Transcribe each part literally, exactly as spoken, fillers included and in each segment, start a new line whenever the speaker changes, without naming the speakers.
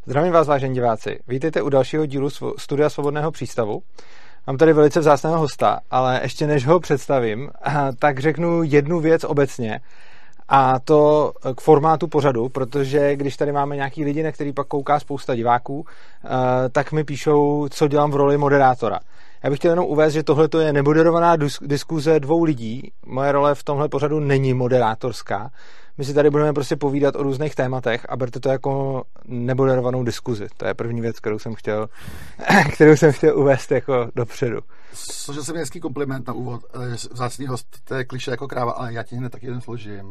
Zdravím vás, vážení diváci. Vítejte u dalšího dílu Studia Svobodného přístavu. Mám tady velice vzácného hosta, ale ještě než ho představím, tak řeknu jednu věc obecně, a to k formátu pořadu, protože když tady máme nějaký lidi, na který pak kouká spousta diváků, tak mi píšou, co dělám v roli moderátora. Já bych chtěl jenom uvést, že tohle je nemoderovaná diskuze dvou lidí. Moje role v tomhle pořadu není moderátorská. My si tady budeme prostě povídat o různých tématech a berte to jako nemoderovanou diskuzi. To je první věc, kterou jsem chtěl, kterou jsem chtěl uvést jako dopředu.
Složil jsem hezký kompliment na úvod. Vzácný host, to je klišé jako kráva, ale já ti hned tak jeden složím.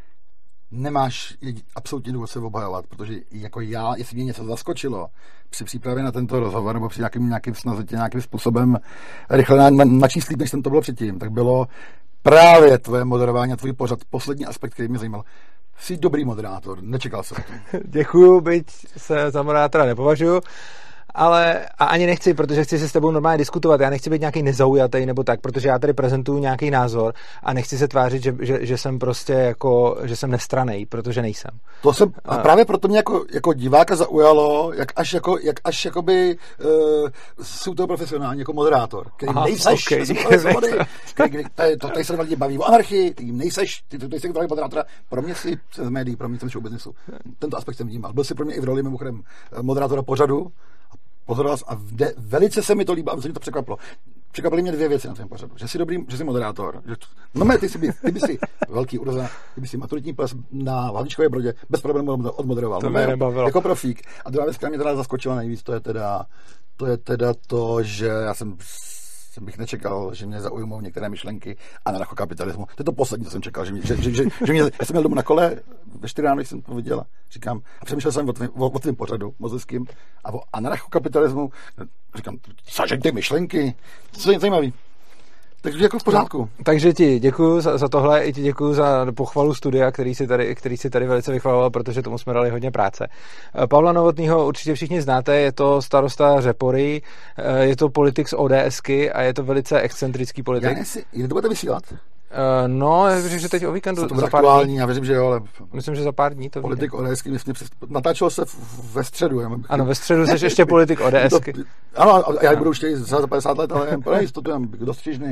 Nemáš absolutně důvod se obhajovat, protože jako já, jestli mě něco zaskočilo při přípravě na tento rozhovor nebo při nějakým, nějakým snaze tě nějakým způsobem rychle na, na, načíst líp, než jsem to bylo předtím, tak bylo právě tvoje moderování a tvůj pořad. Poslední aspekt, který mě zajímal. Jsi dobrý moderátor, nečekal jsem to.
Děkuju, byť se za moderátora nepovažuju. Ale a ani nechci, protože chci se s tebou normálně diskutovat. Já nechci být nějaký nezaujatý nebo tak, protože já tady prezentuju nějaký názor a nechci se tvářit, že, že, že jsem prostě jako, že jsem nestranný, protože nejsem.
To jsem, a právě proto mě jako, jako diváka zaujalo, jak až jako, jak až jakoby uh, jsou to profesionální jako moderátor, který Aha, nejseš, okay, který, svobody, který, který, to tady se lidi baví o anarchii, ty jim nejseš, ty, ty, ty jsi jako moderátora, pro mě si z médií, pro mě jsem show businessu. Tento aspekt jsem vnímal. Byl si pro mě i v roli mimochodem moderátora pořadu. Pozoroval a vde, velice se mi to líbilo, a se mi to překvapilo. Překvapily mě dvě věci na tvém pořadu. Že jsi dobrý, že jsi moderátor. Že to, no mé, ty jsi, ty by si velký urozený, ty by si maturitní ples na Havlíčkové Brodě bez problémů odmoderoval.
To
no
mě nebavilo.
Jako profík. A druhá věc, která mě teda zaskočila nejvíc, to je teda to, je teda to že já jsem jsem bych nečekal, že mě zaujmou některé myšlenky anarchokapitalismu. To je to poslední, co jsem čekal, že, mě, že, že, že, že mě, já jsem měl domů na kole, ve čtyři ráno, když jsem to viděl, říkám, a přemýšlel jsem o tvým, o, o tvým pořadu mozeckým a o anarchokapitalismu, říkám, sažeň ty myšlenky, co je zajímavý. Takže jako v pořádku.
No, takže ti děkuju za, za tohle, i ti děkuju za pochvalu studia, který si tady, který si tady velice vychvaloval, protože tomu jsme dali hodně práce. Pavla Novotnýho určitě všichni znáte, je to starosta Řepory, je to politik z ODSky a je to velice excentrický politik.
Já nesi, jde to budete vysílat?
Uh, no, já věřím, že teď o víkendu.
To za pár aktuální, dní. Já věřím, že jo, ale...
Myslím, že za pár dní to
politik ODSky, myslím, natáčelo se ve středu. Já
ano, ve středu jsi ještě politik ODSky.
To, ano, já budu už tady za padesát let, ale pro jistotu já bych dostřižný.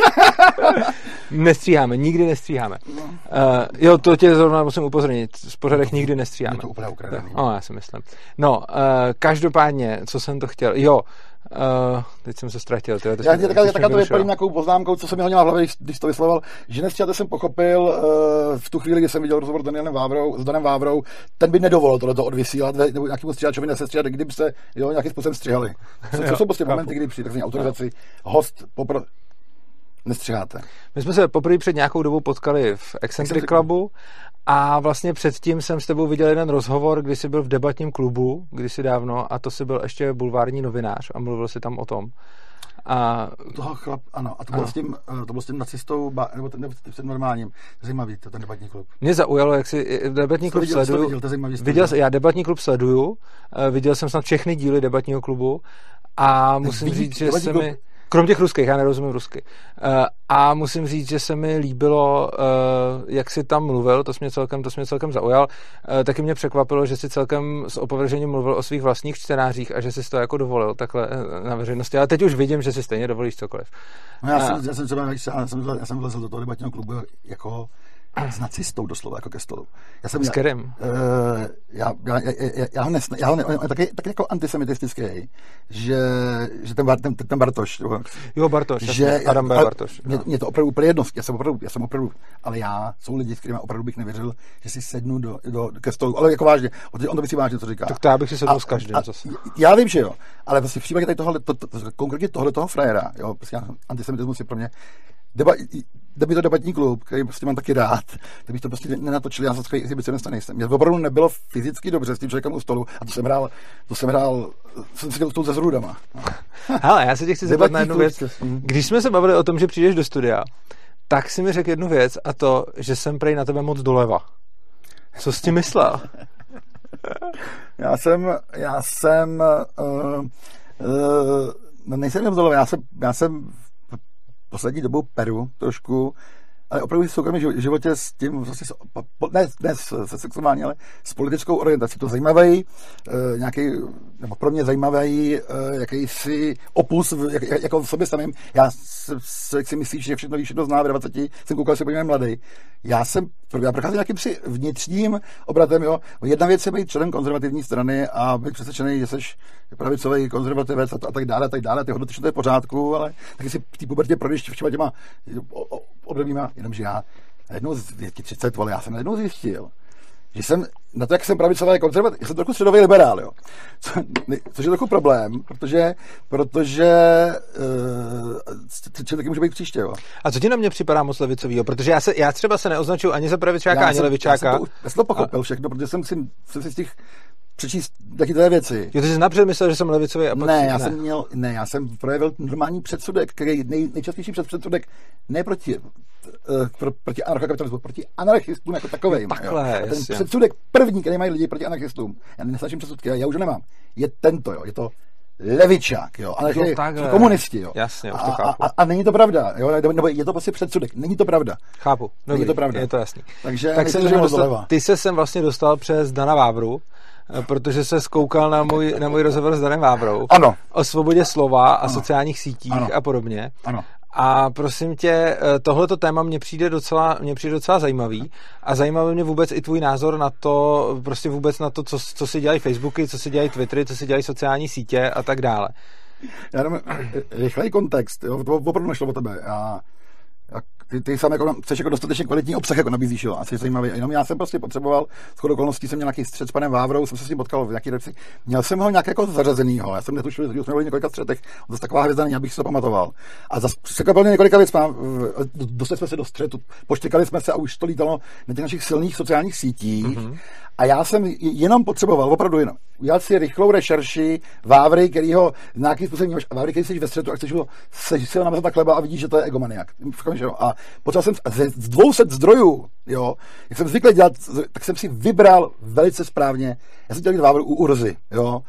Nestříháme, nikdy nestříháme. No. Uh, jo, to tě zrovna musím upozornit, z pořadech nikdy nestříháme.
Je to úplně ukradený.
No, já si myslím. No, uh, každopádně, co jsem to chtěl, jo, Uh, teď jsem se ztratil. Tyhle,
já tě taká, taká to vypadím nějakou poznámkou, co jsem mi hodila v hlavě, když to vyslovoval, že nestříháte jsem pochopil uh, v tu chvíli, kdy jsem viděl rozhovor s Danielem Vávrou, s Danem Vávrou, ten by nedovolil tohleto odvysílat, nebo nějakému stříhačovi nesestříhat, kdyby se jo, nějakým způsobem střihali. Co, co jsou prostě momenty, kdy při takzvané autorizaci host popro... nestříháte.
My jsme se poprvé před nějakou dobou potkali v Eccentric Clubu a vlastně předtím jsem s tebou viděl jeden rozhovor, kdy jsi byl v debatním klubu, kdysi dávno, a to jsi byl ještě bulvární novinář a mluvil si tam o tom. A
toho chlap, ano, a to bylo, s tím, to bylo s tím nacistou, nebo ten, ten normálním, zajímavý, to ten debatní klub.
Mě zaujalo, jak si debatní klub
viděl,
sleduju.
Viděl, to zajímavý,
viděl, já debatní klub sleduju, viděl jsem snad všechny díly debatního klubu a musím říct, že se mi... Krom těch ruských, já nerozumím rusky. Uh, a musím říct, že se mi líbilo, uh, jak jsi tam mluvil, to jsi mě celkem, to jsi mě celkem zaujal. Uh, taky mě překvapilo, že jsi celkem s opovržením mluvil o svých vlastních čtenářích a že jsi to jako dovolil takhle na veřejnosti. Ale teď už vidím, že si stejně dovolíš cokoliv.
No já, jsem, já, jsem třeba, já, jsem, já jsem vlezl do toho debatního klubu jako s nacistou doslova, jako ke stolu. Já jsem,
s kterým?
Uh, já, já, já, já, já ho nesna, já ho ne, on je taky, taky jako antisemitistický, že, že ten, ten, ten Bartoš.
Jo, Bartoš,
že,
Adam B. Bartoš.
Mě, mě to opravdu úplně jedno, já jsem opravdu, já jsem opravdu, ale já, jsou lidi, s kterými opravdu bych nevěřil, že si sednu do, do, ke stolu, ale jako vážně, on to myslí vážně, co říká.
Tak to já bych si sedl s každým
a,
zase.
Já vím, že jo, ale vlastně v případě tady tohle, to, to, konkrétně tohle toho frajera, jo, prostě antisemitismus je pro mě Deba, kdyby to debatní klub, který prostě mám taky rád, tak bych to prostě nenatočil, já zase exhibicionista nejsem. Mě opravdu nebylo fyzicky dobře s tím člověkem u stolu a to jsem hrál, to jsem hrál, jsem seděl stůl se zrůdama.
Hele, já se tě chci zeptat na jednu věc. Když jsme se bavili o tom, že přijdeš do studia, tak si mi řekl jednu věc a to, že jsem prej na tebe moc doleva. Co jsi tím myslel?
já jsem, já jsem, uh, uh, nejsem moc doleva, já jsem, já jsem poslední dobou peru trošku ale opravdu v soukromém životě s tím, vlastně, ne, ne se sexuální, ale s politickou orientací. To zajímavý, uh, nějaký, nebo pro mě zajímavý uh, jakýsi opus, jak, jako v sobě samým. Já se, si myslím, že všechno ví, všechno zná, v dvaceti jsem koukal, že jsem mladý. Já jsem, já procházím nějakým si vnitřním obratem, jo. Jedna věc je být členem konzervativní strany a být přesvědčený, že jsi pravicový konzervativec a, a tak dále, a tak dále, ty hodnoty, že to je v pořádku, ale taky si v té pubertě projdeš všema těma obdobíma, jenomže já najednou z třicet, vole, já jsem najednou zjistil, že jsem, na to, jak jsem pravicový konzervativ, jsem trochu středový liberál, jo. Co, což je trochu problém, protože, protože uh, čím taky může být příště, jo.
A co ti na mě připadá moc levicovýho? Protože já, se, já třeba se neoznačuji ani za pravičáka, ani
jsem,
levičáka.
Já jsem to, já jsem to pochopil a... všechno, protože jsem si, jsem si z těch přečíst taky té věci.
Jo, ty jsi napřed myslel, že jsem levicový a pak
ne,
si...
já
ne.
jsem měl, ne, já jsem projevil normální předsudek, který nej, nejčastější předsudek ne proti, uh, pro, proti anarchokapitalismu, proti anarchistům jako takovejm.
Takhle,
ten předsudek první, který mají lidi proti anarchistům, já nesnažím předsudky, já už ho nemám, je tento, jo, je to levičák, jo, ale je komunisti, jo.
Jasně, už to
a,
chápu.
A, a není to pravda, jo, nebo je to prostě předsudek, není to pravda.
Chápu,
není to pravda.
Je to jasný.
Takže
tak se dostal, ty se sem vlastně dostal přes Dana Vávru, protože se zkoukal na můj, na můj rozhovor s Danem Vávrou.
Ano.
O svobodě slova a
ano.
sociálních sítích
ano.
a podobně.
Ano.
A prosím tě, tohleto téma mně přijde docela, mně přijde docela zajímavý a zajímavý mě vůbec i tvůj názor na to, prostě vůbec na to, co, co si dělají Facebooky, co si dělají Twittery, co si dělají sociální sítě a tak dále.
Já jenom rychlej kontext, jo, to opravdu nešlo o tebe. Já, jak, ty, ty sám jako, chceš jako dostatečně kvalitní obsah jako nabízíš, jo, a jsi zajímavý. Jenom já jsem prostě potřeboval, shodou okolností jsem měl nějaký střet s panem Vávrou, jsem se s ním potkal v nějaký repci. Měl jsem ho nějak jako zařazenýho, já jsem netušil, že jsme byli několika střetech, on zase taková hvězda není, abych si to pamatoval. A zase překvapil mě několika věc, dostali jsme se do střetu, poštěkali jsme se a už to lítalo na těch našich silných sociálních sítích. Mm-hmm. A já jsem jenom potřeboval, opravdu jenom, udělat si rychlou rešerši Vávry, kterýho nějakým způsobem máš, Vávry, který jsi ve střetu a chceš ho si ho namazat na chleba a vidíš, že to je egomaniak. A potřeboval jsem z dvou set zdrojů, jo, jak jsem zvyklý dělat, tak jsem si vybral velice správně, já jsem dělal Vávru u Urzy, jo.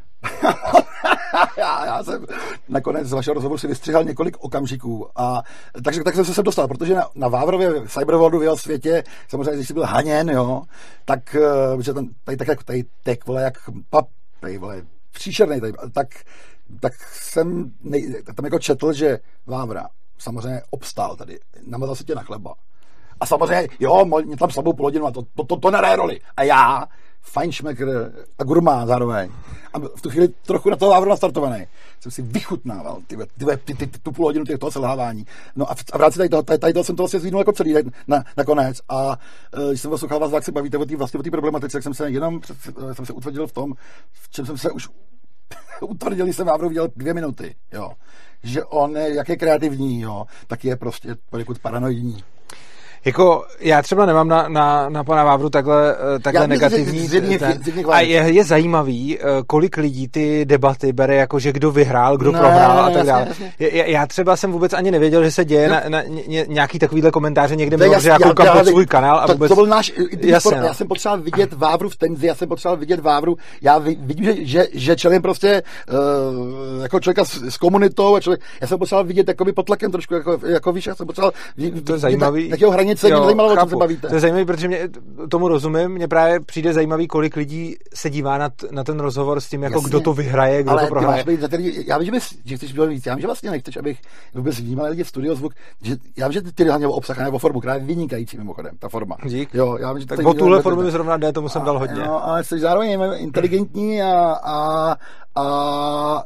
já, já jsem nakonec z vašeho rozhovoru si vystřihal několik okamžiků a takže tak jsem se sem dostal, protože na, na Vávrově cyberworldu v jeho světě, samozřejmě, když jsi byl haněn, jo, tak, že tam, tady tak jak tady tek, vole, jak pap, tady, vole, příšernej tady, tak, tak jsem nej, tam jako četl, že Vávra samozřejmě obstál tady, namazal si tě na chleba. A samozřejmě, jo, mě tam slabou půl hodinu a to, to, to, to nehraje roli. A já, fajnšmekr a gurmán zároveň. A v tu chvíli trochu na toho Vávru nastartovaný. Jsem si vychutnával ty, ty, ty, ty, ty, tu půl hodinu toho selhávání. No a v, a v rámci tady toho, tady, tady toho jsem to vlastně zvídnul jako celý na, nakonec. A když jsem poslouchal vás, jak se bavíte o té vlastně o té problematice, tak jsem se jenom jsem se utvrdil v tom, v čem jsem se už utvrdil, když jsem Vávru viděl dvě minuty. Jo. Že on, jak je kreativní, jo, tak je prostě poněkud paranoidní.
Jako, já třeba nemám na, na, na pana Vávru takhle, takhle já, negativní. Z jedných, ten, z jedných a je, je zajímavý, kolik lidí ty debaty bere jako, že kdo vyhrál, kdo ne, prohrál a tak dále. Já, já třeba jsem vůbec ani nevěděl, že se děje no. na, na ně, nějaký takovýhle komentáře někde mimo, že já koukám pod svůj kanál a
to,
vůbec...
To byl náš
jasně,
no. Já jsem potřeboval vidět Vávru v tenzi, já jsem potřeboval vidět Vávru, já vidím, že, že, že čelím prostě uh, jako člověka s, s komunitou, a člověk, já jsem potřeboval vidět jakoby pod tlakem trošku, jako, jako víš, já jsem potřeboval
to je zajímavý.
Jakého hranice, mě zajímalo, o čem se bavíte.
To je zajímavý, protože mě tomu rozumím, mně právě přijde zajímavý, kolik lidí se dívá na, t, na ten rozhovor s tím, jako jasně, kdo to vyhraje, kdo
ale
to prohraje.
Být, tady, já vím, že, bys, že chceš být víc, já vím, že vlastně nechceš, abych vůbec vnímal lidi v studiu zvuk, že já vím, že ty hlavně o obsah, nebo o formu, která je vynikající mimochodem, ta forma.
Dík.
Jo, já vím, že
tak o tuhle formu mi zrovna jde, tomu jsem dal hodně.
No, ale jsi zároveň inteligentní a, a, a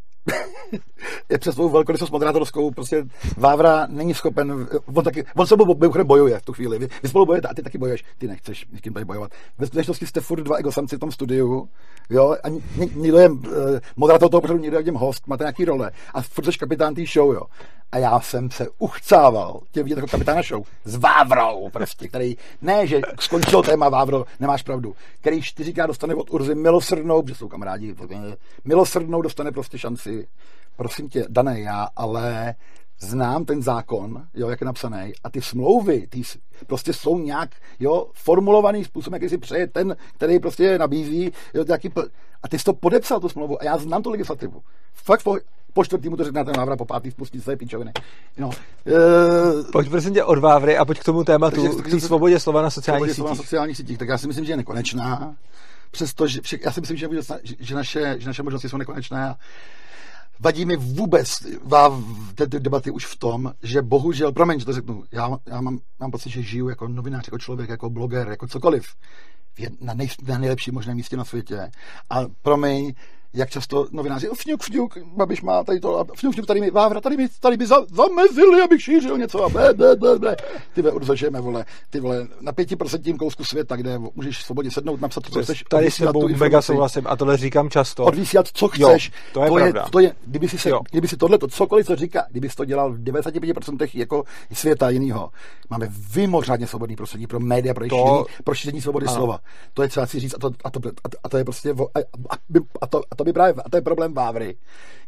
je přes svou velkorysost moderátorskou, prostě Vávra není schopen, on, taky, on se mimochodem bojuje v tu chvíli, vy, vy spolu bojujete a ty taky bojuješ, ty nechceš s kým tady bojovat. Ve skutečnosti jste furt dva egosamci v tom studiu, jo, a někdo je uh, moderátor toho pořadu, někdo je těm host, máte nějaký role a furt jsi kapitán té show, jo. A já jsem se uchcával tě vidět jako kapitána show s Vávrou, prostě, který, ne, že skončilo téma Vávro, nemáš pravdu, který čtyřikrát dostane od Urzy milosrdnou, protože jsou kamarádi, milosrdnou dostane prostě šanci. Prosím tě, Dané, já ale znám ten zákon, jo, jak je napsaný, a ty smlouvy, ty prostě jsou nějak, jo, formulovaný způsobem, jaký si přeje ten, který prostě nabízí, jo, nějaký, a ty jsi to podepsal, tu smlouvu, a já znám tu legislativu. Fakt, po čtvrtý mu to řekne ten Vávra, po pátý spustí své pičoviny. No.
E... Pojď prosím tě od Vávry a pojď k tomu tématu, k té svobodě slova na sociálních sítích.
Na sociálních sítích. Tak já si myslím, že je nekonečná. Přestože, já si myslím, že, že, naše, že naše možnosti jsou nekonečné a vadí mi vůbec ty debaty už v tom, že bohužel, promiň, že to řeknu, já, já mám, mám pocit, že žiju jako novinář, jako člověk, jako bloger, jako cokoliv, na, nej, na nejlepším možném místě na světě. A promiň, jak často novináři, fňuk, fňuk, Babiš má tady to, fňuk, fňuk, tady mi Vávra, tady mi, tady mi za, zamezili, abych šířil něco a ble, ble, ble, ble. Ty ve, urzažeme, vole, ty vole, na pětiprocentním kousku světa, kde můžeš svobodně sednout, napsat to, co chceš.
Tady s tebou mega souhlasím a tohle říkám často.
Odvysílat, co chceš.
Jo, to je to pravda.
Je, to je, kdyby si, se, kdyby si tohleto, cokoliv, co říká, kdyby si to dělal v devadesát pět procent jako světa jinýho, máme vymořádně svobodný prostředí pro média, pro šíření, pro šíření svobody ano. slova. To je třeba si říct a to, a to, a to je prostě, a, a, a, to, a to by právě, a to je problém Vávry.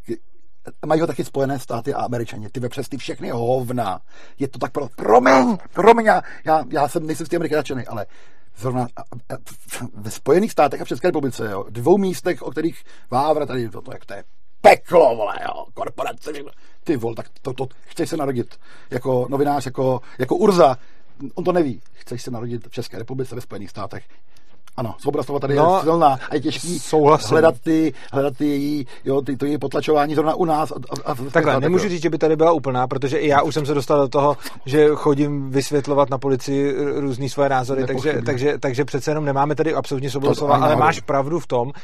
Mají ho taky Spojené státy a Američani. Ty ve přes ty všechny hovna. Je to tak pro... Promiň, promiň, já, já, já jsem, nejsem s tím nadšený, ale zrovna a, a, ve Spojených státech a v České republice, jo, dvou místech, o kterých Vávra tady, to, to, jak to je peklo, vole, jo, korporace, ty vol, tak to, to, chceš se narodit jako novinář, jako, jako Urza, on to neví, chceš se narodit v České republice, ve Spojených státech. Ano, svoboda slova tady no, je silná a je těžký souhlasím. hledat ty, hledat ty její, jo, ty, to její potlačování zrovna u nás. A, a, a
Takhle, nemůžu jo. říct, že by tady byla úplná, protože i já už jsem se dostal do toho, že chodím vysvětlovat na policii různý svoje názory, takže, takže, takže přece jenom nemáme tady absolutně svobodu slova, ale náhodou. Máš pravdu v tom,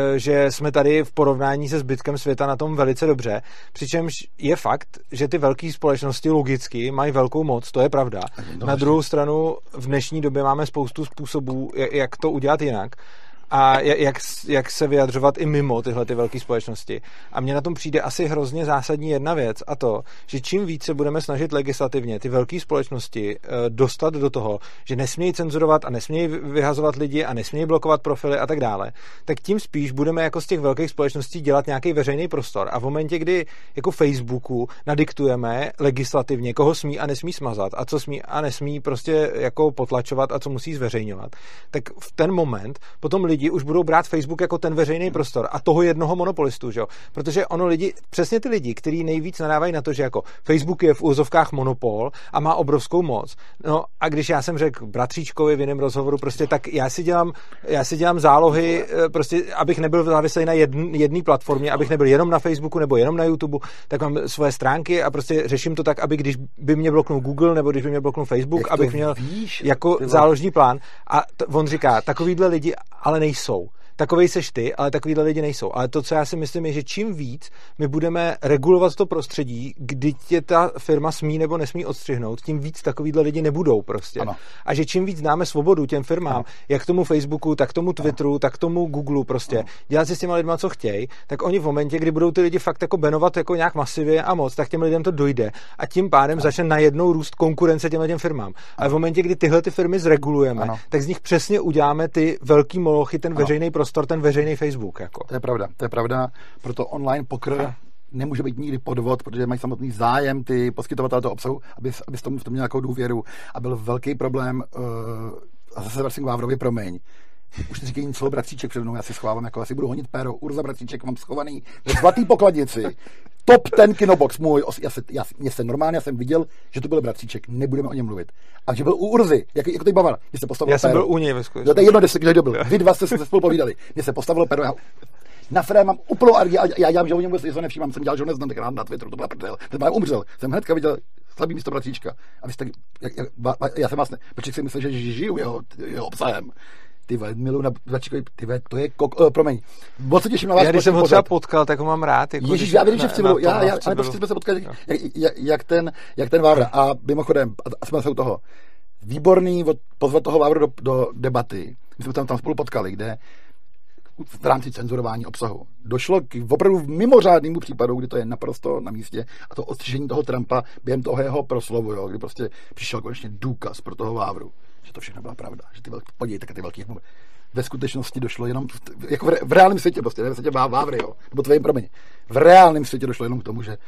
že jsme tady v porovnání se zbytkem světa na tom velice dobře, přičemž je fakt, že ty velké společnosti logicky mají velkou moc, to je pravda. Na druhou stranu v dnešní době máme spoustu způsobů, jak to udělat jinak a jak, jak se vyjadřovat i mimo tyhle ty velké společnosti. A mně na tom přijde asi hrozně zásadní jedna věc a to, že čím více budeme snažit legislativně ty velké společnosti dostat do toho, že nesmějí cenzurovat a nesmějí vyhazovat lidi a nesmějí blokovat profily a tak dále, tak tím spíš budeme jako z těch velkých společností dělat nějaký veřejný prostor. A v momentě, kdy jako Facebooku nadiktujeme legislativně, koho smí a nesmí smazat a co smí a nesmí prostě jako potlačovat a co musí zveřejňovat, tak v ten moment potom lidi už budou brát Facebook jako ten veřejný prostor a toho jednoho monopolistu, že jo? Protože ono lidi, přesně ty lidi, kteří nejvíc nadávají na to, že jako Facebook je v úzovkách monopol a má obrovskou moc. No a když já jsem řekl bratříčkovi v jiném rozhovoru, prostě tak já si dělám, já si dělám zálohy, prostě abych nebyl závislý na jedné platformě, abych nebyl jenom na Facebooku nebo jenom na YouTube, tak mám svoje stránky a prostě řeším to tak, aby když by mě bloknul Google nebo když by mě bloknul Facebook, abych měl víš, jako záložní plán. A t- on říká, takovýhle lidi ale nejsou. Takovej seš ty, ale takovýhle lidi nejsou. Ale to, co já si myslím, je, že čím víc my budeme regulovat to prostředí, kdy tě ta firma smí nebo nesmí odstřihnout, tím víc takovýhle lidi nebudou prostě. Ano. A že čím víc dáme svobodu těm firmám, ano. jak tomu Facebooku, tak tomu Twitteru, ano. tak tomu Googleu prostě, ano. dělat si s těma lidma, co chtějí, tak oni v momentě, kdy budou ty lidi fakt jako benovat jako nějak masivně a moc, tak těm lidem to dojde. A tím pádem ano. začne najednou růst konkurence těm těm firmám. Ale v momentě, kdy tyhle ty firmy zregulujeme, ano. tak z nich přesně uděláme ty velký molochy, ten veřejný prostor, ten veřejný Facebook. Jako.
To je pravda, to je pravda. Proto online poker nemůže být nikdy podvod, protože mají samotný zájem ty poskytovatelé toho obsahu, aby, aby s tomu v tom měl nějakou důvěru. A byl velký problém, uh, a zase vracím k Vávrovi, promiň. Už neříkej nic slovo bratříček před mnou, já si schovávám, jako asi budu honit péro, Urza bratříček mám schovaný ve zlatý pokladnici. Top ten kinobox můj, já se, já, mě se normálně, já jsem viděl, že to byl bratříček, nebudeme o něm mluvit. A že byl u Urzy, jak, jako teď Bavar, mě se postavilo
já
péro.
Já jsem byl u něj ve skutečnosti.
To je jedno, kdo byl. Vy dva jste se spolu povídali. Mě se postavilo péro, já na Fred mám úplnou alergii, já, já dělám, že o něm vůbec něco nevšímám, jsem dělal, že ho neznám, tak rád na Twitteru, to byla prdel. Ten mám umřel, jsem hnedka viděl slabý místo bratříčka. A vy jste, jak, jak, já jsem vlastně, protože si myslel, že žiju jeho, jeho obsahem. Ty vole, miluji na Bratříčkovi, ty vole, to je kok, uh, promiň. Moc se těším na vás.
Já když jsem ho třeba potkal, tak ho mám rád. Jako
Ježíš, já vím, že v civilu, já, já, ale prostě jsme se potkali, jak, jak, jak, ten, jak ten Vávra. A mimochodem, a jsme se u toho, výborný od, pozvat toho Vávru do, do debaty. My jsme tam, tam spolu potkali, kde v rámci cenzurování obsahu došlo k opravdu mimořádnému případu, kdy to je naprosto na místě, a to odstřižení toho Trumpa během toho jeho proslovu, jo, kdy prostě přišel konečně důkaz pro toho Vávru, že to všechno byla pravda, že ty velký, podívejte, ty velký, ve skutečnosti došlo jenom, jako v, re, v reálném světě prostě, ne ve světě Vávry, jo, nebo tvým, promiň, v reálném světě došlo jenom k tomu, že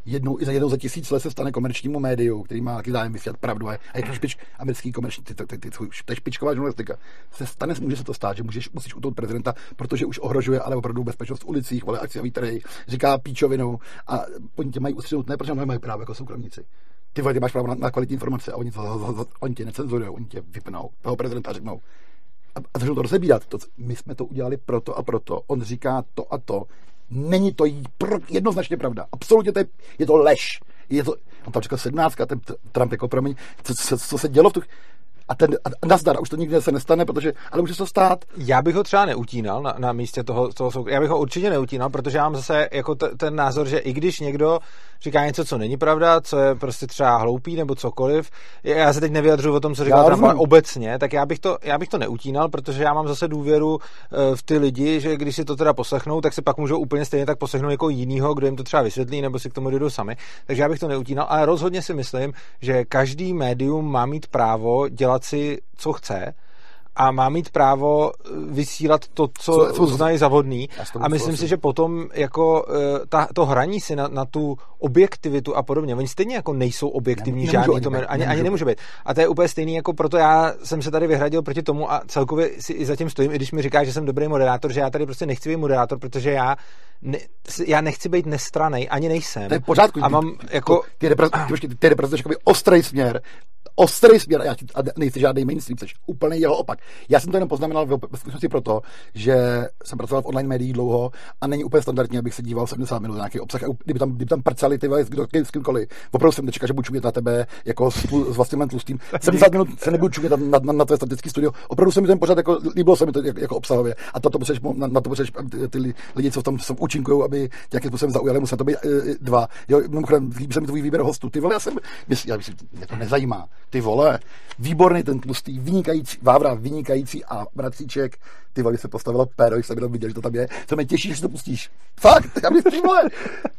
jednou i za jednou za tisíc let se stane komerčnímu médiu, který má taky zájem vysílat pravdu. A jak špič, americký komerční, ty, ty, ty, ty, ty špičková žurnalistika, se stane, může se to stát, že můžeš, musíš utout prezidenta, protože už ohrožuje, ale opravdu bezpečnost v ulicích, vole, akciový trhy, říká píčovinu a oni tě mají ustřelit, ne, protože mají právo jako soukromníci. Ty vole, ty máš právo na, na kvalitní informace a oni, to, oni tě necenzurujou, oni tě vypnou, toho prezidenta řeknou. A, a začnou to rozebírat. To, my jsme to udělali proto a proto. On říká to a to. Není to jednoznačně pravda. Absolutně to je, je to lež. Je to, on tam říkal sedmnáctka, ten Trump jako promiň, co, co, co se dělo v tu... A ten a nazdar, a už to nikdy se nestane, protože, ale může se to stát.
Já bych ho třeba neutínal na, na místě toho, toho soukromí. Já bych ho určitě neutínal, protože já mám zase jako t, ten názor, že i když někdo říká něco, co není pravda, co je prostě třeba hloupý nebo cokoliv, já se teď nevyjadřuju o tom, co říkal Trump, ale obecně, tak já bych, to, já bych to neutínal, protože já mám zase důvěru v ty lidi, že když si to teda poslechnou, tak si pak můžou úplně stejně tak poslechnout někoho jinýho, kdo jim to třeba vysvětlí, nebo si k tomu jdou sami. Takže já bych to neutínal, ale rozhodně si myslím, že každý médium má mít právo dělat si, co chce, a má mít právo vysílat to, co uznají za vhodný. A myslím si, že potom jako ta, to hraní si na, na tu objektivitu a podobně, oni stejně jako nejsou objektivní, ne, žádný to, ani, ani, ani nemůže být. A to je úplně stejný, jako proto já jsem se tady vyhradil proti tomu a celkově si i zatím stojím, i když mi říká, že jsem dobrý moderátor, že já tady prostě nechci být moderátor, protože já ne, já nechci být nestrannej, ani nejsem.
To je v pořádku.
A mám jako...
Ty reprezentuješ jakoby ostrý směr, ostrý směr, a já a nejsi žádný mainstream, jsi úplně jeho opak. Já jsem to jenom poznamenal ve skutečnosti proto, že jsem pracoval v online médiích dlouho a není úplně standardní, abych se díval sedmdesát minut na nějaký obsah, kdyby tam, kdyby tam prcali ty s kýmkoliv. Opravdu jsem nečekal, že budu čumět na tebe jako s, s vlastním tlustým. sedmdesát minut se nebudu čumět na, na, na tvé statické studio. Opravdu se mi ten pořád jako, líbilo se mi to jako, jako obsahově. A to, to musíš, na, na to musíš ty lidi, co tam účinkují, aby nějakým způsobem zaujali, musí to být e, dva. Jo, mimochodem, líbí se mi tvůj výběr hostů. Ty vole, já jsem, já myslím, mě to nezajímá. Ty vole, výborný ten tlustý, vynikající, Vávra, vynikající a Bratříček, ty vole, se postavilo péro, když jsem jenom viděl, že to tam je. Co mě těší, že to pustíš. Fakt, já bych ty vole.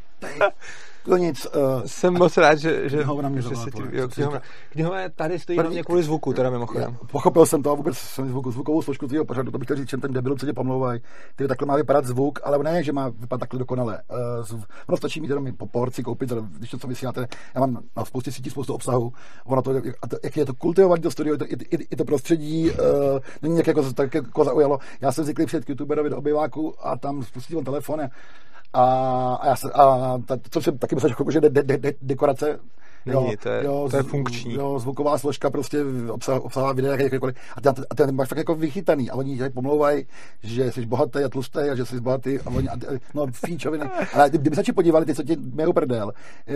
To nic. Uh,
jsem moc rád, že, že,
knihovna mě
že
zavolá,
se ti,
pole,
jo, knihovna. Knihovna tady stojí hlavně kvůli zvuku, teda mimochodem.
Pochopil jsem to a vůbec jsem zvuku, zvukovou složku tvýho pořadu, to bych chtěl říct, že ten debil, co tě pomlouvají. Ty takhle má vypadat zvuk, ale ne, že má vypadat takhle dokonale. Uh, ono stačí mít jenom po porci koupit, když to co vysíláte. Já mám na spoustě sítí spoustu obsahu. Ono to, jak je to kultivovaný to studio, i, i, i to prostředí, uh, není nějak jako, tak jako zaujalo. Já jsem zvyklý přijít k YouTuberovi do obyváku a tam spustím on telefon. A, a, já se, a ta, to jsem taky myslel, že de, de, de, de, dekorace,
není,
jo,
to, je,
jo,
to je funkční.
Jo, zvuková složka prostě obsah, obsahová videa, jakékoliv. A ten, a ten máš fakt jako vychytaný. A oni tady pomlouvají, že jsi bohatý a tlustý a že jsi bohatý. A oni, a, no, fíčoviny. Ale kdyby se ti podívali, ty, co ti mějou prdel,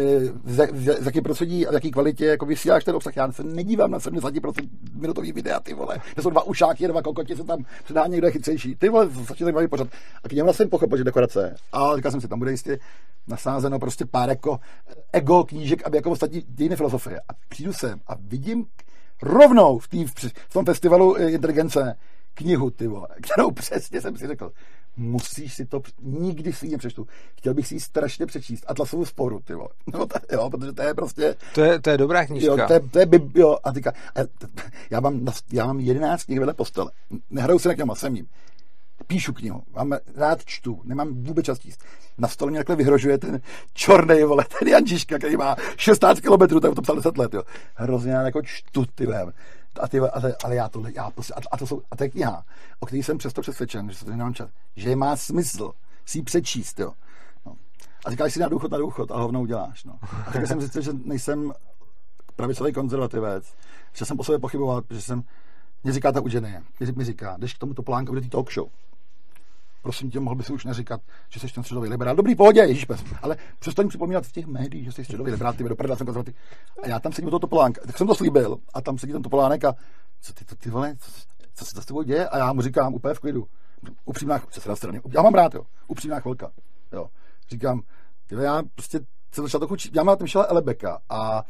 z, z, z jaký prostředí a v jaký kvalitě jako vysíláš ten obsah. Já se nedívám na sedmdesát procent minutový videa, ty vole. To jsou dva ušáky, dva kokoti, se tam předá někdo je chytřejší. Ty vole, začínají zajímavý pořad. A k němu jsem pochopil, že dekorace. A říkal jsem si, tam bude jistě nasázeno prostě pár jako ego knížek, aby jako ostatní dějiny filozofie. A přijdu sem a vidím rovnou v, tý, v tom festivalu inteligence knihu, ty vole, kterou přesně jsem si řekl, musíš si to, nikdy si ji nepřečtu. Chtěl bych si ji strašně přečíst. Atlasovou sporu, ty vole. No, to, jo, protože to je prostě...
To je, to je dobrá knížka.
Jo, to je, to je jo, a týka, a já mám, já mám jedenáct knih vedle postele. Nehraju se na kněma, jsem ním. Píšu knihu, mám rád čtu, nemám vůbec čas číst. Na stole mě takhle vyhrožuje ten čornej, vole, ten Jančiška, který má šestnáct kilometrů, tak to psal deset let, jo. Hrozně jako čtu, ty vole. A ty, ale, ale já tohle, já prostě, a, a to jsou, a to je kniha, o který jsem přesto přesvědčen, že se to nemám čas, že má smysl si ji přečíst, jo. No. A říkáš si na důchod, na důchod, a hovno uděláš, no. A tak jsem zjistil, že nejsem pravicový konzervativec, že jsem po sobě pochyboval, že jsem, mě říká ta u ženy, mi říká, jdeš k tomu Topolánkovi do té talk show. Prosím tě, mohl by si už neříkat, že jsi ten středový liberál. Dobrý, pohodě, ježišpes. Ale přestaň připomínat v těch médiích, že jsi středový liberál, ty do prdela jsem konzervativní. A já tam sedím u toho Topolánka. Tak jsem to slíbil. A tam sedí ten Topolánek a co ty, ty, ty vole, co, co se to s tebou děje? A já mu říkám úplně v klidu. Upřímná, se strany. Já mám rád, jo. Upřímná chvilka. Jo. Říkám, ty já prostě jsem začal trochu, já mám tam šela Elebeka a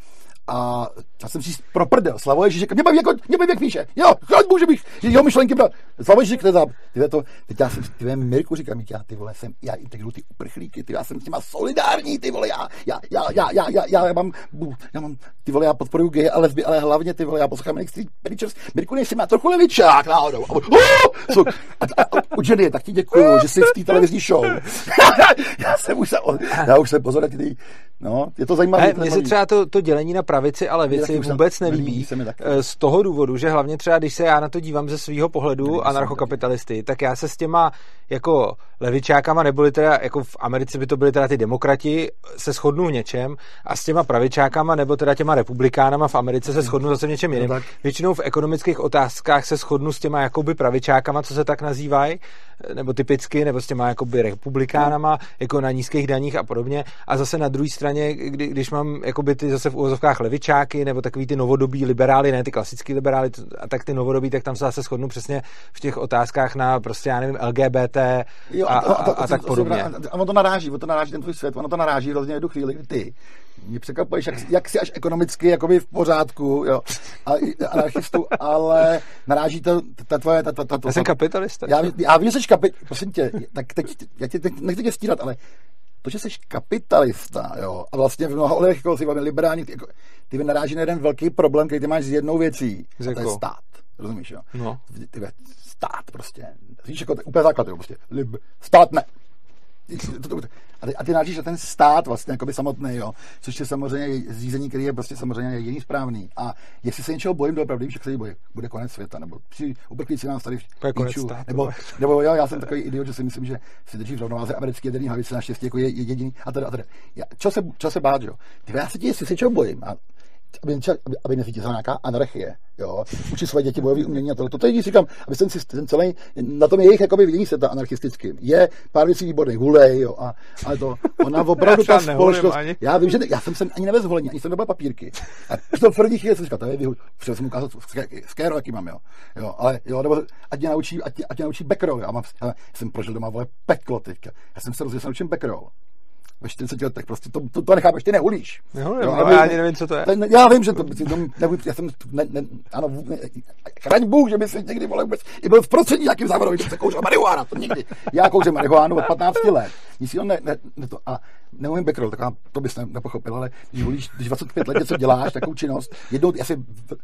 a já jsem si pro prdel, Slavoj Žižek, mě baví, jako, mě baví, jak píše, jo, může bych, jeho myšlenky brat, Slavoj Žižek nezáp, tyhle to, teď já jsem, ty Mirku říkám, já ty vole, jsem, já integruju ty uprchlíky, ty já jsem s těma solidární, ty vole, já, já, já, já, já, já, já, já mám, já mám, ty vole, já podporuju geje a lesby, ale hlavně, ty vole, já poslouchám Manic Street Preachers, Mirku, nejsi má trochu levičák, náhodou, a, a, a u Jenny, tak ti děkuju, že jsi v té televizní show. já jsem už se, já už se pozor, kdy, no, je to zajímavé.
Mně se třeba to, to dělení na pravici a levici vůbec nelíbí. Z toho důvodu, že hlavně třeba, když se já na to dívám ze svého pohledu anarchokapitalisty, tak já se s těma jako levičákama, neboli teda jako v Americe by to byly teda ty demokrati, se shodnou v něčem a s těma pravičákama nebo teda těma republikánama v Americe se shodnou zase v něčem jiném. Většinou v ekonomických otázkách se shodnu s těma jakoby pravičákama, co se tak nazývají, nebo typicky, nebo s těma jakoby republikánama, jako na nízkých daních a podobně. A zase na druhé straně, kdy, když mám jakoby ty zase v uvozovkách levičáky, nebo takový ty novodobí liberály, ne ty klasický liberály, a tak ty novodobí, tak tam se zase shodnu přesně v těch otázkách na prostě, já nevím, L G B T
jo,
a, a, a,
a,
a tak podobně.
A ono to naráží, ono to naráží ten tvůj svět, ono to naráží hrozně jednu chvíli, kdy ty mě překvapuješ, jak, jak jsi až ekonomicky jakoby v pořádku, jo, a anarchistu, ale naráží to ta tvoje... Ta, ta, ta, ta,
já jsem kapitalista.
Já, já vím, že jsi kapitalista, prosím tě, tak teď, já tě teď nechci tě stírat, ale to, že jsi kapitalista, jo, a vlastně v mnoha ohledech jako jsi velmi liberální, ty, jako, ty naráží na jeden velký problém, který ty máš s jednou věcí, a to je stát, rozumíš, jo?
No.
Ty, ty, stát prostě, víš, jako úplně základ, jo, prostě, lib, stát ne. A ty, a ty narážíš na ten stát vlastně jakoby samotný, jo, což je samozřejmě zřízení, který je prostě samozřejmě jediný správný. A jestli se něčeho bojím, doopravdy, že se jí bojím, bude konec světa, nebo při uprchlíci nás tady v píču, nebo, nebo jo, já jsem takový idiot, že si myslím, že si drží v rovnováze americký jaderný hlavice naštěstí jako je, je jediný. A teda, a teda. Já, čo, se, čo se bát, jo? Ty, já se ti, jestli se čeho bojím, a aby, aby, aby nevytýzala nějaká anarchie, jo, učit své děti bojové umění a tohle. To teď říkám, aby ten, ten celý, na tom jejich jakoby vidění světa anarchistickým. Je pár věcí výborných, hulej, jo, a, ale to, ona opravdu ta společnost, já vím, že ne, já jsem sem ani nevez holení, ani jsem nebyl papírky. A to v první chvíli jsem říkal, to je vyhul, protože jsem ukázal, skéro, jaký mám, jo, jo, ale jo, nebo ať mě naučí, ať, ať mě naučí backroll, jo, a mám, já jsem prožil doma, vole, peklo teďka, já jsem se rozhodl, že se naučím backroll. Ve čtyřiceti letech, prostě to, to, to nechápeš, ty nehulíš.
Nehulím, no, já ani nevím, co to je.
Ten, já vím, že to, nebudu, já jsem, ne, ne, ano, ne, chraň Bůh, že by si někdy, vole, vůbec, i byl v prostředí nějakým závodovým, že se kouřil marihuana, to nikdy. Já kouřím marihuanu od patnácti let. Nic si ne, ne, ne, to, a neumím backroll, tak to bys ne, nepochopil, ale když hulíš, když dvacet pět let něco děláš, takovou činnost, jednou, já si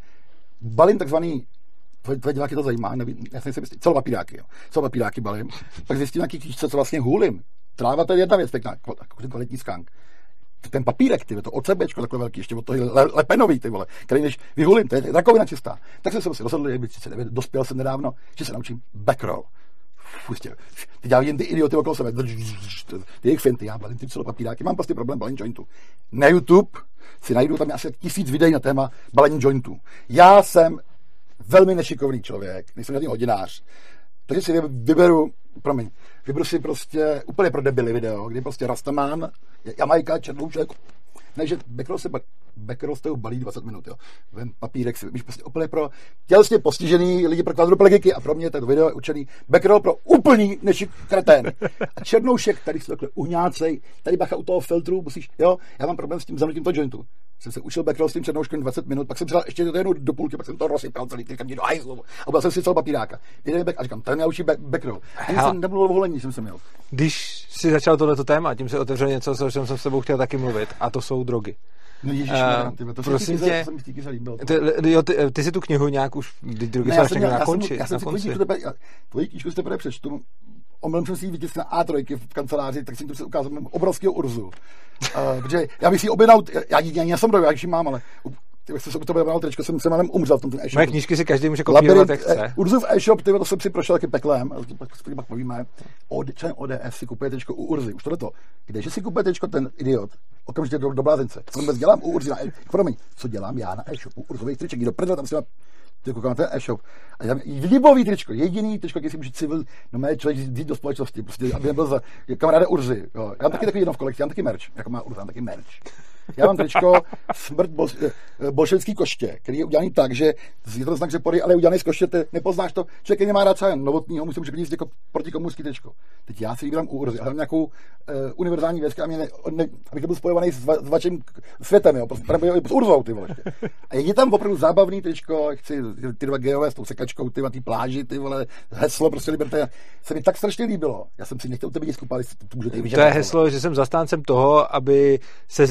balím takzvaný, tvoje, tvoje diváky to zajímá, nevím, já jsem si myslel, celopapíráky, jo, celopapíráky balím, pak zjistím nějaký knížce, co vlastně hůlim. Tráva, to je jedna věc, pěkná, kvalitní skank. Ten papírek, ty, to OCBčko takhle velký, ještě od toho le, lepenový, ty vole, který než vyhulím, to je rakovina čistá. Tak jsem se prostě rozhodl, že třicet devět, dospěl jsem nedávno, že se naučím backroll. Prostě, ty dělají jen ty idioty okolo sebe, ty jejich finty, já balím ty celopapíráky, mám prostě problém balení jointů. Na YouTube si najdu tam asi tisíc videí na téma balení jointů. Já jsem velmi nešikovný člověk, nejsem žádný hodinář. Takže si vyberu, promiň, vyberu si prostě úplně pro debily video, kdy prostě Rastaman, Jamajka, Čerloušek, ne, že backroll se, backroll se balí dvacet minut, jo. Vem papírek si, víš, prostě úplně pro tělesně postižený lidi pro kvadriplegiky a pro mě to video je určený backroll pro úplný nešik kretén. A Černoušek, tady se takhle uhňácej, tady bacha u toho filtru, musíš, jo, já mám problém s tím zamrznutím toho jointu. Jsem se učil backroll s tím Černouškem dvacet minut, pak jsem přidal ještě do jednou do půlky, pak jsem to rozsypal celý, teďka mě do hajzlu. A byl jsem si celou papíráka. A říkám, tady mě učí back, backroll. Ani Hela. jsem nebyl volení, jsem se měl.
Když si začal tohleto téma, tím se otevřel něco, o čem jsem s tebou chtěl taky mluvit, a to jsou drogy.
No ježišmarja, uh, to prosím tě, tě, jsem ty,
ty, jo, ty, ty si tu knihu nějak už, ty drogy se až někdo nakončí.
Já jsem si tvoji knížku si teprve přečtu, omylem jsem si ji vytiskl na á tři v kanceláři, tak jsem to si ukázal obrovského Urzu. Uh, protože já bych si ji objednal, já ji ani jsem já ji mám, ale ty jsem se u tebe objednal tričko, jsem se malem umřel v tom e-shopu.
Moje knížky si každý může kopírovat, jak chce.
Urzův e-shop, ty to jsem si prošel taky peklem, a pak, pak povíme, člen O D S si kupuje tričko u Urzy, už tohleto. Kdeže si kupuje tričko ten idiot, okamžitě do, do blázince. Co vůbec dělám u Urzy na e-shopu? Promiň, co dělám já na e-shopu Urzových triček, do prdele tam si ty koukám na ten e-shop. A já libový tričko, jediný tričko, který si může civil, no mé člověk jít do společnosti, prostě, aby nebyl za kamaráde Urzy. Jo. Já mám taky takový jedno v kolekci, já mám taky merch, jako má Urza, mám taky merch. Já mám tričko Smrt bol, bolševický koště, který je udělaný tak, že je to znak, že pory, ale je udělaný z koště, ty nepoznáš to, člověk nemá rád třeba novotního, musím říct jako protikomunistický tričko. Teď já si vybírám u Urzy, ale mám nějakou uh, univerzální věc, a mě ne, ne, abych to byl spojovaný s, va, s vaším světem, jo, s Urzou, ty vole. A je tam opravdu zábavný tričko, chci ty dva geové s tou sekačkou, ty ty pláži, ty vole, heslo, prostě liberté, se mi tak strašně líbilo. Já jsem si nechtěl tebe děsku pálit, to můžete
To je heslo, že jsem zastáncem toho, aby sezdaný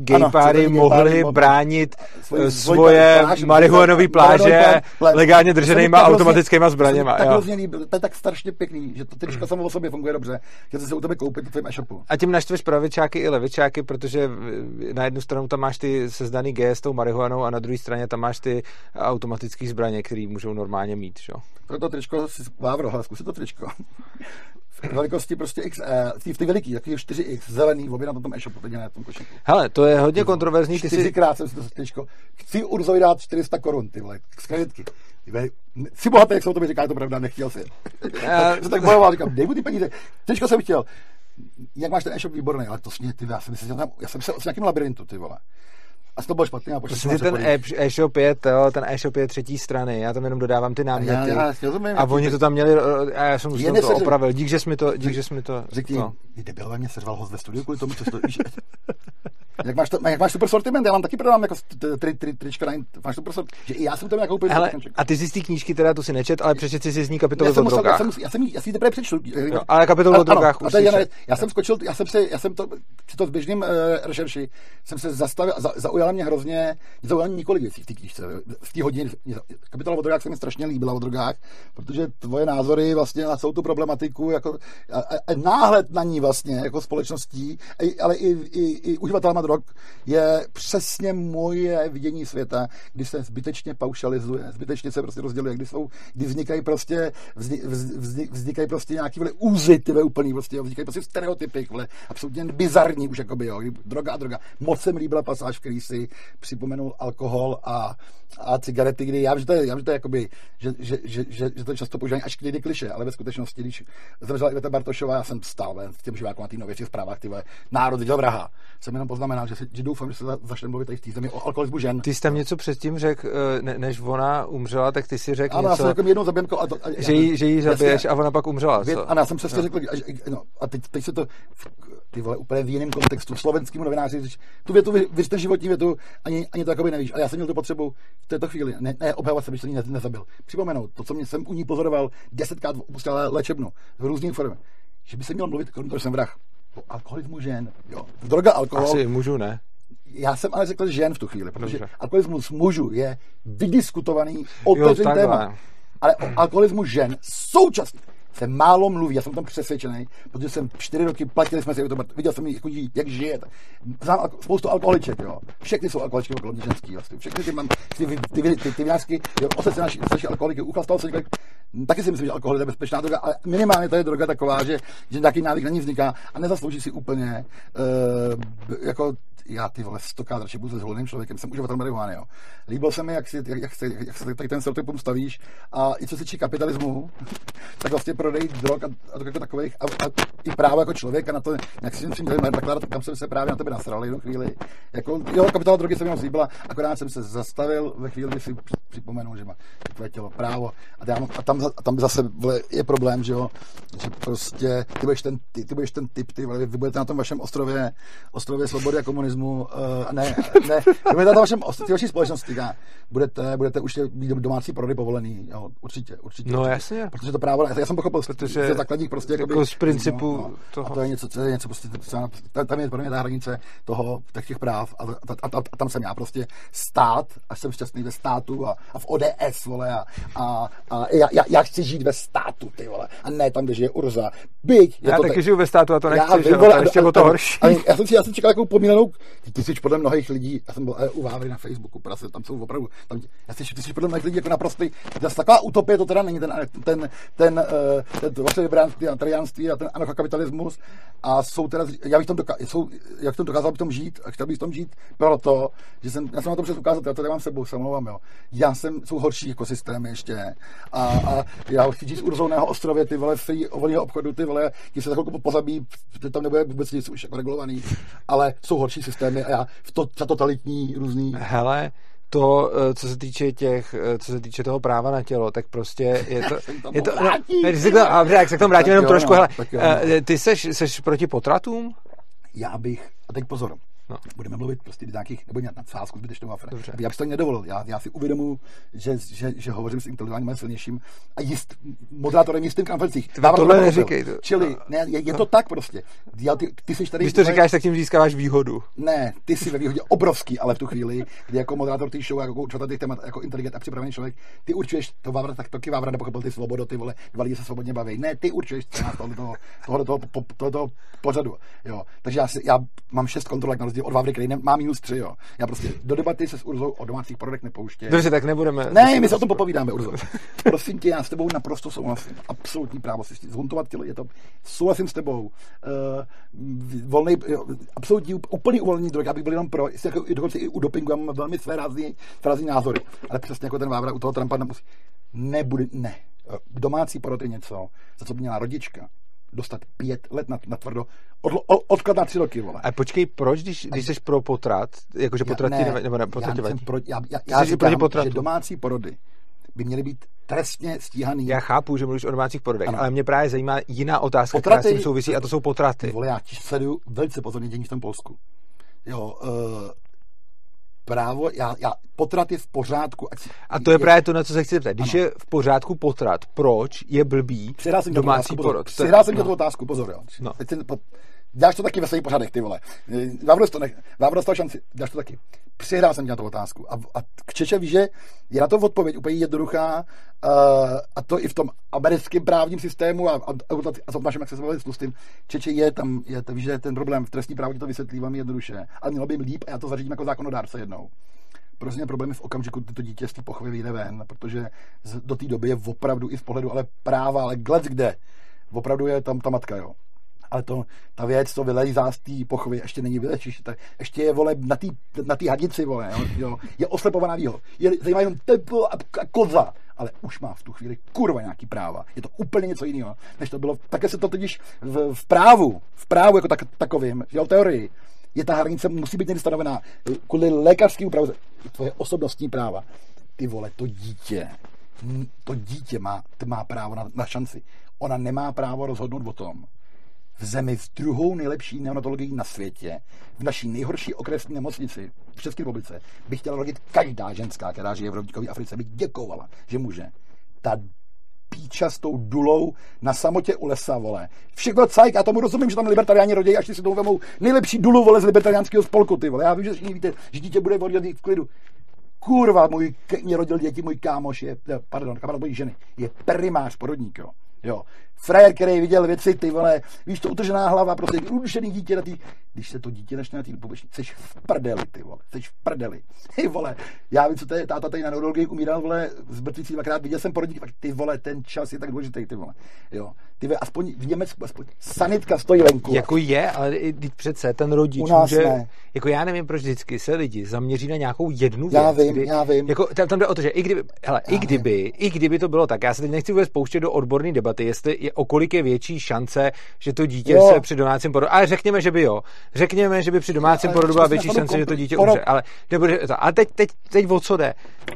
gay
ano,
páry mohly
páry,
bránit
svoje,
svoje marihuanové pláže legálně drženýma automatickýma zbraněma.
To, to je tak strašně pěkný, že to tričko samo o sobě funguje dobře, že se u tebe koupit v tvém e-shopu.
A tím naštveš pravičáky i levičáky, protože na jednu stranu tam máš ty sezdaný geje s tou marihuanou a na druhé straně tam máš ty automatické zbraně, které můžou normálně mít. Že?
Proto tričko si Vávro, hele, zkusit to tričko. V velikosti prostě X, eh, v ty veliký, takový čtyři iks, zelený, obě na tom e-shopu, teď na tom košíku.
Hele, to je hodně kontroverzní.
Ty čtyřikrát jsem si to tričko. Chci Urzovi dát čtyři sta korun, ty vole, z kreditky. Jsi bohatý, jak se o tobě říká, je to pravda, nechtěl si. Já jsem tak bojoval, říkám, dej mu ty peníze. Tričko jsem chtěl. Jak máš ten e-shop výborný, ale to sně, ty, já jsem myslel, já jsem se s nějakým labirintu, ty vole. A to bylo špatný. A
prostě ten e-shop je to, ten e-shop je třetí strany, já tam jenom dodávám ty náměty. Já, já, já rozumím, a oni to tam měli, a já jsem už to opravil, dík, že jsi mi to, dík, že jsi mi to...
Řekni, ty debilové mě seřval host ve studiu kvůli tomu, co stojíš. Jak máš, to, jak máš super sortiment, já vám taky prodám jako tri, tri, trička, máš super sortiment, že i já jsem tam nějakou úplně...
Hele, a ty jsi z té knížky teda, tu si nečet, ale přečet si z ní kapitolu o drogách.
Já jsem, já jsem, já jsem ji teprve přečtu.
Jo, ale kapitolu o drogách už
já, já jsem skočil, já jsem se, já jsem to, při to zběžným uh, rešerši, jsem se zastavil, za, zaujala mě hrozně, zaujala mě několik věcí v té knížce, v té hodině. Kapitola o drogách se mi strašně líbila o drogách, protože tvoje názory vlastně na celou tu problematiku, jako a, a, náhled na ní vlastně, jako společností, ale i, i, i uživatelama drog, je přesně moje vidění světa, kdy se zbytečně paušalizuje, zbytečně se prostě rozděluje, kdy jsou, kdy vznikají prostě, vzni, vzni, vznikají prostě nějaký vole úzy, ty úplný, prostě, vznikají prostě stereotypy, vole, absolutně bizarní už jakoby, jo, droga a droga. Moc se mi líbila pasáž, který si připomenul alkohol a, a cigarety, kdy já vím, že to je, já vím, že to je jakoby, že, že, že, že, že to je často používají až k kliše, ale ve skutečnosti, když zemřela Iveta Bartošová, já jsem stál v těm živáku na těch novějších zprávách, ty vole, národ viděl vraha. Jsem jenom poznamenal, že, si, že doufám, že se začne mluvit tady v té zemi o alkoholismu žen.
Ty jsi tam něco předtím řekl, ne, než ona umřela, tak ty si řekl
ano,
něco,
já jsem jednou zabijem, a to, a,
že, jí, že jí zabiješ a ona pak umřela.
Věd, ano, já jsem přesně no. řekl, a, no, a teď, teď se to ty vole, úplně v jiném kontextu, slovenským novináři, tu větu, víš ten životní větu, ani, ani to jakoby nevíš, ale já jsem měl tu potřebu v této chvíli, ne, ne obhajovat se, bych se ní nezabil. Připomenout to, co mě jsem u ní pozoroval desetkrát opustil léčebnu v různých formách, že by se měl mluvit, kromě toho, že jsem vrah, o alkoholismu žen, jo, droga, alkohol.
Asi mužů, ne?
Já jsem ale řekl žen v tu chvíli, protože Dobře. alkoholismus mužů je vydiskutovaný, otevřený téma. Ale o alkoholismu žen současně se málo mluví, já jsem tam přesvědčený, protože jsem čtyři roky platili jsme si, viděl jsem jich, jak žije. Znám alko, spoustu alkoholiček, jo. Všechny jsou alkoholičky okolo mě ženský, vlastně. Všechny ty mám, ty, ty, ty, ty, ty, ty vinařky, jo, osece naši, naši alkoholiky, uchlastal se několik, taky si myslím, že alkohol je bezpečná droga, ale minimálně to je droga taková, že, že nějaký návyk na ní vzniká a nezaslouží si úplně, uh, jako já ty vole stokrát radši budu se zvoleným člověkem, jsem uživatel marihuany, jo. Líbil se mi, jak, si, jak, jak, se, jak se tady ten stereotypum stavíš a i co se týče kapitalismu, tak vlastně prodej drog a, a jako takových a, a i právo jako člověka na to, jak si musím nakládat, kam jsem se právě na tebe nasral jednu chvíli. Jako, jo, kapitál drogy se mi moc líbila, akorát jsem se zastavil ve chvíli, kdy si připomenul, že má tvoje tělo právo a, já, a, tam, a tam zase vle, je problém, že jo, že prostě ty budeš ten, ty, ty budeš ten typ, ty, vle, vy budete na tom vašem ostrově, ostrově svobody a komunismu, uh, ne, ne, vy budete na tom vašem, ty vaší společnosti, já, budete, budete už mít domácí prodej povolený, jo, určitě, určitě.
No
určitě,
jasně.
Protože to právo, já jsem pochopil, protože z základních prostě
jako
jakoby,
z principu
no, no,
toho.
A to je něco, to je něco prostě, tam je pro mě ta hranice toho, těch práv a, a, a, a tam jsem já prostě stát a jsem šťastný ve státu a, a v O D S, vole, a, a, a já, já, já chci žít ve státu, ty vole, a ne tam, kde žije Urza. Byť,
já
to
taky
tak,
žiju ve státu a to nechci,
já,
že
vole,
to ještě o to horší.
A, a, já, jsem si, já jsem čekal takovou pomílenou, ty, ty jsi podle mnohých lidí, já jsem byl u Vávry na Facebooku, prase, tam jsou opravdu, tam, já jsi, ty jsi podle mnohých lidí jako naprostý, taková utopie to teda není, ten, ten, ten, ten, ten vaše liberánství a ten anarchokapitalismus a jsou teda, já bych tom dokázal, jsou, já bych tom dokázal by tom žít a chtěl bych tom žít proto, že jsem, já jsem na to přes ukázat, já to nemám s sebou, se mluvám, jo. Já jsem, jsou horší ekosystémy ještě a, a já chci žít z Urzou na jeho ostrově, ty vole, free volného obchodu, ty vole, když se za chvilku pozabí, že tam nebude vůbec nic už jako regulovaný, ale jsou horší systémy a já v to, za totalitní různý.
Hele, to, co se týče těch, co se týče toho práva na tělo, tak prostě je to, je to, no, ne, se to, jak se k tomu vrátím jenom trošku, hele, ty seš, seš proti potratům?
Já bych, a teď pozor,
No.
Budeme mluvit prostě v nějakých, nebo nějak nadsázku zbytečnou afra. Já bych to nedovolil. Já, já si uvědomuji, že, že, že hovořím s intelektuálním silnějším a jist, moderátorem jistým konferencích.
Tohle neříkej to.
Čili ne, je, je to tak prostě. Já, ty, ty jsi tady,
když to říkáš, tak tím získáváš výhodu.
Ne, ty jsi ve výhodě obrovský, ale v tu chvíli, kdy jako moderátor té show, jako učil těch témat, jako inteligent a připravený člověk, ty určuješ, to Vávra, tak taky Vávra nepochopil ty svobodu, ty vole, dva lidi se svobodně baví. Ne, ty určuješ tohle toho, tohle toho, toho, toho pořadu. Jo. Takže já, si, já mám šest kontrolek na rozdíl od Vávry, který má minus tři. Jo. Já prostě do debaty se s Urzou o domácích porodech nepouštěj.
Dobře, tak nebudeme.
Ne, my se o tom popovídáme, Urzo. Prosím tě, já s tebou naprosto souhlasím. Absolutní právo si zhuntovat tělo, je to, souhlasím s tebou. Uh, volnej, absolutní, úplný uvolnění drog, já bych byl jenom pro, jako, dokonce i u dopingu mám velmi své rázný, rázný názory, ale přesně jako ten Vávra u toho Trumpa nemusí. Nebude, ne. Domácí porod je něco, za co by měla rodička dostat pět let na, na tvrdo, od, od, odklad na tři roky, vole.
A počkej, proč, když, když jsi pro potrat, jakože potrat ti ne, nebo ne, potrat
já,
vadí?
Pro, já, já, já říkám, že domácí porody by měly být trestně stíhaný.
Já chápu, že mluvíš o domácích porodech, ano. Ale mě právě zajímá jiná otázka,
potraty,
která s tím souvisí, a to jsou potraty.
Vole, já ti sleduju velice pozorně dění v tom Polsku. Jo, uh, právo, já, já, potrat je v pořádku. Ať,
a to je, je právě to, na co se chci zeptat. Když ano. je v pořádku potrat, proč je blbý domácí porod?
Přihrál jsem tě tu otázku, pozor, jo. No. Teď si, po, děláš to taky ve svých pořadech, ty vole. Vávro to nech, Vávro dostal šanci, děláš to taky. Přihrál jsem tě na tu otázku. A, a k Čeče víš, že je na to odpověď úplně jednoduchá, uh, a to i v tom americkém právním systému a, a, a v našem, jak se zvolili s Tlustým. Čeče je tam, je to, víš, že ten problém v trestní právu ti to vysvětlí velmi jednoduše, ale mělo by jim líp a já to zařídím jako zákonodárce jednou. Prostě mě problém je v okamžiku, kdy to dítě z té pochvy vyjde ven, protože do té doby je opravdu i z pohledu ale práva, ale glec kde. Opravdu je tam ta matka, jo. Ale to, ta věc, co vylejzá z té pochvy, ještě není vylečíš. Ještě je, vole, na té na hadici, vole, jo, jo, je oslepovaná výho. Je zajímá jenom tepl a, a koza. Ale už má v tu chvíli kurva nějaký práva. Je to úplně něco jiného, než to bylo. Také se to totiž v, v právu, v právu jako tak, takovým, jo, teorii, je ta hranice, musí být někdy stanovená kvůli lékařský úpravu, tvoje osobnostní práva. Ty vole, to dítě, to dítě má, má právo na, na šanci. Ona nemá právo rozhodnout o tom, v zemi s druhou nejlepší neonatologií na světě, v naší nejhorší okresní nemocnici v České republice, by chtěla rodit každá ženská, která žije v rovníkové Africe, by děkovala, že může. Ta píča s tou dulou na samotě u lesa, vole. Všechno cajk, já tomu rozumím, že tam libertariáni rodí, až si tomu vemou nejlepší dulu, vole, z libertariánského spolku, ty vole. Já vím, že všichni víte, že dítě bude rodit v klidu. Kurva, můj, mě rodil děti, můj kámoš je, pardon, kamarád mojí ženy, je primář porodník, jo. Jo. Frajer, který viděl věci, ty vole, víš, to utržená hlava, prostě udušený dítě na tý, když se to dítě začne na tý pobeční, seš v prdeli, ty vole, seš v prdeli. Ty vole, já vím, co to je, táta tady na neurologii umíral, vole, z mrtvicí dvakrát, viděl jsem porodník, ty vole, ten čas je tak důležitý, ty vole, jo. Ty vole, aspoň v Německu, aspoň sanitka stojí venku.
Jako je, ale i přece ten rodič
u nás
může,
ne.
Jako já nevím, proč vždycky se lidi zaměří na nějakou jednu věc.
Já vím,
kdy,
já vím.
Jako, tam, tam jde o to, že i kdyby, hele, i kdyby, i kdyby to bylo tak, já se teď nechci vůbec pouštět do odborné debaty, jestli je, o kolik je větší šance, že to dítě jo. se při domácím porodu, ale řekněme, že by jo. Řekněme, že by při domácím porodu byla větší šance, že to dítě umře, ale nebude to. Ale teď, teď, teď o co jde?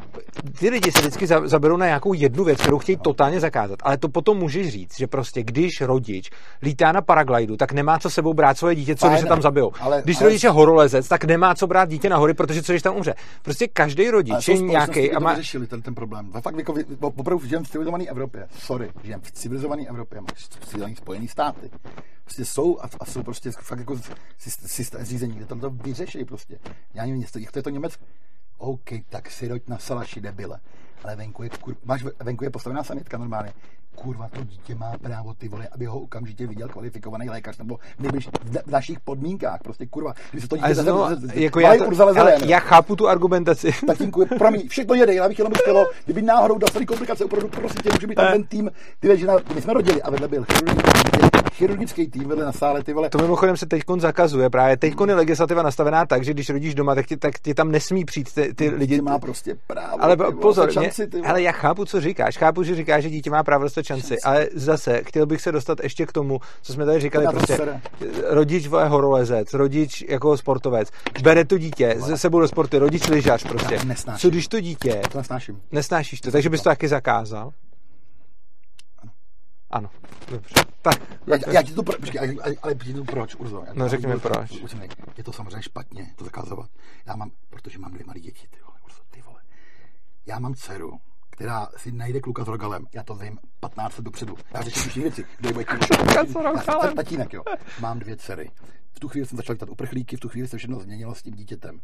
Ty lidi se vždycky zaberou na nějakou jednu věc, kterou chtějí totálně zakázat, ale to potom můžeš říct, že prostě když rodič lítá na paraglidu, tak nemá co sebou brát svoje dítě, co když se tam zabijou. Ale, když ale... rodič je horolezec, tak nemá co brát dítě na hory, protože co když tam umře. Prostě každý rodič je nějaký a má
vyřešili ten, ten problém. Fakt jako opravdu žijeme v civilizované Evropě. Sorry, žijeme v civilizované Evropě, máš civilizované Spojené státy. Prostě jsou a, a jsou prostě fakt jako řízení, kde tam to vyřeší prostě. Já nevím, jak to je to Německo. OK, tak si roď na salaši, debile. Ale venku je, kur... máš, venku je postavená sanitka normálně. Kurva, to dítě má právo, ty vole, aby ho okamžitě viděl kvalifikovaný lékař, nebo nejbliž v našich podmínkách, prostě kurva. Když se to dítě
znovu, zase, jako já, to, ale já chápu tu argumentaci.
Tatínku, promiň, všechno jede, já bych jenom chtělo, kdyby náhodou dostali komplikace, opravdu prostě tě, může být tam ten tým, ty víš, že na, my jsme rodili a vedle byl chirurgický tým vedle na sále, ty vole.
To mimochodem se teďkon zakazuje, právě teďkon je legislativa nastavená tak, že když rodíš doma, tak ti, tak ti tam nesmí přijít ty, ty lidi.
Dítě má prostě právo.
Ale pozor, ale já chápu, co říkáš, chápu, že říkáš, že dítě má právo dostat šanci, ale zase chtěl bych se dostat ještě k tomu, co jsme tady říkali, prostě rodič vole horolezec, rodič jako sportovec, bere to dítě ze sebou do sportu, rodič lyžař prostě. Co když to dítě?
To nesnáším.
Nesnášíš to, takže bys to taky zakázal? Ano, dobře. Tak.
Já, já ti to pro, počkej, ale, ale, ale to proč, Urzo? Já,
no řekni mi proč.
Je to samozřejmě špatně, to zakazovat. Já mám, protože mám dvě malé děti, ty vole, Urzo, ty vole. Já mám dceru, která si najde kluka s rogalem. Já to vím patnáct let dopředu. Já řeším všechny věci. Kdo je můj tatínek, jo. Mám dvě dcery. V tu chvíli jsem začal dělat uprchlíky, v tu chvíli se všechno změnilo s tím dítětem.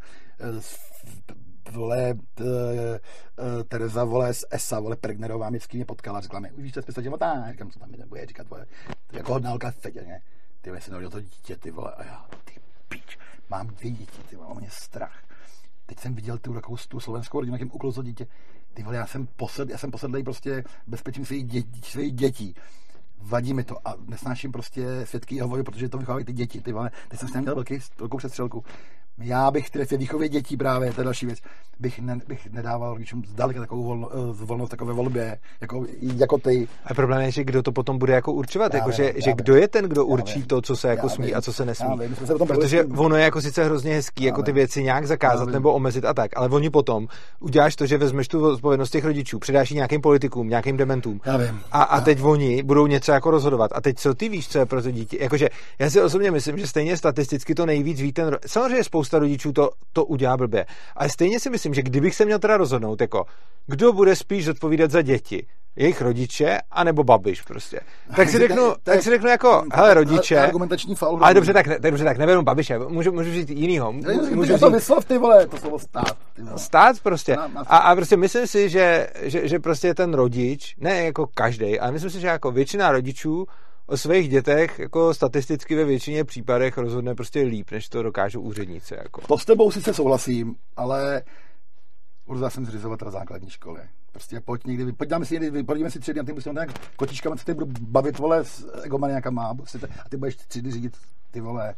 Vole, Tereza, vole, z E S A, vole, Pregnerová mě s kým mě potkala, řekla mi, víš, co jsi života? Říkám, co tam bude říkat, vole, jako hodná holka v Fedě, ne? Ty vole, jsem narodil to dítě, ty vole, a já, ty pič, mám dvě děti, ty vole, mám mě strach. Teď jsem viděl tu takovou tu slovenskou rodinu, jak jim ukluzlo dítě. Ty vole, já jsem posed, já jsem posedlej prostě bezpečím svých dětí, svých dětí. Vadí mi to a nesnáším prostě svědky Jehovovi, protože to vychovávají ty děti. Ty vole, teď jsem s ním měl velký, velkou přestřelku. Já bych v té výchově dětí právě, to je další věc, bych, ne, bych nedával rodičům zdaleka takovou volno, volnost takové volbě, jako, jako ty. A
problém je, že kdo to potom bude jako určovat, jako, vím, že, že kdo je ten, kdo určí to, co se jako smí vím, a co se nesmí. Vím, se protože byli, ono je jako sice hrozně hezký, jako ty věci nějak zakázat nebo omezit a tak, ale oni potom uděláš to, že vezmeš tu odpovědnost těch rodičů, předáš ji nějakým politikům, nějakým dementům. A, a teď oni budou něco jako rozhodovat. A teď co ty víš, co je pro to dítě? Jakože já si osobně myslím, že stejně statisticky to nejvíc ví ten. Samozřejmě spousta rodičů to, to udělá blbě. Ale stejně si myslím, že kdybych se měl teda rozhodnout, jako kdo bude spíš zodpovídat za děti, jejich rodiče, anebo Babiš prostě. Tak si řeknu, tak, tak si řeknu jako, hele, rodiče.
Argumentační faul.
Ale dobře, tak, tak dobře, tak neberu Babiše, můžu, můžu říct jinýho.
Můžu, můžu to vyslov, ty vole, to slovo stát. Ty vole.
Stát prostě. A, a prostě myslím si, že, že, že prostě ten rodič, ne jako každej, ale myslím si, že jako většina rodičů o svých dětech jako statisticky ve většině případech rozhodne prostě líp, než to dokážou úředníci. Jako.
To s tebou sice souhlasím, ale urza jsem zřizovatel základní školy. Prostě pojď někdy, pojďme si někdy, pojďme si tři dny, a ty musím tak kotičkama, co ty budu bavit, vole, s egomaniakama, a ty budeš tři dny řídit, ty vole.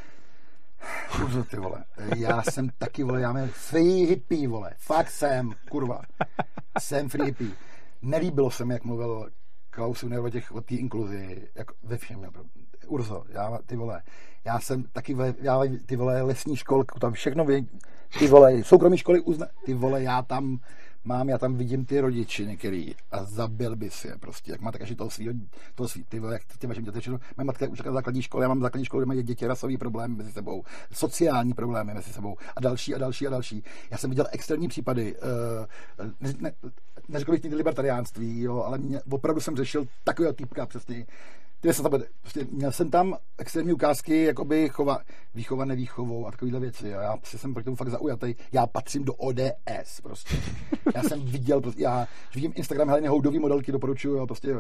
Urzo, ty vole. Já jsem taky, vole, já mám free hippie, vole. Fakt jsem, kurva. Jsem free hippie. Nelíbilo se mi, jak mluvil Klaus Uner o těch, o té inkluzi, jako ve všem, Urzo, já, ty vole, já jsem taky, ve, já, ty vole, lesní školku, tam všechno vím, ty vole, soukromí školy uzna, ty vole, já tam mám, já tam vidím ty rodiče některý a zabil by si je prostě, jak má tak až toho svýho, toho svý, ty vole, jak ty vašim děti, moje matka už na základní škole, já mám základní školu, kde mají děti rasový problémy mezi sebou, sociální problémy mezi sebou a další a další a další. Já jsem viděl extrémní případy, uh, ne, ne, neřekl bych někdy libertariánství, jo, ale mě, opravdu jsem řešil takového týpka přesně. Ty jsem tam, prostě, měl jsem tam extrémní ukázky, jakoby chova, výchova nevýchovou a takovýhle věci. Jo. Já jsem proti tomu fakt zaujatý. Já patřím do O D S prostě. Já jsem viděl, prostě, já vidím Instagram Heleny Houdový modelky, doporučuju, jo, prostě,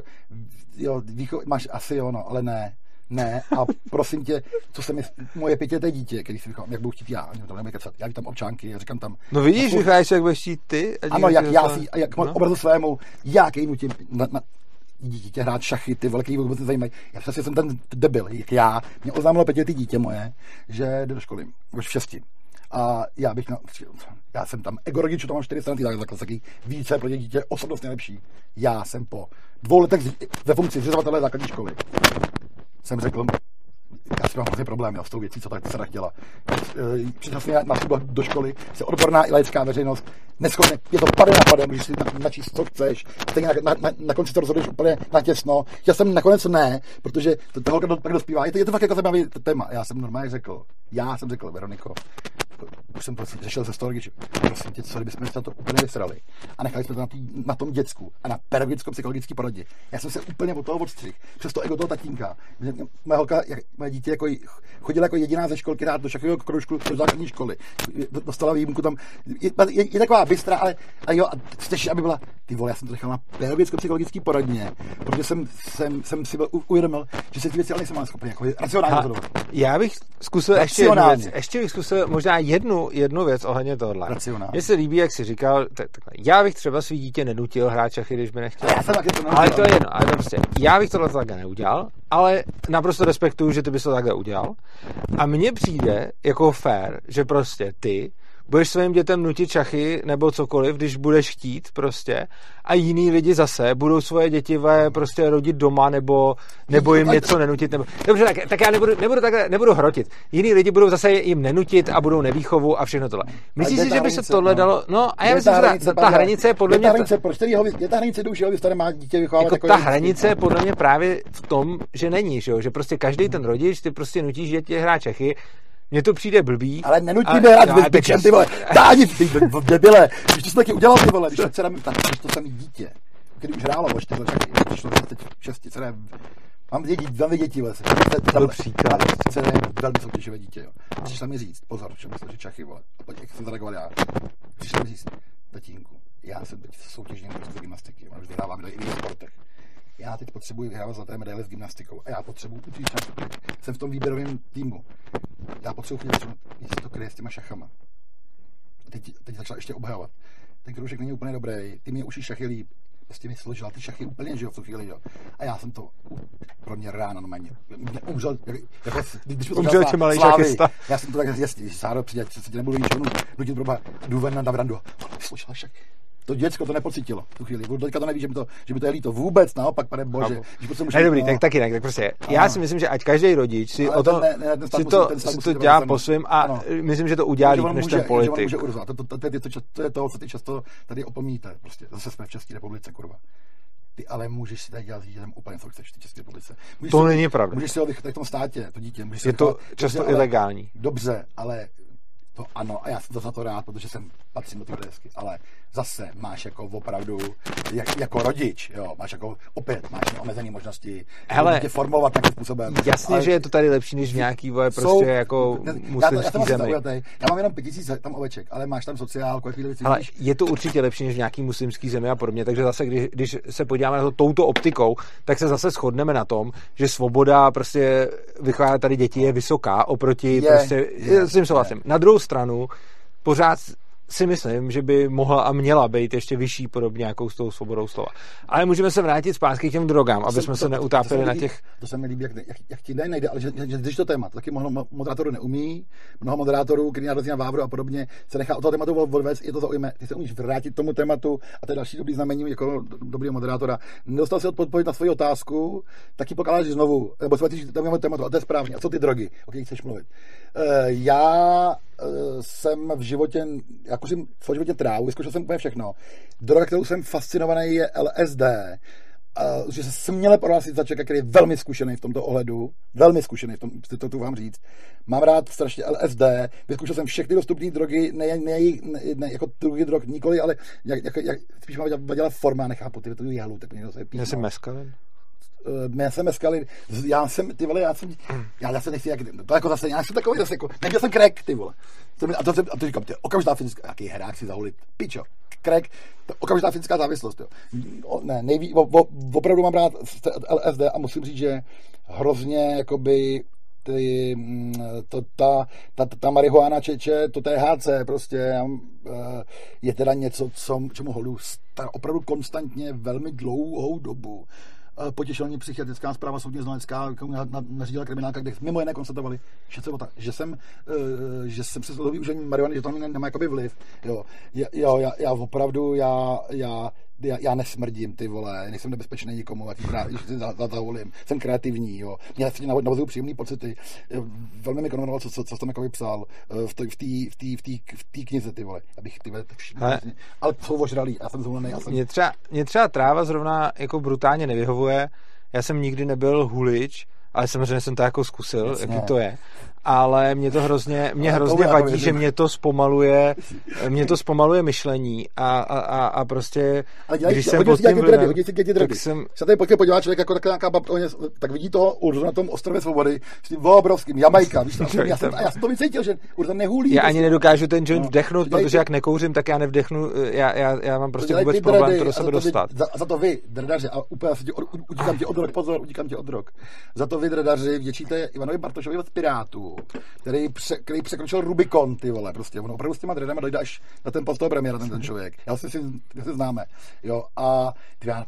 jo, výchov, máš asi jo, no, ale ne. Ne, a prosím tě, co se mi, moje pětileté dítě, když si říkám, jak budu chtít já, to nebude kecat, já tam občánky, já říkám tam.
No vidíš, vycházíš, jak budeš chtít ty?
Ano, jak já si, jak no? obrazu svému, já kej nutím na, na dítě hrát šachy, ty velký vůbec nezajímají. Já přesně jsem ten debil, jak já, mě oznámilo pětiletý dítě moje, že jde do školy, už v šesti. A já bych, na, já jsem tam, ego rodičů, tam mám čtyři strany, tak takhle taky více pro dítě, osobnost nejlepší. Já jsem po dvou letech ve funkci zřizovatele základní školy jsem řekl, já si mám hrozně problém s tou věcí, co tak se tak děla. Předčasně nastup do školy, se odborná i laická veřejnost, neschopně, je to pade na pade, můžeš si načíst, co chceš, stejně na, na, na, na konci to rozhoduješ úplně natěsno. Já jsem nakonec ne, protože to, ta holka tak dospívá. Je to, je to fakt jako zajímavý téma. Já jsem normálně řekl, já jsem řekl, Veroniko, už jsem to řešil se z toho rodiče. Prosím tě, co kdybychom se to úplně vysrali a nechali jsme to na, tý, na tom děcku a na pedagogicko-psychologické poradě. Já jsem se úplně od toho odstřih. Přes to ego toho tatínka. Moje holka, jak, moje dítě jako chodila jako jediná ze školky rád do šachového kroužku do základní školy. Dostala výjimku tam. Je, je, je taková bystrá, ale a jo, a chceš, aby byla, ty vole, já jsem to nechal na pedagogicko-psychologický poradně, protože jsem, jsem, jsem si byl uvědomil, že se ty věci ale nejsem schopný jako racionálně rozhodovat.
Já bych zkusil ještě jednu věc. Ještě bych zkusil možná jednu, jednu věc ohledně tohohle. Mně se líbí, jak jsi říkal, tak, takhle, já bych třeba svý dítě nenutil hrát šachy, když by nechtěl.
Já jsem taky to
ale to je jedno, ale to prostě, já bych tohle takhle neudělal, ale naprosto respektuju, že ty bys to takhle udělal. A mně přijde jako fér, že prostě ty budeš svým dětem nutit šachy nebo cokoliv, když budeš chtít prostě, a jiný lidi zase budou svoje děti prostě rodit doma nebo, nebo jim něco nenutit. Nebo... Dobře, tak, tak já nebudu, nebudu, takhle, nebudu hrotit. Jiný lidi budou zase jim nenutit a budou nevýchovu a všechno tohle. Myslíš si, že by se tohle dalo... No a já myslím, že ta, ta hranice je podle mě...
Je ta hranice, kdy už staré má dítě vychovávat
jako ta hranice je podle mě právě v tom, že není, že prostě každý ten rodič, ty prostě nutíš děti hrát šachy. Mně to přijde blbý.
Ale nenutí mě hrát s bičem, ty vole. Dání, ty debile. Když to jsi taky udělal, ty vole. Když to dcera, tak to samý dítě. Když už hrálo o čtyři roky, když šlo teď šesti, dcera. Mám dvě děti, dvě děti, vole.
To byl příklad.
Dcera je velmi soutěživé dítě, jo. Přišla mi říct, pozor, čemu se čachy, vole. A pojď, jak jsem zareagoval já. Přišla mi říct, tatínku, já jsem teď soutěžním prostě gymnastiky, já už vyhrávám i v sportech. Já teď potřebuji vyhrávat zlaté medaile s gymnastikou a já potřebuji učit šachy. Jsem v tom výběrovém týmu. Já potřebuji chodit třeba, jestli to kryje s těma šachama. A teď, teď začala ještě obhajovat. Ten kroužek není úplně dobrý, ty mě učíš šachy líp. Prostě mi složila ty šachy úplně, že jo, v tu chvíli, jo. A já jsem to pro mě ráno normálně umřel, jako, když mi to
umřel tě malej šachista.
Já jsem to tak jasný, když Sáro přijde, se ti nebudu ničemu nutit proba, jdu ven na verandu. Tohle mi složila šachy. To děcko to nepocítilo v tu chvíli. Teďka to neví, že by to, že by to je líto. Vůbec naopak, pane bože.
Ne, dobrý, no. tak, tak jinak, tak prostě. Ano. Já si myslím, že ať každý rodič si o to, ne, ne, si to, si to dělá po svým a ano. myslím, že to udělá líp než ten politik.
To, to, to, to, to, to, to je to, co ty často tady opomíte. Prostě zase jsme v České republice, kurva. Ty ale můžeš si tady dělat s dítětem úplně co chceš v České republice.
Můžeš to není pravda.
Můžeš si ho vychytat v tom státě, to dítě.
Je to často ilegální.
Dobře, ale to ano, a já jsem to za to rád, protože jsem patřím do té desky, ale zase máš jako opravdu, jak, jako rodič, jo, máš jako, opět máš omezené možnosti tě formovat takovým způsobem.
Jasně, ale, že je to tady lepší, než v nějaký voje, prostě jsou, jako muslimský já, zemi.
Já, já mám jenom pět tisíc tam oveček, ale máš tam sociálku, jaký věci.
Ale je to určitě lepší, než v nějaký muslimský zemi a podobně, takže zase, když, když se podíváme na to touto optikou, tak se zase shodneme na tom, že svoboda prostě vychovávat tady děti je vysoká oproti je, prostě, je, s tím souhlasím. Na druhou stranu, pořád si myslím, že by mohla a měla být ještě vyšší podobně jako s tou svobodou slova. Ale můžeme se vrátit zpátky k těm drogám, aby jsme se neutápili na těch...
To se mi líbí, jak, jak, jak ti nejde, ale že, že když to téma, taky mnoho moderátorů neumí, mnoho moderátorů, který narazí na Vávru a podobně, se nechá od toho tématu odvést, je to zaujme, ty se umíš vrátit tomu tématu a to je další dobrý znamení jako dobrýho moderátora. Nedostal si odpověď na svoji otázku, tak ji pokládáš znovu, nebo se vrátíš tomu tématu, a to je správně. A co ty drogy, o kterých chceš mluvit? Uh, já uh, jsem v životě, jako jsem v životě trávu, vyzkoušel jsem úplně všechno. Droga, kterou jsem fascinovaný, je L S D. Uh, že se směle prohlásit za člověka, který je velmi zkušený v tomto ohledu, velmi zkušený v tom, to tu vám říct. Mám rád strašně L S D, vyzkoušel jsem všechny dostupné drogy, ne, ne, ne, ne jako druhy drog nikoli, ale jak, jak, jak spíš mám vadila forma, nechápu, ty to jehlu, tak někdo se píš.
Já jsem meskalin.
Já jsem meskalin, já jsem, ty vole, já jsem, já zase nechci, jak, to jako zase, já jsem takový zase jako, neměl jsem crack, ty vole. A to, a to říkám, ty, okamžitá fyzická, jaký herák si zahulit, pičo, crack, to, okamžitá fyzická závislost, jo. O, ne, nejví, o, o, opravdu mám rád L S D a musím říct, že hrozně, jakoby, ty, to, ta, ta, ta marihuana čeče, to T H C prostě je teda něco, co, čemu holdu opravdu konstantně velmi dlouhou dobu. Potěšila mě psychiatrická zpráva soudně znalecká, nařídila kriminálka, kde mimo jiné konstatovali, že, co, že jsem, že jsem přes dlouhý užení marihuany, že to nemá jakoby vliv. Jo, jo já, já opravdu, já, já Já, já nesmrdím, ty vole, nejsem nebezpečný nikomu, jak si zavolím, jsem kreativní, jo. Mě si navazují příjemný pocity. Velmi mi konvenovalo, co, co, co jsem jako psal v té v v v v v knize, ty vole, abych ty vole, ale, ale jsou ožralý, já jsem zvolený. Jsem...
Mě, třeba, mě třeba tráva zrovna jako brutálně nevyhovuje, já jsem nikdy nebyl hulič, ale samozřejmě jsem to jako zkusil, Jasně. jaký to je. Ale mě to hrozně, mě hrozně vadí, že mě to zpomaluje, mě to zpomaluje myšlení a, a, a prostě,
dělaj, když jsem pod tím vlivem, tak jsem... Se tady pojďme podívat člověk jako taková babka, tak vidí toho Urzu na tom ostrově Svobody s tím obrovským, Jamajka, víš to, já, jsem, já jsem to vycítil, že Urza nehulí.
Já ani nedokážu ten joint no, vdechnout, protože jak nekouřím, tak já nevdechnu, já, já, já mám prostě vůbec problém to do sebe dostat.
Za, za to vy, dredaři, a úplně se ti utíkám ti od drog, pozor, utíkám ti od drog. Za to vy, dredaři, vděčíte Ivanovi Bartošovi od Pirátů, který, pře, který překročil Rubikon, ty vole, prostě. Ono opravdu s těma dredama dojde až na ten post toho premiéra, ten, ten člověk. Já si si, si známe. Jo, a ty já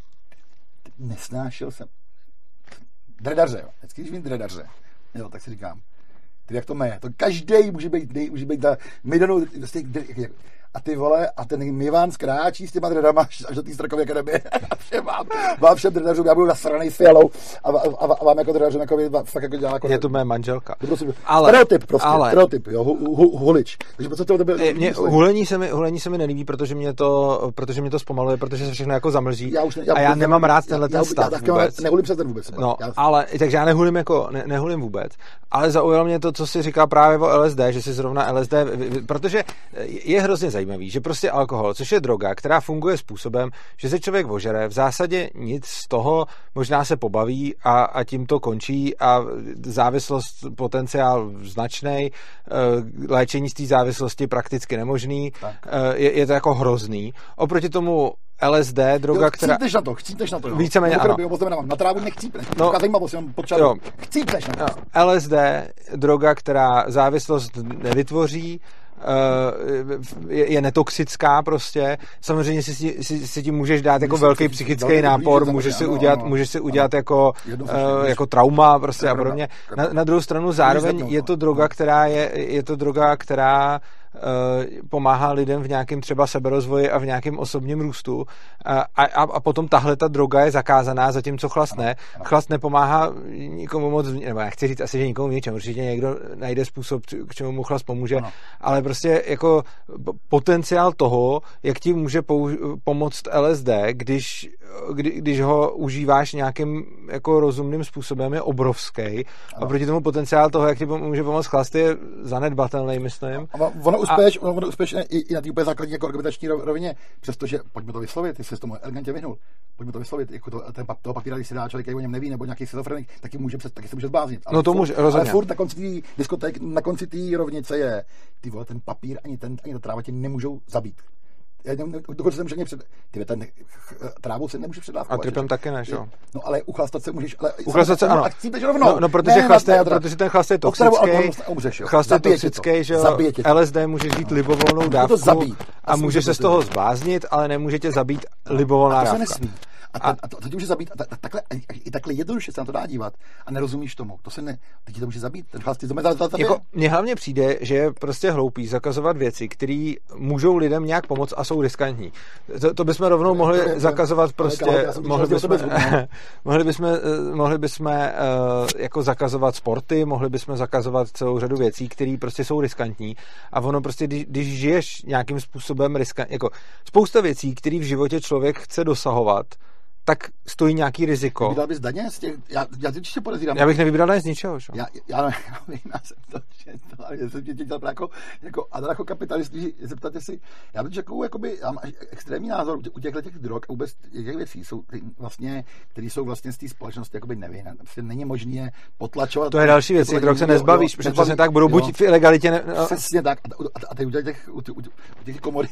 nesnášel jsem dredaře, jo. Vždycky, když vím dredaře, jo, tak si říkám, Ty jak to má, to každý může být, nej, může být ta mydanou, a ty vole, a ten Mivan skráčí s těma dredama až do té Strakovy akademie a všem vám, vám všem dredařům, já budu nasranej s Fialou a, a, a, a vám jako dredařům jako, fakt jako dělá jako...
Je to mé manželka.
Prostě,
ale,
stereotyp prostě,
ale,
stereotyp, jo, hu, hu, hulič. Takže co to tebe...
Mě, hulení, se mi, hulení se mi nelíbí, protože mě to, protože mě to zpomaluje, protože se všechno jako zamlží já už ne, já, a já, já nemám rád tenhle ten stav já, já, vůbec.
Nehulím se ten vůbec.
No,
já,
ale, takže já nehulím jako, ne, nehulím vůbec, ale zaujalo mě to, co si říká právě o L S D, že si zrovna L S D, protože je hrozně zajímavý, že prostě alkohol, což je droga, která funguje způsobem, že se člověk ožere, v zásadě nic z toho, možná se pobaví a, a tím to končí a závislost, potenciál značnej, léčení z té závislosti prakticky nemožný, je, je to jako hrozný. Oproti tomu L S D, droga,
jo,
která...
Chcípneš na to, chcípeš na to, jo.
Víceméně ano.
Na trávu nechcípneš,
no,
zajímavost, jenom potřeba. Chcípeš na to.
L S D, droga, která závislost nevytvoří, je, je netoxická prostě. Samozřejmě si, si, si tím můžeš dát jako velký psychický nápor, můžeš si udělat, můžeš si udělat jako, jako trauma prostě a podobně. Na, na druhou stranu zároveň je to droga, která je, je to droga, která pomáhá lidem v nějakém třeba seberozvoji a v nějakém osobním růstu a, a, a potom tahle ta droga je zakázaná, zatímco chlast ne. Chlast nepomáhá nikomu moc, nebo já chci říct asi, že nikomu v něčem, určitě někdo najde způsob, k čemu mu chlast pomůže, ano. Ale prostě jako potenciál toho, jak ti může pou, pomoct L S D, když, kdy, když ho užíváš nějakým jako rozumným způsobem, je obrovský. A proti tomu potenciál toho, jak ti může pomoct chlast, je zanedbatelný, myslím.
Ono uspěš, a... ono uspěš i, i na té úplně základní jako argumentační rovině, přestože pojďme to vyslovit, ty jsi tomu elegantně vyhnul. Pojďme to vyslovit, jako to, ten, toho papíra, když si dá člověk, který o něm neví, nebo nějaký schizofrenik, taky může přes, taky se může zbláznit. Ale
no to
furt,
může, rozhodně.
Ale furt na konci té diskoték, na konci té rovnice je, ty vole, ten papír ani ten ani ta tráva tě nemůžou zabít. Já dokonce jsem řekl, před... ty ten trávu se nemůže předávkovat.
A tripem taky ne, jo.
No ale uchlastat se můžeš, ale
uchlastat se ano.
A chcípeš rovnou.
No, no protože, ne, chlast je, protože ten chlast je toxický. Chlast je toxický, že jo. L S D může žít libovolnou dávku a může se z toho zbláznit, ale nemůže tě zabít libovolná dávka.
A, a, a to, to tě může zabít, a ta, takhle, i takhle jednoduše se na to dá dívat a nerozumíš tomu. To se ne, teď to může zabít, ten chlast, ty to může zabít.
Jako, mně hlavně přijde, že je prostě hloupý zakazovat věci, které můžou lidem nějak pomoct a jsou riskantní. To, to bychom rovnou mohli to je, zakazovat to, prostě, ale, ale, mohli, bychom, mohli bychom, mohli bychom uh, jako zakazovat sporty, mohli bychom zakazovat celou řadu věcí, které prostě jsou riskantní a ono prostě, když, když žiješ nějakým způsobem riskantní, jako spousta věcí, které v životě člověk chce dosahovat, tak stojí nějaký riziko.
Vybíral bys daně z těch, já, já ti určitě podezírám.
Já bych nevybíral daně z ničeho, čo?
Já, já, já, já jsem to, že to, ale jsem tě chtěl jako, jako anarchokapitalisti, zeptat si, já bych řekl, jakoby, já mám extrémní názor u těchto těch drog a vůbec těch věcí, jsou vlastně, které jsou vlastně z té společnosti, jakoby nevím, prostě není možné je potlačovat.
To je další věc, těch drog se nezbavíš, protože přesně tak budou buď v ilegalitě. Ne,
no. Přesně tak, a, a teď u těch, u těch, u těch komodit,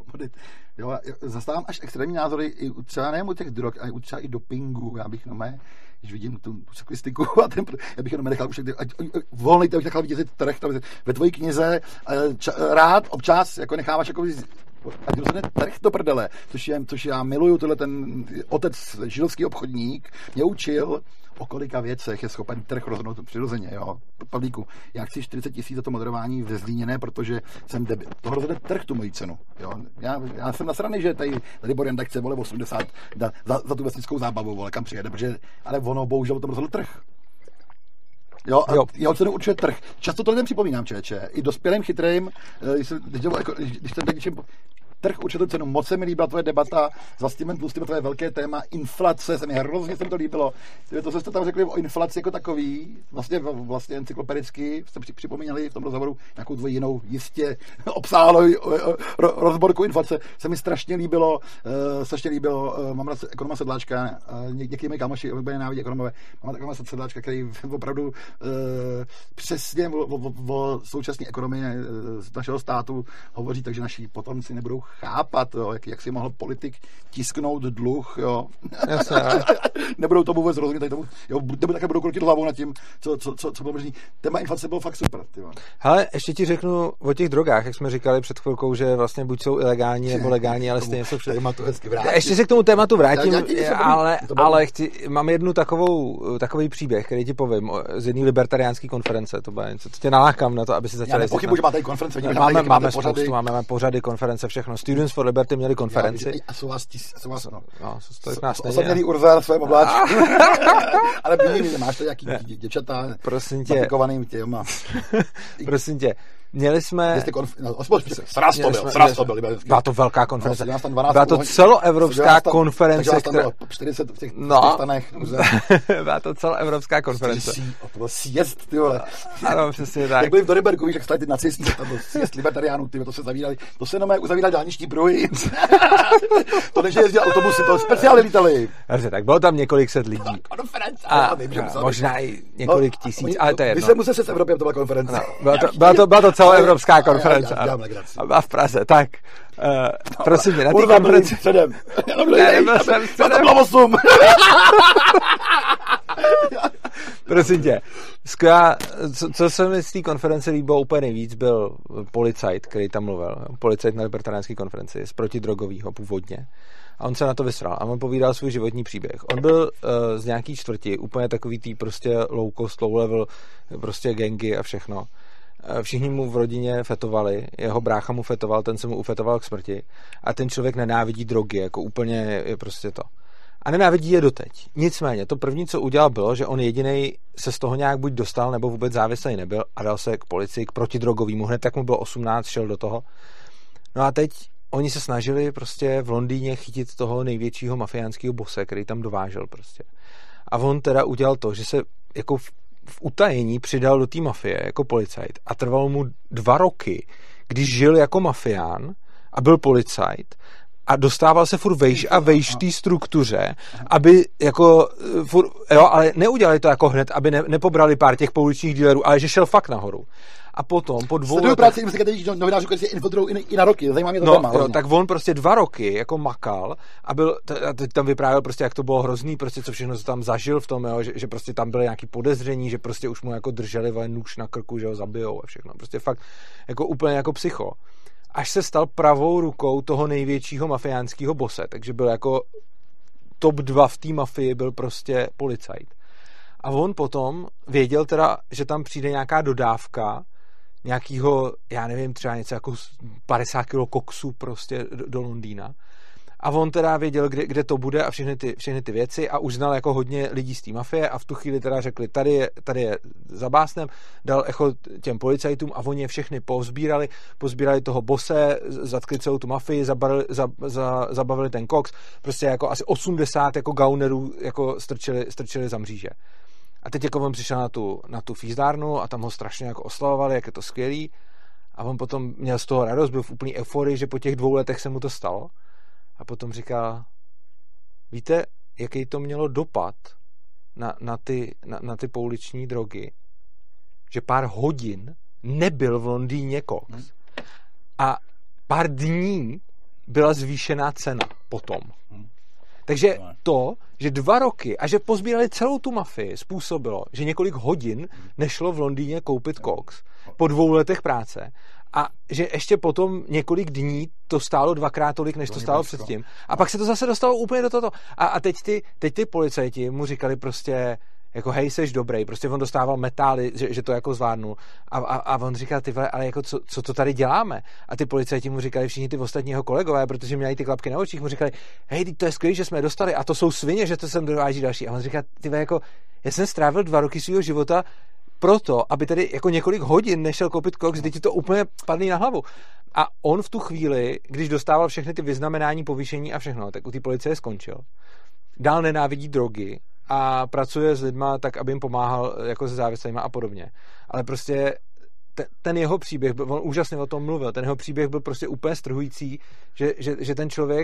jo, zastávám až extrémní názory i třeba nejen u těch drog, ale třeba i dopingu. Já bych nomé, když vidím tu, tu cyklistiku a ten, já bych jenom nechal už volnej, bych nechal vidět trh ve tvojí knize. Ča, rád občas jako necháváš jako ať dostane trh do prdele, což, je, což já miluju, tohle ten otec, židovský obchodník, mě učil, o kolika věcech je schopen trh rozhodnout přirozeně, jo. Pavlíku, já chci čtyřicet tisíc za to moderování ve Zlíně, ne, protože jsem debil. To rozhodne trh tu moji cenu, jo. Já, já jsem nasraný, že tady Libor Janda chce, vole, osmdesát da, za, za tu vesnickou zábavu, vole, kam přijede, protože, ale ono, bohužel, o tom rozhodl trh. Jo, a jo. Jeho cenu určuje trh. Často to lidem připomínám, čeče. I dospělým, chytrým, když, se, když, když jsem něčím trh určitou cenu. Moc se mi líbila tvoje debata s Vlastimem Tlustým, tvoje velké téma inflace, se mi hrozně se mi to líbilo. To, co jste tam řekli o inflaci jako takový, vlastně, vlastně encyklopedicky, jste připomínali v tom rozhovoru nějakou tvoji jinou jistě obsáhlou rozborku inflace, se mi strašně líbilo, uh, strašně líbilo, uh, mám rád ekonoma Sedláčka, uh, někteří moji kámoši oblíbeně návidí ekonomové, mám rád ekonoma Sedláčka, který opravdu uh, přesně o, o, o současné ekonomii uh, našeho státu hovoří, takže naši potomci nebudou chápat, jo, jak, jak si mohl politik tisknout dluh, jo.
Jasně,
Nebudou tomu vůbec rozumět, tomu, jo, nebo také budou krotit hlavou nad tím, co, co, co, co bylo možný. Téma inflace bylo fakt super, tyjo.
Hele, ještě ti řeknu o těch drogách, jak jsme říkali před chvilkou, že vlastně buď jsou ilegální nebo legální, ale stejně jsou všude.
Tématu hezky vrátím.
Ještě se k tomu tématu vrátím,
Já, já
ale, ale chci, mám jednu takovou, takový příběh, který ti povím z jedné libertariánské konference, to bude něco, to tě nalákám na to, aby si začal.
Já nepochybuji, že máte konference.
Máme, máme, máme spoustu, pořady. máme pořady, konference, všechno. Students for Liberty měli konferenci.
Já, a jsou vás, jsou vás, no.
No, to nás
nejde. Osamělý Urza v svém obláčku. Ale byli, máš to nějaký děvčata napikovaným těm.
Prosím tě. Měli jsme...
Konf... No, sraz to byl, sraz to byl.
Byla to velká konference. No, byla to celoevropská tam, konference,
která... Tam bylo čtyřicet v těch,
no.
v těch stanech.
Byla to celoevropská konference.
To bylo sjezd, ty vole.
Ano, přesně tak.
Jak byli v Norimbergu, víš, jak stali ty nacisti, tam byl sjezd libertariánů, ty, to se zavírali, to se jenom uzavírali dálniční pruhy. To než jezdil autobusy, to speciálně lítali.
Dobře, tak bylo tam několik set lidí.
Konference.
A možná i několik tisíc, ale to je jedno.
Vy se musíte se v Evropě, to byla konference.
Byla to celoevropská konference. A v Praze, tak. Uh, no, prosím tě, na té konferenci...
Předem.
Ne, nebyl jsem předem.
To bylo osm.
Prosím tě, skvělá, co, co se mi z té konference líbilo úplně nejvíc, byl policajt, který tam mluvil. Policajt na libertariánské konferenci z protidrogového původně. A on se na to vysral a on povídal svůj životní příběh. On byl uh, z nějaký čtvrti, úplně takový tý prostě low cost, low level, prostě gangy a všechno. Všichni mu v rodině fetovali, jeho brácha mu fetoval, ten se mu ufetoval k smrti a ten člověk nenávidí drogy, jako úplně je prostě to. A nenávidí je doteď. Nicméně, to první, co udělal, bylo, že on jedinej se z toho nějak buď dostal, nebo vůbec závislý nebyl a dal se k policii, k protidrogovému. Hned tak mu bylo osmnáct, šel do toho. No a teď oni se snažili prostě v Londýně chytit toho největšího mafiánského bose, který tam dovážel prostě. A on teda udělal to, že se jako v v utajení přidal do té mafie jako policajt a trvalo mu dva roky, když žil jako mafián a byl policajt a dostával se furt vejš a vejš té struktuře, aby jako furt, jo, ale neudělali to jako hned, aby ne, nepobrali pár těch pouličních dealerů, ale že šel fakt nahoru. A potom po dvou
letech... práci, když novinářů, kteří se infiltrují i na roky, zajímá mě to
no,
téma.
Jo, tak on prostě dva roky jako makal a byl, a teď tam vyprávěl prostě, jak to bylo hrozný, prostě co všechno se tam zažil v tom, jo, že, že prostě tam byly nějaký podezření, že prostě už mu jako drželi vole nůž na krku, že ho zabijou a všechno. Prostě fakt jako úplně jako psycho. Až se stal pravou rukou toho největšího mafiánského bose, takže byl jako top dva v té mafii, byl prostě policajt. A on potom věděl teda, že tam přijde nějaká dodávka nějakýho, já nevím, třeba něco jako padesát kilo koksu prostě do, do Londýna. A on teda věděl, kde, kde to bude a všechny ty, všechny ty věci a už znal jako hodně lidí z té mafie a v tu chvíli teda řekli, tady je, tady je za básnem, dal echo těm policajtům a oni je všechny pozbírali, pozbírali toho bose, zatkli celou tu mafii, zabavili, za, za, zabavili ten koks, prostě jako asi osmdesát jako gaunerů jako strčili, strčili za mříže. A teď jako on přišel na tu, na tu fízdárnu a tam ho strašně jako oslavovali, jak je to skvělý. A on potom měl z toho radost, byl v úplný euforii, že po těch dvou letech se mu to stalo. A potom říká, víte, jaký to mělo dopad na, na, ty, na, na ty pouliční drogy? Že pár hodin nebyl v Londýně koks. A pár dní byla zvýšená cena potom. Takže to, že dva roky a že pozbírali celou tu mafii, způsobilo, že několik hodin nešlo v Londýně koupit koks po dvou letech práce a že ještě potom několik dní to stálo dvakrát tolik, než to stálo předtím. A pak se to zase dostalo úplně do toho. A, a teď, ty, teď ty policajti mu říkali prostě jako hej, seš dobrý, prostě on dostával metály, že, že to jako zvládnu. A, a, a on říkal, ty vole, ale jako co, co to tady děláme? A ty policajti mu říkali všichni ty ostatní jeho kolegové, protože měli ty klapky na očích, mu říkali, hej, to je skvělý, že jsme je dostali a to jsou svině, že to sem dováží další. A on říká, ty vole, jako, já jsem strávil dva roky svého života proto, aby tady jako několik hodin nešel koupit koks, kdy ti to úplně padne na hlavu. A on v tu chvíli, když dostával všechny ty vyznamenání, povýšení a všechno, tak u té policie skončil. Dál nenávidí drogy a pracuje s lidma tak, aby jim pomáhal jako se závislejma a podobně. Ale prostě te, ten jeho příběh, on úžasně o tom mluvil, ten jeho příběh byl prostě úplně strhující, že, že, že ten člověk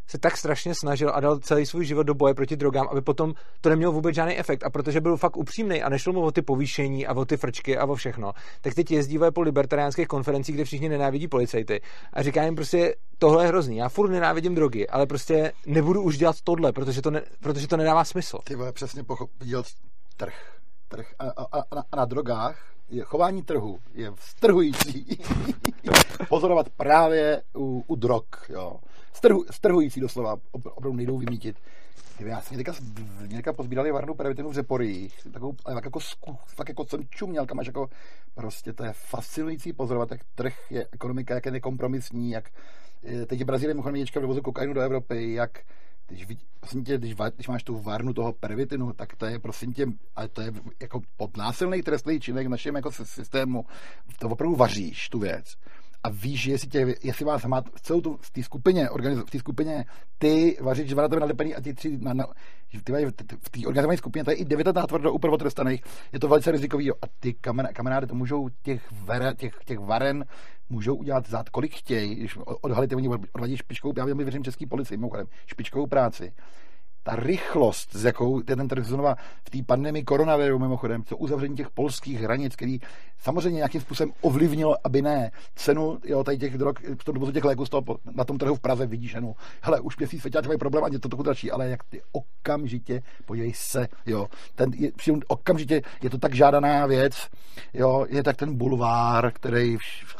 se tak strašně snažil a dal celý svůj život do boje proti drogám, aby potom to nemělo vůbec žádný efekt. A protože byl fakt upřímný a nešlo mu o ty povýšení a o ty frčky a o všechno, tak teď jezdí po libertariánských konferencích, kde všichni nenávidí policajty a říká jim prostě, tohle je hrozný, já furt nenávidím drogy, ale prostě nebudu už dělat tohle, protože to, ne, protože to nedává smysl.
Ty vole, přesně pochopil trh. trh. A, a, a, a na drogách je chování trhu je vztrhující. Pozorovat právě u, u drog, jo. Strhu, strhující doslova, opravdu nejdou vymítit. Já jsem teďka, někde pozbírali varnou pervitinu v Řeporích, takovou, tak jako, fakt jako jsem čuměl, kam až jako, prostě to je fascinující pozorovat, jak trh je, ekonomika, jak je nekompromisní, jak teď je Brazílie mimochodem jedečka v dovozu kokainu do Evropy, jak když, prosím tě, když, když máš tu varnu toho pervitinu, tak to je prosím tě, ale to je jako podnásilný trestný činek v našem jako systému, to opravdu vaříš tu věc. A víš, že jestli, tě, jestli vás má v celou tu, v té skupině, v té skupině ty vařič dva na tebe nalepený a ty tři na, na, ty, v té organizované skupině, to je i devět tvrdo úplně trestaných, je to velice rizikový. A ty kamarády to můžou těch, vere, těch, těch varen můžou udělat za kolik chtějí, když odhalit, oni odvadí špičkovou, já věřím český policii, mimochodem, špičkovou práci. Ta rychlost, s jakou je ten trh znova v té pandemii koronaviru mimochodem, to uzavření těch polských hranic, který samozřejmě nějakým způsobem ovlivnilo, aby ne cenu, jo, tady těch drog, v tom dovozu těch léků z toho, na tom trhu v Praze vidíš jenom, hele, už měsíc svěťáč mají problém a je to trochu dražší, ale jak ty okamžitě, podívej se, jo, ten je, okamžitě je to tak žádaná věc, jo, je tak ten bulvár, který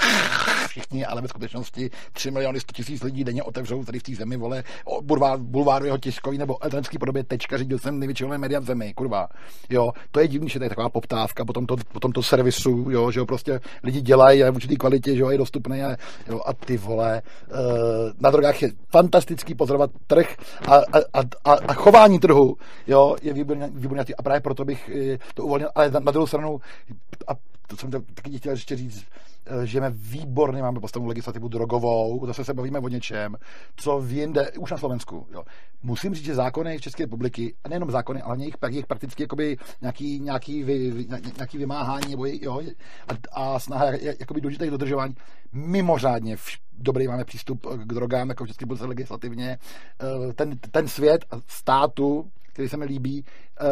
všichni, ale ve skutečnosti tři miliony sto tisíc lidí denně otevřou tady v té zemi, vole, bulvár, bulváru jeho tiskový nebo elektronický podobě tečka, řídil jsem největší média v zemi, kurva. Jo, to je divný, že to je taková poptávka po tomto, po tomto servisu, jo, že jo, prostě lidi dělají a v určitý kvalitě, že jo, je dostupný a, jo, a ty vole, uh, na drogách je fantastický pozorovat trh a, a, a, a chování trhu, jo, je výborně, výborně a právě proto bych to uvolnil, ale na, na druhou stranu a to jsem taky chtěl ještě říct, že máme výborně, máme postavenou legislativu drogovou, zase se bavíme o něčem, co v jinde, už na Slovensku. Jo. Musím říct, že zákony v České republiky, a nejenom zákony, ale jejich, jejich prakticky jakoby nějaký, nějaký, vy, nějaký vymáhání nebo, jo, a, a snaha jakoby důležitých dodržování. Mimořádně vš, dobrý máme přístup k drogám, jako v České republice legislativně. Ten, ten svět a státu, který se mi líbí,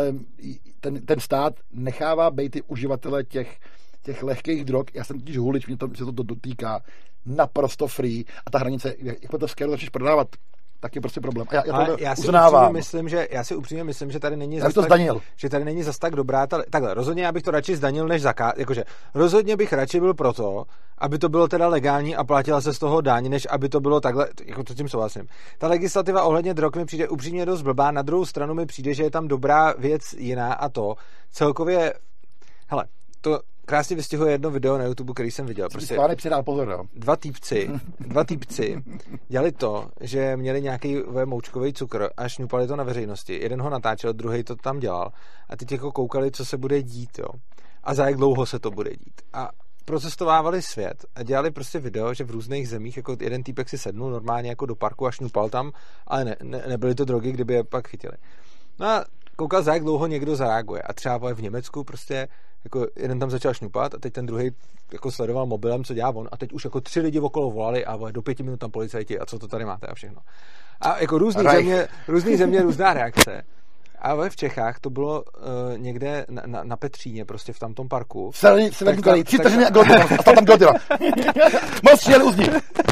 ten, ten stát nechává být ty uživatele těch těch lehkých drog, já jsem totiž hulič, mě to, se to dotýká, naprosto free a ta hranice, jak to skéru začneš prodávat, tak je prostě problém. A já, já to
já si
uznávám.
Myslím, že, já si upřímně myslím, že tady není
zas tak,
že tady není zas tak dobrá ta, takhle, rozhodně já bych to radši zdanil, než zakázal, jakože rozhodně bych radši byl proto, aby to bylo teda legální a platila se z toho daň, než aby to bylo takhle, jako to tím souhlasím. Ta legislativa ohledně drog mi přijde upřímně dost blbá, na druhou stranu mi přijde, že je tam dobrá věc jiná a to celkově, hele, to krásně vystihuje jedno video na YouTube, který jsem viděl.
Prostě přidal pozor, no.
Dva týpci, dva týpci dělali to, že měli nějaký moučkový cukr a šňupali to na veřejnosti. Jeden ho natáčel, druhý to tam dělal a teď jako koukali, co se bude dít, jo. A za jak dlouho se to bude dít. A procestovávali svět a dělali prostě video, že v různých zemích, jako jeden týpek si sednul normálně jako do parku a šňupal tam, ale ne, ne, nebyly to drogy, kdyby je pak chytili. No a koukal, za jak dlouho někdo zareaguje. A třeba v Německu prostě jako jeden tam začal šňupat a teď ten druhý jako sledoval mobilem, co dělá on a teď už jako tři lidi okolo volali a do pěti minut tam policajti a co to tady máte a všechno. A jako různý země, různý země, různá reakce. A v Čechách to bylo uh, někde na, na, na Petříně, prostě v tamtom parku.
V Severní Koreji, tři vteřiny a Godzilla. A stál tam Godzilla. Moc přijeli uzdí.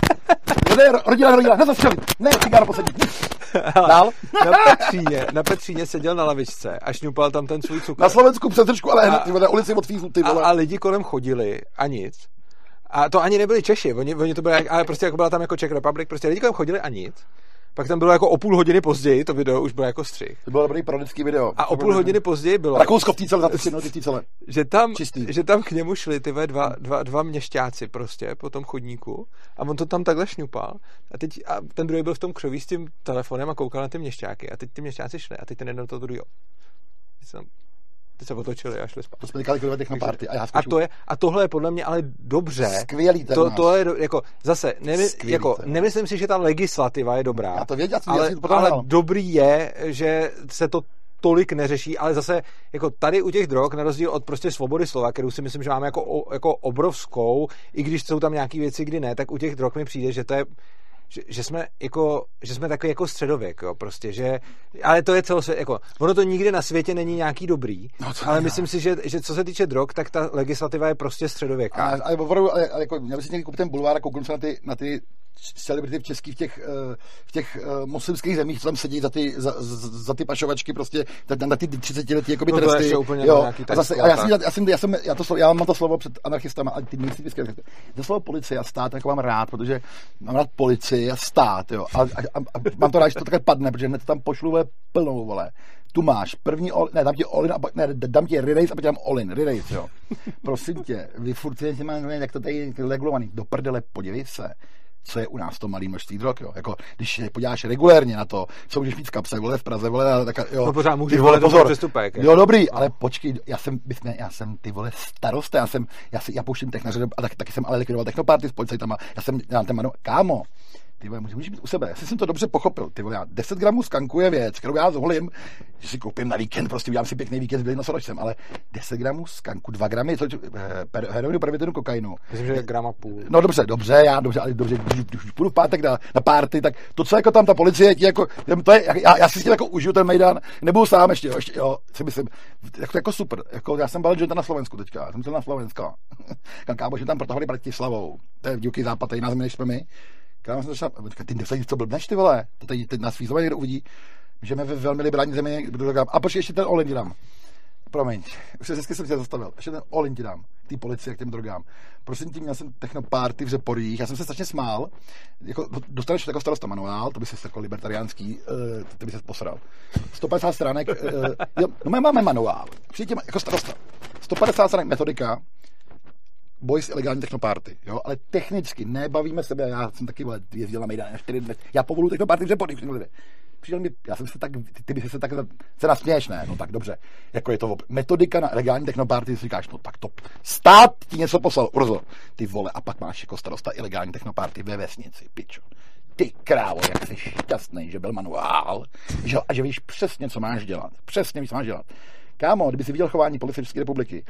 Rodina, rodina, nezastřelit. Ne, cigáro posadit. Dál?
Na Petříně, na Petříně seděl na lavičce a šňupal tam ten svůj cukr.
Na Slovensku přes držku, ale hned na ulici od fízu, ty vole.
A, a lidi kolem chodili a nic. A to ani nebyli Češi, oni, oni to byli, ale prostě jako byla tam jako Czech Republic, prostě lidi kolem chodili a nic. Pak tam bylo jako o půl hodiny později, to video už bylo jako střih.
To bylo dobrý parodický video.
A o půl hodiny později bylo...
Rakousko v té celé, za ty v celé.
Že tam, že tam k němu šli ty dva, dva, dva měšťáci prostě po tom chodníku a on to tam takhle šňupal a teď a ten druhý byl v tom křoví s tím telefonem a koukal na ty měšťáky a teď ty měšťáci šli a teď ten jeden to druhý. Teď se otočili a šli spát.
To jsme nechali kolikovat na party a já
a, to je, a tohle je podle mě ale dobře.
Skvělý ten
to, to je, jako, zase, nevy, jako, nemyslím si, že ta legislativa je dobrá.
Já to věděl,
ale,
to
ale dobrý je, že se to tolik neřeší, ale zase jako tady u těch drog, na rozdíl od prostě svobody slova, kterou si myslím, že máme jako, jako obrovskou, i když jsou tam nějaké věci, kdy ne, tak u těch drog mi přijde, že to je že, že jsme jako, že jsme takový jako středověk, jo, prostě, že, ale to je celosvět, jako, ono to nikde na světě není nějaký dobrý, no, ale já. myslím si, že, že co se týče drog, tak ta legislativa je prostě středověká.
Ale, ale, ale, ale, ale jako, měl bych si někdy koupit ten bulvár a kouknu se na ty, na ty celebrity v českých, v těch, v těch uh, muslimských zemích, co tam sedí za ty, za, za ty pašovačky, prostě na, na ty třicetiletí jakoby
no to
tresty.
Je úplně
jo,
a zase,
a já, jsem, já, jsem, já, jsem, já, to slovo, já mám to slovo před anarchistama, ale ty nejsi vždycky. To slovo policie a stát jako mám rád, protože mám rád policii a stát, jo. A, a, a, a mám to rád, že to takhle padne, protože hned to tam pošlu vole, plnou, vole. Tu máš první, all, ne, dám ti all in, ne, dám ti Ridace a pak dám all in, Ridace, jo. Prosím tě, vy furt si máme, jak to tady je regulovaný, do prdele, podívej se, co je u nás to malý množství drog, jo. Jako, když se podíváš regulérně na to, co můžeš mít v kapse, vole, v Praze, vole, tak, jo.
No pořád můžeš, vole, pozor, přestupek.
Jo, dobrý, ale počkej, já jsem, jsme, já jsem, ty vole, starosta, já jsem, já, si, já pouštím technaře, a tak, taky jsem ale likvidoval technoparty s policajtama, já jsem, já ten mano, kámo, ty vole, můžeš být u sebe, já jsem to dobře pochopil, ty vole, já deset gramů skanku je věc, kterou já zvolím, že si koupím na víkend, prostě udělám si pěkný víkend s bylým nosorožcem, ale deset gramů skanku, dva gramy, to, per, heroinu, pervitinu, kokainu.
Myslím, že je gram a půl.
No dobře, dobře, já dobře, ale dobře, když, když půjdu v pátek na, na party, tak to, co jako tam ta policie, ti jako, to je, já, já si s tím jako užiju ten Mejdan, nebudu sám ještě, jo, ještě, jo, si myslím, jako, jako super, jako já jsem balil ženta na Slovensku teďka, já jsem chtěl na Slovensko, kam kámo, že tam protahovali Bratislavou, to je divoký západ, tady nás než jsme my. Kámo jsem začal, ty nesadí, co blbneš, ty vole, to tady teď nás výzvové někdo uvidí, že jsme ve velmi liberální zemi, a počkej, ještě ten all-in ti dám. Promiň, už se hezky jsem tě zastavil, ještě ten all-in ti dám, ty policie k těm drogám. Prosím tě, měl jsem technoparty v Řeporích, já jsem se strašně smál, jako, dostaneš jako starosta manuál, to by se jako libertariánský, uh, to by se posral. sto padesát stránek, uh, jo, no my máme manuál, přijďte jako starosta, sto padesát stránek metodika, boj s ilegální technoparty, jo, ale technicky nebavíme sebe, já jsem taky vole, jezdil na Mejdan čtyři dny, já povolu technoparty v Řeporích, přijel mi, já jsem se tak, ty, ty by se tak se nasměješ, ne, no tak dobře, jako je to metodika na ilegální technoparty, si říkáš, no tak to, stát ti něco poslal, Urzo, ty vole, a pak máš jako starosta ilegální technoparty ve vesnici, pičo. Ty krávo, jak jsi šťastný, že byl manuál, že, a že víš přesně, co máš dělat, přesně víš, co máš dělat. Kámo, kdyby si viděl chování policie České republiky,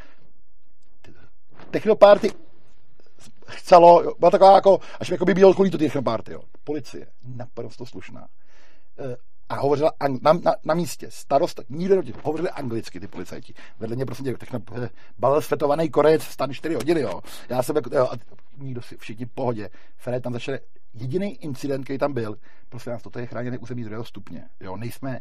technoparty chcelo, byla taková jako, až mi jako by bílou kulí to ty technoparty, jo. Policie, naprosto slušná. A hovořila ang- na, na, na místě, starosta, nikdo nevím, hovořili anglicky ty policajti. Vedle mě prostě techno, balil svetovaný Korejec, stan čtyři hodiny, jo. Já jsem jako, jo, a nikdo si, všichni v pohodě. Fred tam začal, jediný incident, který tam byl, prostě nás toto je chráněné území druhého stupně, jo, nejsme,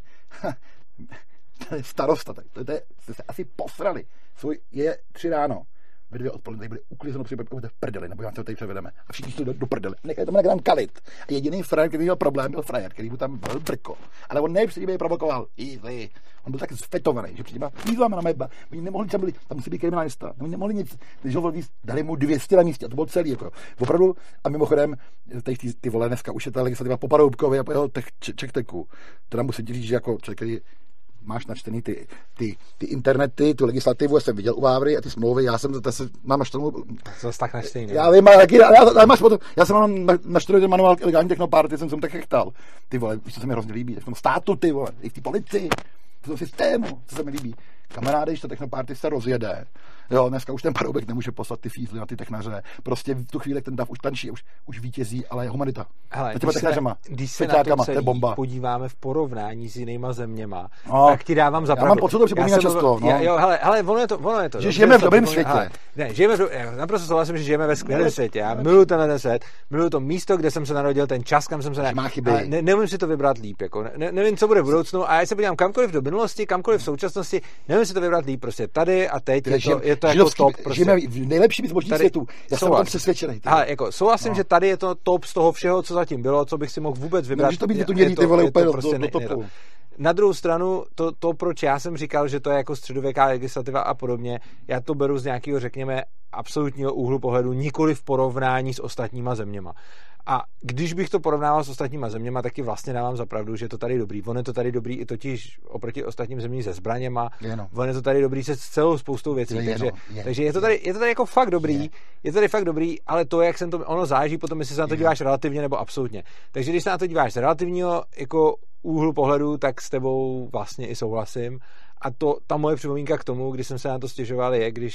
starosta, to, to, to je, jste se asi posrali, svůj, je tři ráno. Ve dvě odpoledne tady bude uklizeno případně v prdeli, nebo já to tady převedeme. A všichni šli do, do prdele. Nechaj tomu tam kalit. A jediný frajer, který měl problém, byl frajer, který mu tam byl brko. Ale on nejpředtím provokoval. Easy. On byl tak zfetovaný, že před těma výzvama na meba. Oni nemohli tam byli, tam musí být kriminalista. Oni nemohli nic. Když ho víc, dali mu dvě stě na místě. A to bylo celý. Jako. Opravdu. A mimochodem, tady ty, ty vole, dneska už je ta legislativa po Paroubkovi a po jeho čekteku. To nám musím říct, že jako člověk, který máš načtený ty, ty, ty internety, tu legislativu, já jsem viděl u Vávry a ty smlouvy, já jsem zase mám až tomu...
To tak nečtený.
Já vím, ale taky, já, já, máš potom, já jsem mám načtený ten manuál ilegální technoparty, jsem jsem tak chechtal. Ty vole, víš, co se mi hrozně líbí, v tom státu, ty vole, i v té policii, v tom systému, co se mi líbí. Kamaráde, když ta technoparty se rozjede, jo, dneska už ten Paroubek nemůže poslat ty fízly na ty technaře, prostě v tu chvíli ten dav už tančí, už, už vítězí, ale je humanita.
Hele, když se, když se na to celý podíváme v porovnání s jinýma zeměma, no, tak ti dávám za pravdu.
Já mám pocit, že připomíná často. No.
Já, jo, hele, hele, ono je to, ono je to.
Že žijeme v dobrém světě.
Hele, ne, žijeme v, já naprosto souhlasím, že žijeme ve skvělém světě. Já miluju tenhle ten svět, miluju to místo, kde jsem se narodil, ten čas, kam jsem se narodil. Ne, nevím si to vybrat líp, jako ne, nevím, co bude v budoucnu, a já se podívám kamkoliv do minulosti, kamkoliv v současnosti, nevím si to vybrat líp, prostě tady a teď je to, je to jako top.
Žijeme v nejlepším z možných světů. Já jsem o tom přesvědčený.
Aha, jako souhlasím, no. Že tady je to top z toho všeho, co zatím bylo, co bych si mohl vůbec vybrat.
Může to být, že to měří ty vole úplně do, do, do topu.
Na druhou stranu, to, to, proč já jsem říkal, že to je jako středověká legislativa a podobně, já to beru z nějakého, řekněme, absolutního úhlu pohledu, nikoli v porovnání s ostatníma zeměma. A když bych to porovnával s ostatníma zeměma, tak ti vlastně dávám za pravdu, že je to tady dobrý. On je to tady dobrý i totiž oproti ostatním zemím se zbraněma. No. On je to tady dobrý se s celou spoustou věcí. Je, takže, no, je, takže je to tady, je to tady jako fakt dobrý. Je. je to tady fakt dobrý, ale to, jak jsem to, ono záleží potom, jestli se na to díváš relativně nebo absolutně. Takže když se na to díváš z relativního jako úhlu pohledu, tak s tebou vlastně i souhlasím. A to, ta moje připomínka k tomu, když jsem se na to stěžoval, je, když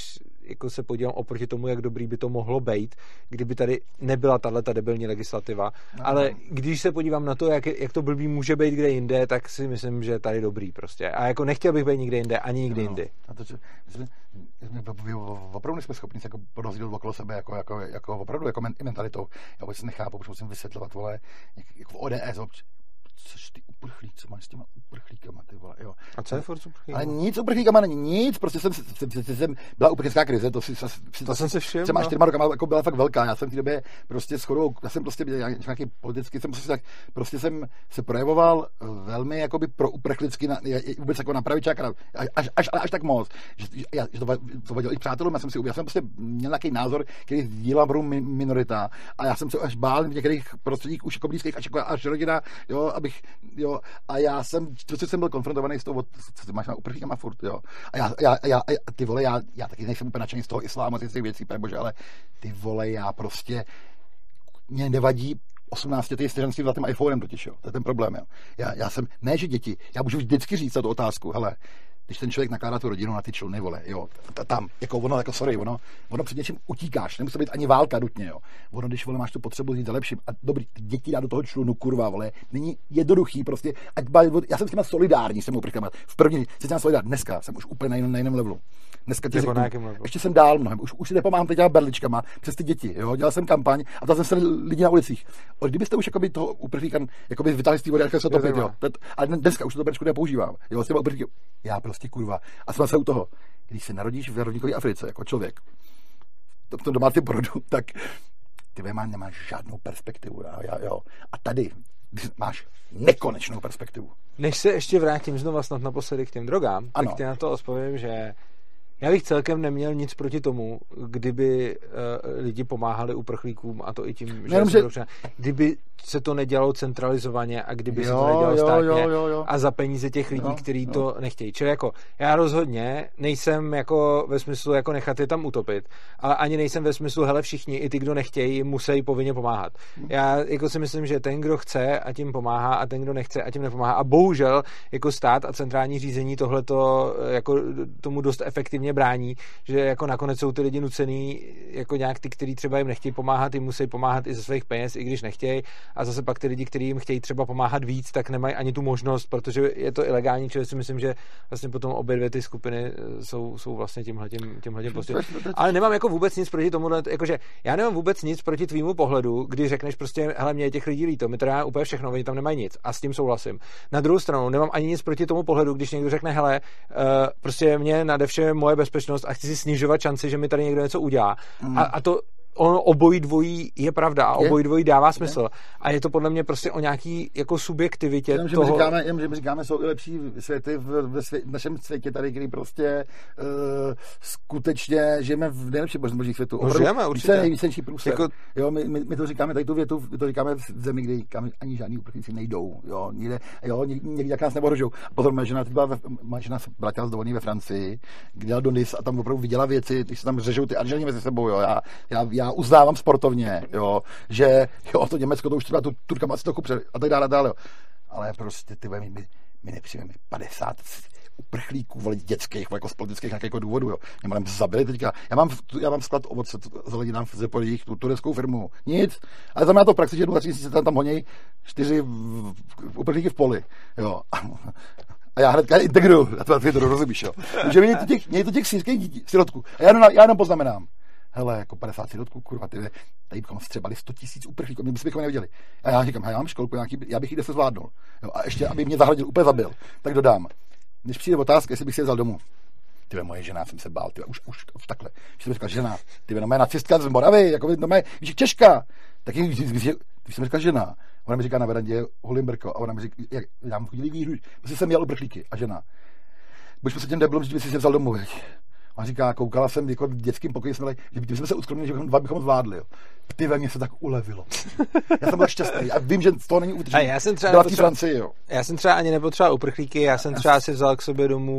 jako se podívám oproti tomu, jak dobrý by to mohlo být, kdyby tady nebyla tahleta debilní legislativa. No. Ale když se podívám na to, jak, jak to blbý může být kde jinde, tak si myslím, že tady dobrý prostě. A jako nechtěl bych být nikde jinde, ani nikdy no. jindy.
A to, že jsme, jsme, opravdu jsme schopni se jako rozdělit okolo sebe, jako, jako, jako opravdu, jako mentalitou. Já vůbec nechápu, protože musím vysvětlovat, vole, jako v O D S, což ty uprchlík, co máš s těma uprchlíkama, ty vole, jo.
A co je furt s uprchlíkama?
Ale nic uprchlíkama není, nic, prostě jsem, jsem, jsem, jsem byla uprchlická krize, to si, si
to jsem se všiml.
Třeba čtyřma rokama jako byla fakt velká, já jsem v té době prostě shodou, já jsem prostě nějaký politický, jsem prostě tak, prostě jsem se projevoval velmi jakoby pro uprchlicky, na, vůbec jako na pravičáka, až, až, až tak moc, že, já, že to, to vadilo i přátelům, já jsem si, já jsem prostě měl nějaký názor, který sdílám pro minorita a já jsem se až bál v některých prostředích už jako blízkých, až, jako, až rodina, jo, abych, jo, a já jsem, prostě jsem byl konfrontovaný s tou, co ty máš na uprchlíkama furt, jo, a já, já, já, ty vole, já, já taky nejsem úplně nadšený z toho islámu, z těch věcí, bože, ale ty vole, já prostě, mě nevadí osmnáctiletý stěženství za tím iPhonem totiž, jo, to je ten problém, jo, já, já jsem, ne, že děti, já můžu vždycky říct na tu otázku, hele, když ten člověk nakládá tu rodinu na ty čluny, vole, jo, tam, jako ono, jako sorry, ono, ono před něčím utíkáš, nemusí být ani válka nutně, jo, ono, když, vole, máš tu potřebu jít za lepším a dobrý, ty děti dá do toho člunu, kurva, vole, není jednoduchý, prostě, ať ba, já jsem s těma solidární, s těma uprchlíkama, v první, jsem těma solidární, dneska jsem už úplně na jiném, na jiném levelu. Dneska ti řeknu, ještě jsem dál mnohem, už, už si nepomáhám teď dělat berličkama přes ty děti, jo, dělal jsem kampaň a tam jsem se lidi na ulicích. O, kdybyste už jakoby toho uprchlíka jakoby vytáhli z té vody, jak se topit, jo. Ale dneska už to berličku nepoužívám, jo, s těma uprchlíky. Já prostě kurva. A jsme se u toho, když se narodíš v rovníkové Africe jako člověk, v tom domácím porodu, tak ty má nemáš žádnou perspektivu, jo, jo. A tady máš nekonečnou perspektivu.
Než se ještě vrátím znovu snad naposledy k těm drogám, ano. Tak ti na to odpovím, že já bych celkem neměl nic proti tomu, kdyby uh, lidi pomáhali uprchlíkům a to i tím, že,
Jenom, že...
kdyby se to nedělalo centralizovaně a kdyby
jo,
se to nedělalo
jo,
státně
jo, jo, jo.
a za peníze těch lidí, jo, kteří jo. to nechtějí. Čili jako já rozhodně nejsem jako ve smyslu jako nechat je tam utopit, ale ani nejsem ve smyslu hele všichni, i ty, kdo nechtějí, musí povinně pomáhat. Já jako si myslím, že ten, kdo chce a tím pomáhá a ten, kdo nechce a tím nepomáhá a bohužel jako stát a centrální řízení tohleto jako tomu dost efektivně brání, že jako nakonec jsou ty lidi nucený jako nějak ty, kteří třeba jim nechtějí pomáhat, jim musí pomáhat i ze svých peněz, i když nechtějí. A zase pak ty lidi, kteří jim chtějí třeba pomáhat víc, tak nemají ani tu možnost, protože je to ilegální, čili si myslím, že vlastně potom obě dvě ty skupiny jsou, jsou vlastně tímhletím, tímhletím postihem. Ale nemám jako vůbec nic proti tomu, jakože já nemám vůbec nic proti tvýmu pohledu, když řekneš prostě, hele, mě je těch lidí líto, mi to dá úplně všechno, oni tam nemají nic a s tím souhlasím. Na druhou stranu nemám ani nic proti tomu pohledu, když někdo řekne, hele, uh, prostě mě nade vše moje bezpečnost a chci si snižovat šanci, že mi tady někdo něco udělá. Mm. A, a to ono obojí dvojí je pravda a obojí dvojí dává smysl. Je. A je to podle mě prostě o nějaký jako subjektivitě jenom,
toho... Že my říkáme, jenom, že my říkáme, jsou i lepší světy v, ve svě, v našem světě tady, který prostě uh, skutečně žijeme v nejlepším možných světu.
No, žijeme určitě.
Nejvícenší průser. Jako... Jo, my, my, my, to říkáme, tady tu větu, my to říkáme v zemi, kde ani žádný uprchlíci nejdou. Jo, někde, jo, někdy jak nás neohrožou. Pozor, moje žena, moje žena se vrátila z dovolené ve Francii, kde jela do Nice a tam opravdu viděla věci, když se tam řežou ty Anželini mezi sebou. Jo. Já, já, já uznávám sportovně, jo, že jo, to Německo to už třeba tu Turka má si to kupře a tak dále, dále. Ale prostě ty my, my nepřijmeme padesát uprchlíků, vole, dětských, jako z politických nějakých důvodů, jo. Mě mám zabili teďka. Já mám, já mám sklad ovoce zelenina v Zepoljích, tu tureckou firmu. Nic. Ale tam já to v praxi, že jednou za tři měsíce tam, tam honějí čtyři uprchlíky v poli, jo. A já hnedka integruju, a to, to rozumíš, jo. Takže mě to těch, mě to těch syrských dětí, sirotků. A já jenom, já jenom poznamenám. Hele, jako padesát sirotků, kurva, ty, tady bychom vstřebali sto tisíc uprchlíků, my bychom je neviděli. A já říkám, já mám školku, nějaký, já bych ji deset zvládnul. Jo, a ještě, aby mě zahradil, úplně zabil. Tak dodám. Než přijde otázka, jestli bych si je vzal domů. Ty moje žena, jsem se bál, ty už, už takhle. Když jsem říkal žena, ty no moje nacistka z Moravy, jako no moje, víš, Češka. Tak když jsem říkal žena, ona mi říká na verandě Holimberko a ona mi říká, jak nám chodili výhru, prostě jsem jel uprchlíky a žena. Bož se těm debilům, že by si je vzal domů, veď. On říká, koukala jsem jako v dětském pokoji, jsme, že jsme se uskromili, že bychom dva bychom zvládli. Jo. Ty ve mně se tak ulevilo. Já jsem byl šťastný a vím, že z toho není utržený.
Já jsem třeba,
nepotřeba... Francii, jo.
Já jsem třeba ani nepotřeboval uprchlíky, já jsem třeba si vzal k sobě domů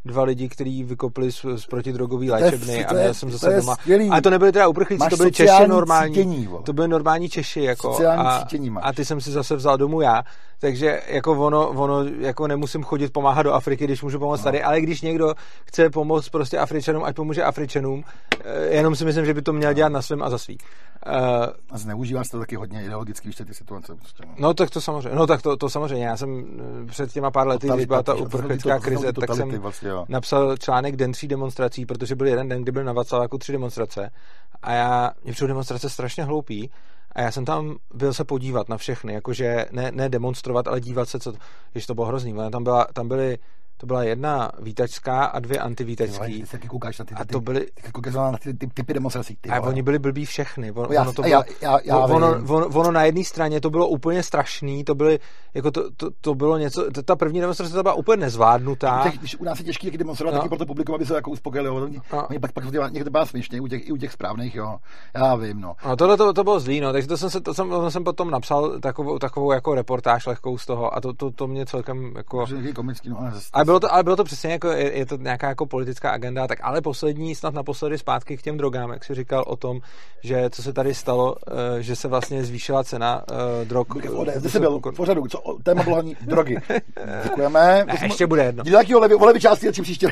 dva lidi, kteří vykopli z, z protidrogový léčebny a měl jsem zase
to
doma.
Skvělý.
A to nebyli teda uprchlíci,
Máš
to byli Češi normální.
Cítění,
to byli normální Češi jako
a,
a ty jsem si zase vzal domů já. Takže jako ono, ono jako nemusím chodit pomáhat do Afriky, když můžu pomoct no. tady, ale když někdo chce pomoct prostě Afričanům, ať pomůže Afričanům, jenom si myslím, že by to měl dělat na svém a za svý. Uh,
a zneužíváš to taky hodně ideologicky, víš, ty situace. Prostě.
No tak to samozřejmě, no tak to, to samozřejmě. Já jsem před těma pár lety, když byla ta uprchlická krize, tak jsem
vlastně,
napsal článek Den tří demonstrací, protože byl jeden den, kdy byl na Václaváku tři demonstrace a já, mě přijde demonstrace strašně hloupý a já jsem tam byl se podívat na všechny, jakože ne, ne demonstrovat, ale dívat se, co, když to bylo hrozný. Tam, byla, tam byly To byla jedna vítačská a dvě antivítačský.
Ty se koukáš na ty,
a to byly,
ty koukáš na ty, ty typy demonstrací.
A oni byli blbí všechny. Ono,
já,
ono, to
já,
bylo,
já, já
ono, ono, ono na jedné straně to bylo úplně strašný, to byly, jako to, to, to bylo něco, ta první demonstrace byla úplně nezvládnutá.
Těch, když u nás je těžký demonstrovat, no. taky pro to publikum, aby se jako uspokojili. Oni, no. oni pak, pak někde byla směšně, u těch, i u těch správných, jo. Já vím, no.
No tohle to, to bylo zlý, no, takže to jsem, se, to jsem, to jsem potom napsal takovou, takovou jako reportáž lehkou z toho a to, to, to mě celkem jako...
Komický, no, ale,
ale bylo to, ale bylo to přesně jako, je, je to nějaká jako politická agenda, tak ale poslední, snad naposledy zpátky k těm drogám, jak jsi říkal o tom, že co se tady stalo, že se vlastně zvýšila cena uh, drog.
Zde jsi byl, v pořadu, co, téma bylo hlavní drogy. Děkujeme.
Ne, ještě bude jedno.
Dílakýho volební části, čím příště.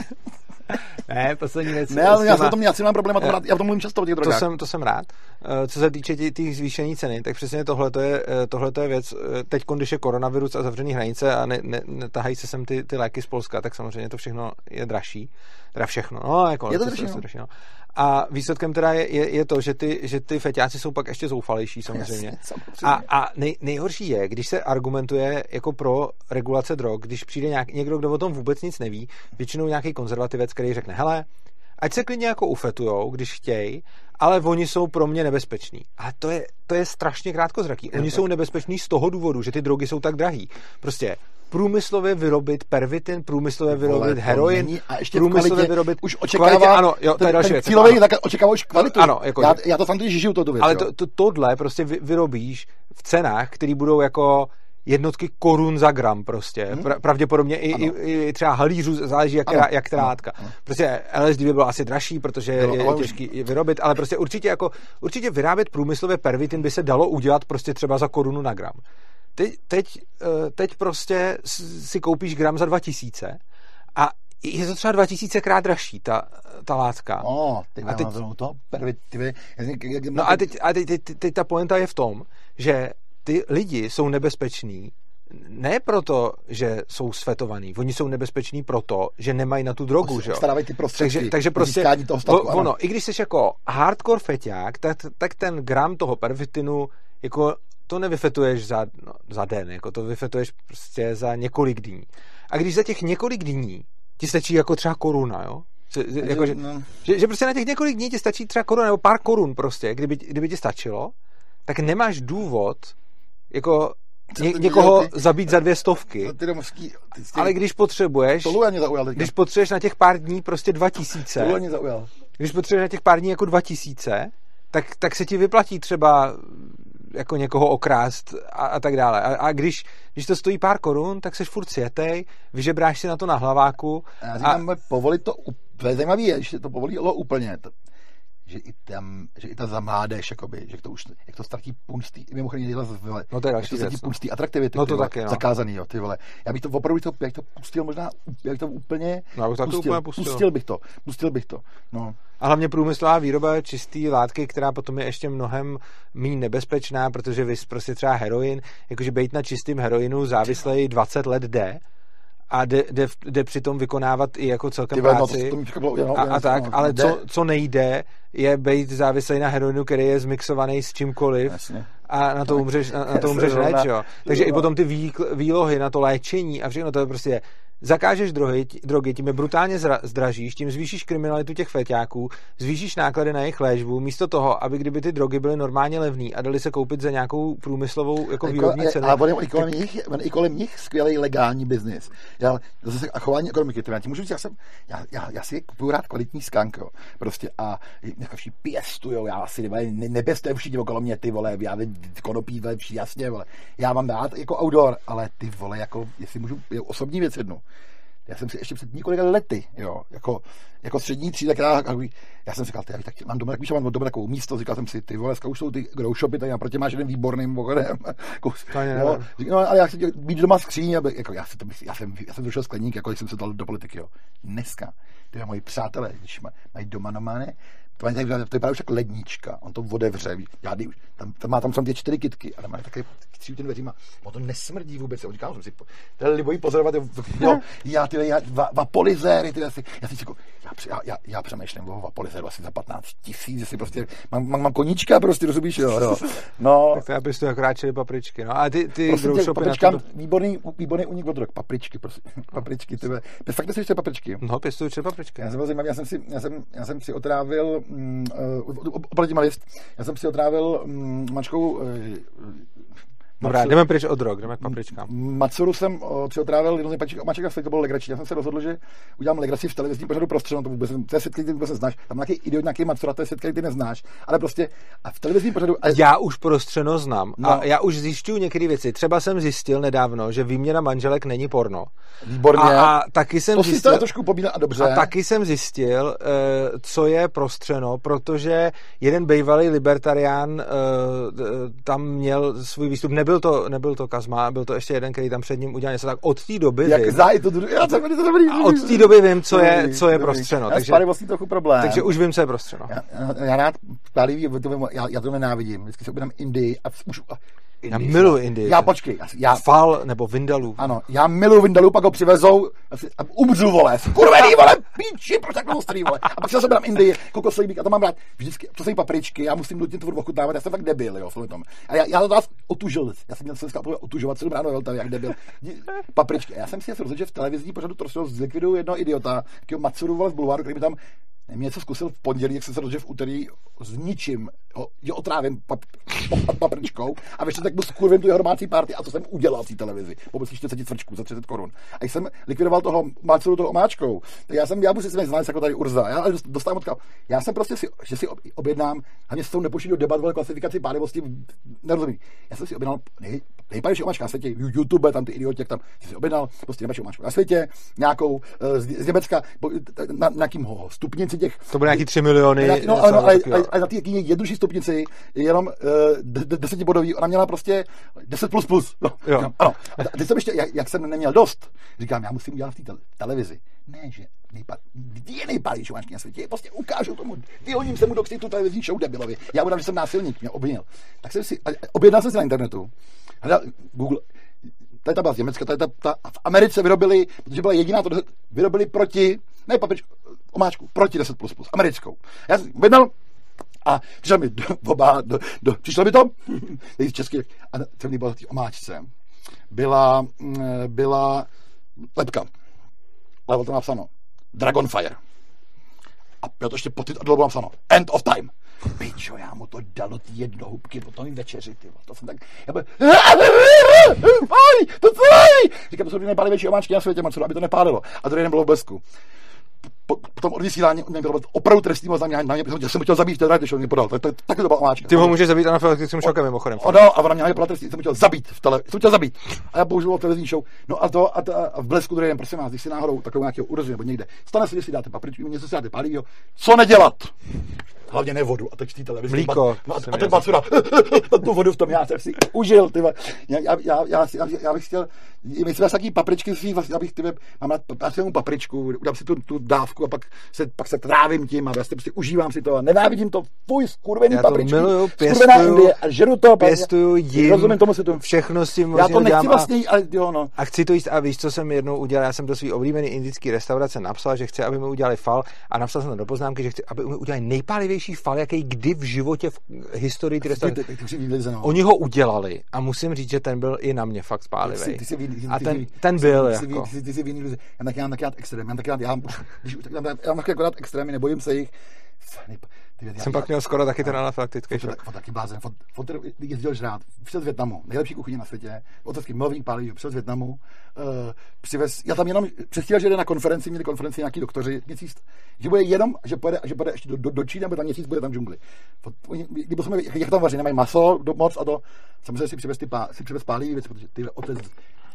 Ne, poslední věc.
Ne, ale já jsem o tom, já si mám problém, já o tom mluvím často o těch drogách.
To jsem, to jsem rád. Co se týče těch zvýšení ceny, tak přesně tohle je, tohle je věc, teď, když je koronavirus a zavřený hranice a ne, ne, netahají se sem ty, ty léky z Polska, tak samozřejmě to všechno je dražší. Teda všechno. No, jako
je to dražší, no.
dražší, no. A výsledkem teda je, je, je to, že ty, že ty feťáci jsou pak ještě zoufalejší samozřejmě. Jasně, samozřejmě. A, a nej, nejhorší je, když se argumentuje jako pro regulace drog, když přijde nějak, někdo, kdo o tom vůbec nic neví, většinou nějaký konzervativec, který řekne, hele, ať se klidně jako ufetujou, když chtějí, ale oni jsou pro mě nebezpeční. A to je, to je strašně krátkozraký. Oni jsou nebezpeční z toho důvodu, že ty drogy jsou tak drahý. Prostě průmyslově vyrobit pervitin, průmyslově vyrobit heroin,
a ještě
průmyslově vyrobit...
Už očekává...
Kvalitě, ano, jo, to je další věc.
Cílový tak očekává už kvalitu.
Ano, jako,
já, já to tam když žiju, to věc.
Ale to, to, tohle prostě vy, vyrobíš v cenách, které budou jako jednotky korun za gram prostě. Hmm. Pra, pravděpodobně i, i, i třeba halířů, záleží jak, ano, jak která látka. Prostě L S D by bylo asi dražší, protože je, je těžký vyrobit, ale prostě určitě jako určitě vyrábět průmyslově pervitin by se dalo udělat prostě třeba za korunu na gram. Teď, teď, teď prostě si koupíš gram za dva tisíce a je to třeba dva tisíce krát dražší, ta, ta látka.
No, teď
a teď,
to, pervitivy.
No a teď, a teď, teď, teď ta pointa je v tom, že ty lidi jsou nebezpeční ne proto, že jsou svetovaní. Oni jsou nebezpeční proto, že nemají na tu drogu, že jo?
Ty prostředky.
Takže, takže prostě
toho statku,
ono, ano. I když jsi jako hardcore feťák, tak, tak ten gram toho pervitinu jako to nevyfetuješ za, no, za den, jako to vyfetuješ prostě za několik dní. A když za těch několik dní ti stačí jako třeba koruna, jo? Jako, že, no. že, že prostě na těch několik dní ti stačí třeba koruna nebo pár korun prostě, kdyby, kdyby ti stačilo, tak nemáš důvod jako ně, někoho ty, zabít za dvě stovky.
Ty domovský, ty
ale když potřebuješ,
zaujal,
když potřebuješ na těch pár dní prostě dva tisíce, když potřebuješ na těch pár dní jako dva tisíce, tak, tak se ti vyplatí třeba jako někoho okrást a, a tak dále. A, a když, když to stojí pár korun, tak seš furt sjetej, vyžebráš si na to na hlaváku.
A já říkám, a... povolit to, to je zajímavé, že to povolilo úplně, to, že i tam, že i ta za mládež, jakoby, že to už, jak to ztratí punstý, mimochodem dělat z vole,
no to je další
věc, punstý atraktivity,
no to
vole,
taky, no.
Zakázaný, jo, ty vole. Já bych to opravdu, to, jak to pustil možná, jak to úplně,
no, bych
pustil,
úplně pustil.
pustil bych to, pustil bych to, no.
A hlavně průmyslová výroba čistý látky, která potom je ještě mnohem méně nebezpečná, protože vy prostě třeba heroin, jakože bejt na čistým heroinu závislej dvacet let jde, a jde, jde, jde přitom vykonávat i jako celkem
Tyve,
práci
no, to, to bylo, jenom,
a, a tak,
no,
ale co, co nejde, je být závislý na heroinu, který je zmixovaný s čímkoliv.
Jasně.
A na to umřeš, na, na to umřeš hned, jo. Takže i potom ty výlohy na to léčení a všechno to je prostě zakážeš drogy, drogy, tím je brutálně zra, zdražíš, tím zvýšíš kriminalitu těch feťáků, zvýšíš náklady na jejich léčbu, místo toho, aby kdyby ty drogy byly normálně levný a dali se koupit za nějakou průmyslovou jako výrobní cenu.
Ale on i kolem nich, on i kolem nich skvělý legální biznis. Já zase a chování ekonomiky, já ti můžu říct, já jsem, já, já, já si kupuju rád kvalitní skánk, jo. Prostě a jako všichni pěstujou, já asi ne, nepěstujem všichni okolo mě, ty vole, já konopí, vole, jasně, vole. Já mám rád jako outdoor, ale ty vole, jako, jestli můžu, osobní věc jednu. Já jsem si ještě před několika lety, jo, jako, jako střední třída, která, já jsem říkal, ty, tak mám doma, víš, mám doma takovou místo, říkal jsem si, ty vole, už jsou ty grow shopy, tady naproti máš jeden výborný mimochodem. No, no, ale já chci být doma skříň, aby, jako, já, si to, já, jsem, já jsem došel skleník, jako jsem se dal do politiky, jo. Dneska, ty moji přátelé, když mají doma nomány, to je právě už jak lednička, on to otevře, já, tam, tam má tam jsou ty čtyři kytky a tam má také tři těm dveřima, on to nesmrdí vůbec, on říká, jsem si, to je libojí pozorovat, jo, já ty, já, va, vapolizéry, ty, já si, já si jako, já, já, já přemýšlím o vapolizéru asi za patnáct tisíc, jestli prostě, mám, mám, mám koníčka, prostě, rozumíš, jo, jo, no.
Tak to já bys to akorát čili papričky, no, a ty, ty
grow shopy papričkám, to... výborný, výborný unik od drog, papričky, prostě, papričky, ty, fakt ty jsi papričky.
No, pěstuju čili papričky.
Já jsem, já jsem si, já jsem, já jsem si otrávil, mm, uh, oproti malist, já jsem si otrávil mm, mačkou uh,
Dobrá, Matsuru, jdeme pryč od drog, jdeme k papričkám.
Matsuru jsem uh, si otrávil jednou z nejpačích maček a to bylo legrační. Já jsem se rozhodl, že udělám legraci v televizním pořadu prostředu, to vůbec, to je svět, který ty vůbec neznáš. Tam nějaký idiot, nějaký Matsura, to je svět, který ty neznáš, ale prostě a v televizním pořadu... A...
Já už prostřeno znám no. A já už zjišťuju některé věci. Třeba jsem zjistil nedávno, že výměna manželek není porno.
Výborně.
A, a taky jsem
to
zjistil...
To trošku pobíná a dobře.
A taky jsem zjistil, uh, co je prostřeno, protože jeden bývalý libertarián uh, tam měl svůj výstup. Nebyl to, nebyl to Kazma, byl to ještě jeden, který tam před ním udělal něco, tak od té doby
Jak
vím.
Záj, to, já to, to dobrý,
a od té doby vím, co je, co je prostřeno.
Já
takže,
vlastně trochu problém.
takže už vím, co je prostřeno.
Já, já, já rád pálivý, já, já to nenávidím. Vždycky se objednám Indii a už...
Já miluji Indii.
Já počkej. Já,
Fal nebo Vindaloo.
Ano, já miluji Vindaloo, pak ho přivezou a umřu, vole. Kurvený, vole, píči, proč tak ostrý, vole. A pak se zase Indii, kokosový bík a to mám rád. Vždycky, to jsou papričky, já musím nutně to ochutnávat, já jsem fakt debil, jo, v tom. A já, já to vás otužil, já jsem měl se dneska otužovat, sedm ráno, velta, jak debil. Papričky. Já jsem si rozhodl, že v televizní pořadu to zlikviduju jednoho idiota, jakého Matsuru, vole, z bulváru, který by tam mě něco zkusil v pondělí, jak jsem se rozhodl, že v úterý s ničím ho, že otrávím pap, pap, papričkou a ve čtvrtek mu skurvím tu jeho domácí party a to jsem udělal v té televizi. Po čtyřicet cvrčků za třicet korun. A jsem likvidoval toho Matsuru toho omáčkou. Tak já jsem, já budu si se znát jako tady Urza. Já dostávám odkal. Já jsem prostě si, že si objednám, hlavně se tou nepošli do debat o klasifikaci pálivosti, nerozumím. Já jsem si objednal nej, nejpálnější omáčka na světě, YouTube, tam ty idioti, jak tam si objednal, prostě nejpálnější omáčku na světě, nějakou z, z Německa, na, na nějakým stupnici těch.
To bude nějaký tři miliony.
Na, no, ale, ale, ale, ale na té jednodušší stupnici jenom uh, desetibodový, ona měla prostě deset plus plus. No,
jo.
No, ano. A teď jsem ještě, jak, jak jsem neměl dost, říkám, já musím udělat v té televizi. Ne, že nejpad, je nejpálnější omáčky na světě, je prostě ukážu tomu, vyhoním se mu do tu televizní show debilovi. Já budám, že jsem násilník, mě obvinil. Tak jsem si, objednal jsem si na internetu, hledal Google, tady ta byla z Německa, tady ta, ta, v Americe vyrobili, protože byla jediná, to vyrobili proti, ne papričku, omáčku, proti deset plus plus, americkou. Já jsem objednal a přišel mi do, oba, do, do, přišlo mi to, z česky, a co mi bylo na té omáčce, byla, byla lepka, ale bylo to napsáno Dragonfire. A bylo to ještě pod a bylo napsáno End of Time. Pičo, já mu to dal do té jednohubky po tom večeři, ty. To jsem tak, já byl, pálí, to pálí. Říkám, to jsou ty nejpálivější omáčky na světě, Matsuru, aby to nepálilo. A druhý den bylo v blesku. Po, po tom odvysílání mě bylo opravdu trestný na mě, na mě, já jsem chtěl zabít, teda, když on mě podal. Tak to, tak to byla omáčka.
Ty ho můžeš zabít anafylaktickým šokem mimochodem.
No, a ona mě podala trestný, jsem chtěl zabít v tele, jsem chtěl zabít. A já použil televizní show. No a to a, to, a v blesku druhý den, prosím vás, když si náhodou takovou nějakého urozu nebo někde, stane se, že si dáte papričku, něco si dáte pálivýho, co nedělat? Hlavně ne vodu a teď té televizi.
Mlíko.
No, a, a ten Matsura, tu vodu v tom, já jsem si užil, ty. Já, já, já, já, já, já bych chtěl, myslím, že taky papričky svých, já bych, ty, mám rád papričku, udám si tu, tu dávku a pak se, pak se trávím tím a vlastně prostě užívám si to a nenávidím to, fuj, skurvený papričky. Já to miluju,
pěstuju,
a žeru to.
Pěstuju, jím, rozumím tomu si to. Všechno s tím
možná já to nechci vlastně, ale jo, no.
A chci to jíst a víš, co jsem jednou udělal, já jsem do svý oblíbený indický restaurace napsal, že chci, aby mi udělali fal a napsal jsem do poznámky, že chci, aby mi udělali nejpálivější fal, jaký kdy v životě v historii ty restaurace. Oni ho udělali a musím říct, že ten byl i na mě fakt spálivý. A ten, ten byl
ty
jako.
Ty, ty, ty, ty viní, já taky mám taky rád extrém, já taky rád, já, když, já, já mám taky rád extrémy, nebojím se jich.
Ty, jsem pak měl skoro taky ten anafylaktický šok.
Fot taky blázen, fot jezdil žrát, přišel z Vietnamu, nejlepší kuchyně na světě, otázky milovník pálivý, přišel z Vietnamu, uh, přivez, já tam jenom přestíral, že jde na konferenci, měli konferenci nějaký doktoři, měsíc, že bude jenom, že pojede, že pojede ještě do, do, do Číny, nebo tam měsíc bude tam v džungli. Kdyby jsme, jak tam vaří, nemají maso do, moc a to, samozřejmě si přivez ty pá, si přivez pálivý věc, protože ty otec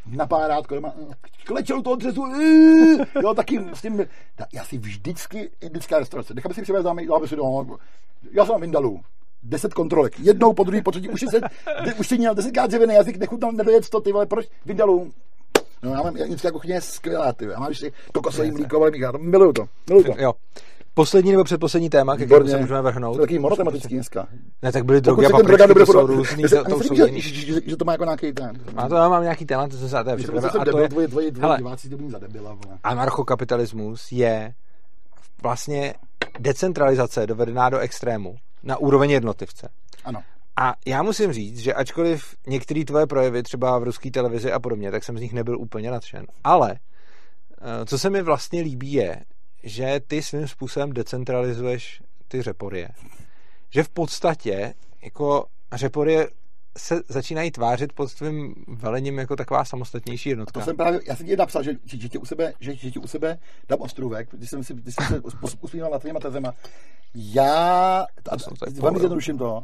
na párátko doma, klečel toho dřezu, jo, taky s tím, já si vždycky indická restaurace, necháme si přivést, dáme, dáme si doma, já jsem Vindalu, deset kontrolek, jednou po druhý, po třetí, už si, už si měl desetkrát dřevěný jazyk, nechutnal, nedojet to, ty vole, proč Vindalu? No, já mám, indická kuchyně je skvělá, ty, já mám ještě kokosový mlíko, ale já to miluju to, miluju to.
Jo. Poslední nebo předposlední téma, ke kterému se můžeme vrhnout.
To je takový monotematický dneska.
Ne, tak byly drogy a papričky, to jsou různý.
Já jsem že, že, že to má jako nějaký ten.
A to já mám nějaký téma, to jsem se tady připravil.
A to je tvoji, tvoji, tvoji diváci to za debila, vole.
Anarchokapitalismus je vlastně decentralizace dovedená do extrému na úroveň jednotlivce.
Ano.
A já musím říct, že ačkoliv některé tvoje projevy třeba v ruské televizi a podobně, tak jsem z nich nebyl úplně nadšen. Ale co se mi vlastně líbí je, že ty svým způsobem decentralizuješ ty řeporie. Že v podstatě jako řeporie se začínají tvářit pod tvým velením jako taková samostatnější jednotka.
To jsem právě, já jsem ti napsal, že, že, že, tě u sebe, že, že tě u sebe dám ostrůvek, když jsem si, když jsem se usmínal nad tvýma tezema. Já, velmi zjednoduším to,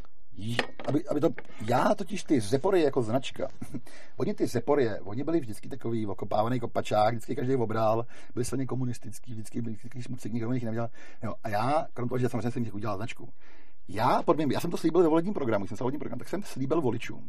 aby, aby to, já totiž ty řeporie jako značka, oni ty řeporie, oni byli vždycky takový okopávaný kopačák, vždycky každý obral, byli silně komunistický, vždycky byli vždycky šmucek, nikdo jich nevěděl. Jo, a já, krom toho, že samozřejmě jsem jich udělal značku, já, podmím, já jsem to slíbil ve volebním programu, když jsem se volebním programu, tak jsem slíbil voličům,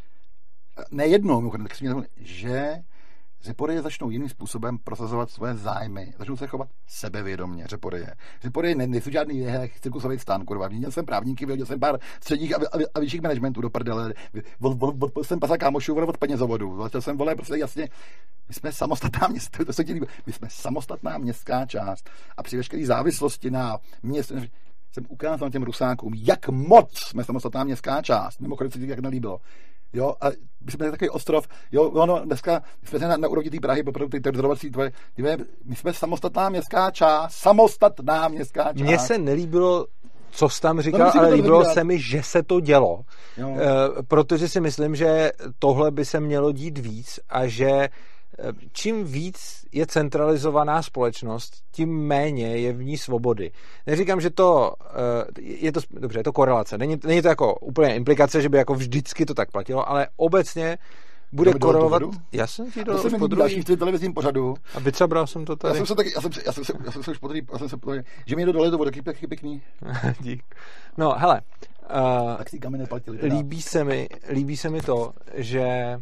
nejednou, tak si mě že řeporie začnou jiným způsobem prosazovat svoje zájmy, začnou se chovat sebevědomně, řeporie. Řeporie ne, nejsou žádný cirkusový stán, kurva. Měl jsem právníky, vyhodil jsem pár středních a, a, a vyšších managementů do prdele. Od jsem pasa kámošů, od penězovodů. Začal jsem, vole, prostě jasně, my jsme samostatná městská, to se ti líbí, my jsme samostatná městská část a při veškeré závislosti na městě jsem ukázal těm Rusákům, jak moc jsme samostatná městská část. Mimochodem se ti jak nelíbilo. Jo, a my jsme takový ostrov, jo, ono, dneska jsme na, na úrovni té Prahy, popravdu ty terorizovat tvoje, my jsme samostatná městská část, samostatná městská část.
Mně se nelíbilo, co jsi tam říkal, no, ale líbilo se mi, že se to dělo, jo. E, protože si myslím, že tohle by se mělo dít víc a že čím víc je centralizovaná společnost, tím méně je v ní svobody. Neříkám, že to je to, dobře, je to korelace. Není, není to jako úplně implikace, že by jako vždycky to tak platilo, ale obecně bude korelovat. Já jsem ti dal
už po druhý. V televizním pořadu.
A vycabral jsem to tady.
Já jsem se taky, já jsem, já jsem se, já jsem se už po druhý, já jsem se po že mi jde dole, to bude taky pěkný.
Dík. No, hele.
Uh, tak si kameny platili.
Líbí se mi, líbí se mi to, že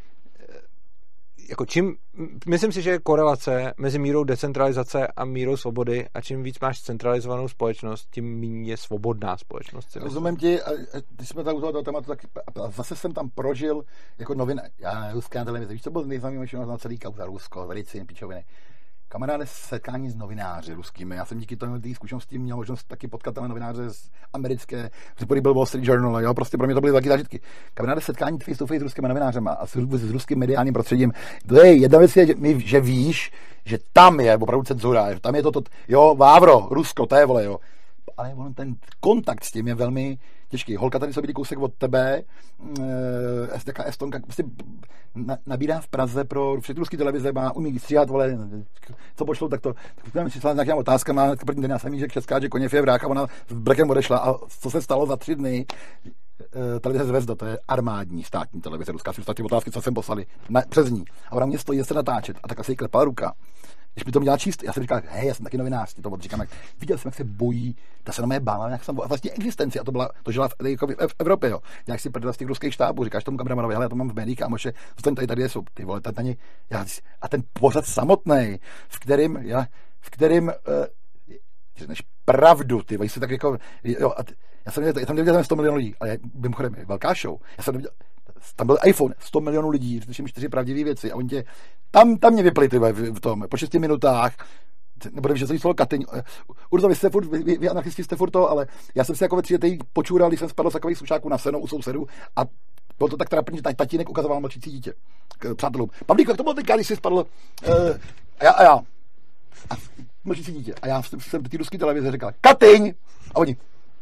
jako čím, myslím si, že je korelace mezi mírou decentralizace a mírou svobody a čím víc máš centralizovanou společnost, tím méně je svobodná společnost.
Rozumím ti, a když jsme tady u toho tématu, tak zase jsem tam prožil jako novin, já ruská televize, víš, co byl nejzajímavější na celý kauza Rusko, velice jen pičoviny. Kamaráde, setkání s novináři ruskými. Já jsem díky tomu té zkušenosti měl možnost taky potkat tam novináře z americké, který byl Wall Street Journal, jo, prostě pro mě to byly taky zážitky. Kamaráde, setkání face to face s ruskými novinářema a s, s ruským mediálním prostředím. To je jedna věc, je, že víš, že tam je opravdu cenzura, že tam je to, to jo, Vávro, Rusko, to je, vole, jo. Ale on, ten kontakt s tím je velmi těžký. Holka tady sobě kousek od tebe, e, taká Estonka, prostě nabírá v Praze pro všechny ruské televize, má umí stříhat, vole, co pošlou, tak to, tak budeme si s nějakýma otázkama, první den já jsem jí řekl Česká, že Koněv je vrák a ona s Blekem odešla a co se stalo za tři dny, e, televize Zvezda, to je armádní státní televize ruská, si ty otázky, co jsem poslali, na, přes ní. A ona mě stojí, se natáčet a tak asi jí klepala ruka. Když mi to měla číst, já jsem říkal, hej, já jsem taky novinář, to odříkám, jak viděl jsem, jak se bojí, ta se na mě bála, jak jsem vlastně existenci, a to byla, to žila v, jako v Evropě, jo. Jak si prdel z těch ruských štábů, říkáš tomu kameramanovi, hele, já to mám v médiích, kámoše, zůstaň tady, tady jsou, ty vole, tady, tady, já, a ten pořad samotný, v kterým, já, v kterým, uh, než pravdu, ty, vole, se tak jako, jo, a ty, já jsem neviděl, já tam neviděl sto milionů lidí, ale mimochodem, velká show, já jsem neviděl, tam byl iPhone, sto milionů lidí, řeším čtyři pravdivé věci a oni tě, tam, tam mě vypli ty v tom, po šesti minutách, nebude, že to slovo Katyň, Urzo, vy jste furt, vy, vy anarchisti jste furt to, ale já jsem si jako ve tři počůral, když jsem spadl z takových slušáků na seno u sousedů a bylo to tak trapný, že tatínek ukazoval mlčící dítě k přátelům. Pavlíku, jak to bylo teď, když jsi spadl, uh, a já, a já, a mlčící dítě, a já jsem do té ruské televize říkal, Katyň, a oni,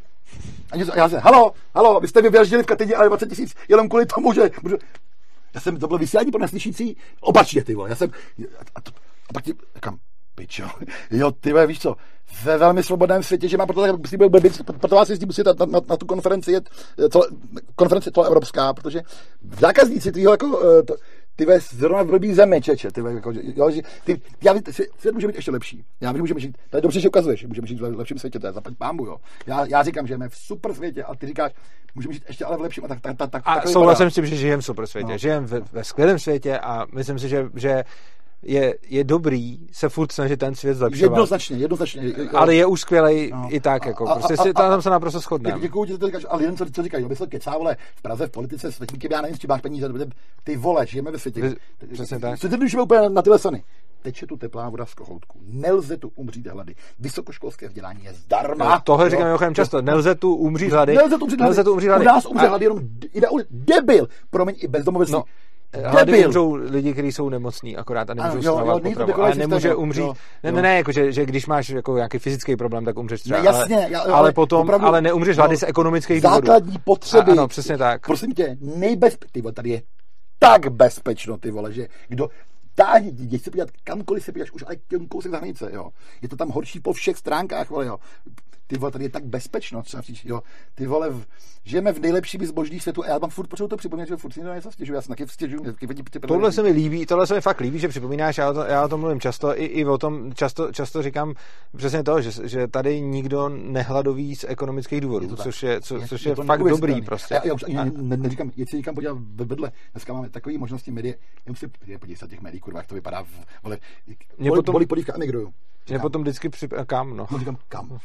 a já jsem, halo, halo, vy jste mi vyraždili v Katyni, ale dvacet tisíc, jenom kvůli tomu, že, můžu... já jsem, to bylo vysílání pro neslyšící, opačně, ty vole, já jsem, a, to, a pak ti, říkám, pičo, jo, ty vole, víš co, ve velmi svobodném světě, že má proto tak, byl blbic, proto vás jezdí musíte na, na, na tu konferenci jet, celo, konferenci to evropská, protože zákazníci tvýho, jako, to, ty ve zrovna v blbý zemi, čeče, ty ve, jako, jo, že, ty, já, svět může být ještě lepší. Já vím, že můžeme žít, to je dobře, že ukazuješ, že můžeme žít v lepším světě, to je zaplať pánbu, jo. Já, já říkám, že jsme v super světě a ty říkáš, můžeme žít ještě ale v lepším. A, tak, tak, tak, tak,
a souhlasím s tím, že žijeme v super světě, no. Žijeme ve, ve skvělém světě a myslím si, že, že je, je dobrý se furt snažit ten svět zlepšovat.
Jednoznačně, jednoznačně.
Ale je už skvělej no. I tak, jako, a, prostě a, a, si, tam se naprosto shodneme.
Děkuju, že to říkáš, ale jen co, co říkáš, aby se kecá, vole, v Praze, v politice, s tím, já nevím, s tím máš peníze, ty vole, žijeme ve světě. Vy,
přesně tak.
Se teď úplně na tyhle sony. Teče tu teplá voda z kohoutku. Nelze tu umřít hlady. Vysokoškolské vzdělání je zdarma.
No, tohle říkám mimochodem často. Nelze tu umřít hlady.
Nelze tu umřít hlady. Nelze tu umřít hlady. U nás umře hlady jenom debil. Promiň, i bezdomovectví. No.
Hlady umřou lidi, kteří jsou nemocní akorát a nemůžou stravovat potravu. Ale nemůže umřít. Jo, ne, ne, ne, jako, že, že když máš jako nějaký fyzický problém, tak umřeš třeba.
Ne, jasně,
ale,
já,
ale, ale potom, opravdu, ale neumřeš hlady no, z ekonomických důvodů.
Základní potřeby.
A, ano, přesně tak.
Prosím tě, nejbezpečnější. Ty vole, tady je tak bezpečno, ty vole, že kdo táhni, když se podívat, kamkoliv se podíváš, už ale k kousek za hranice, jo. Je to tam horší po všech stránkách, vole, jo. Ty vole, tady je tak bezpečno, třeba říct, jo. Ty vole, v, žijeme v nejlepším zboží světu a já mám furt potřebuji to připomínat, že furt si něco stěžuji, já se taky stěžuji.
Tohle se mi líbí, tohle se mi fakt líbí, že připomínáš, já o, to, já o tom mluvím často, i, i o tom často, často říkám přesně to, že, že tady nikdo nehladoví z ekonomických důvodů, je což je, co, je, což je, je fakt dobrý prostě.
Já, já už ani ne, neříkám, jestli se říkám podívat vedle, dneska máme takové možnosti médií, jenom si podívej se těch médií, kurva, jak to vypadá, v, vole, bolí, potom, bolí podívka, emigruju.
Mě potom vždycky při... kam, no.
No říkám, kam.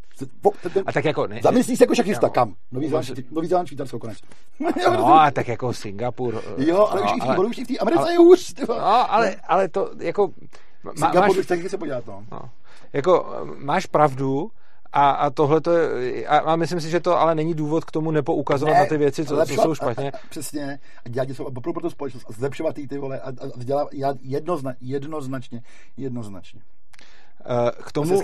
A tak jako ne.
Zamyslí se jako šachista, kam? Nový Zéland, Švýcarsko, konec.
No a tak jako Singapur.
Jo, ale už no, už i v té Americe je už.
No, ale, ale to jako...
Singapur bych taky se podívat, no.
no. Jako máš pravdu, A, a tohle to je, a, a myslím si, že to ale není důvod k tomu nepoukazovat ne, na ty věci, co, co jsou špatně.
A, a, přesně, a dělat něco opravdu pro tu společnost a zlepšovat ty vole a, a vzdělávat jednozna, jednoznačně, jednoznačně.
K tomu...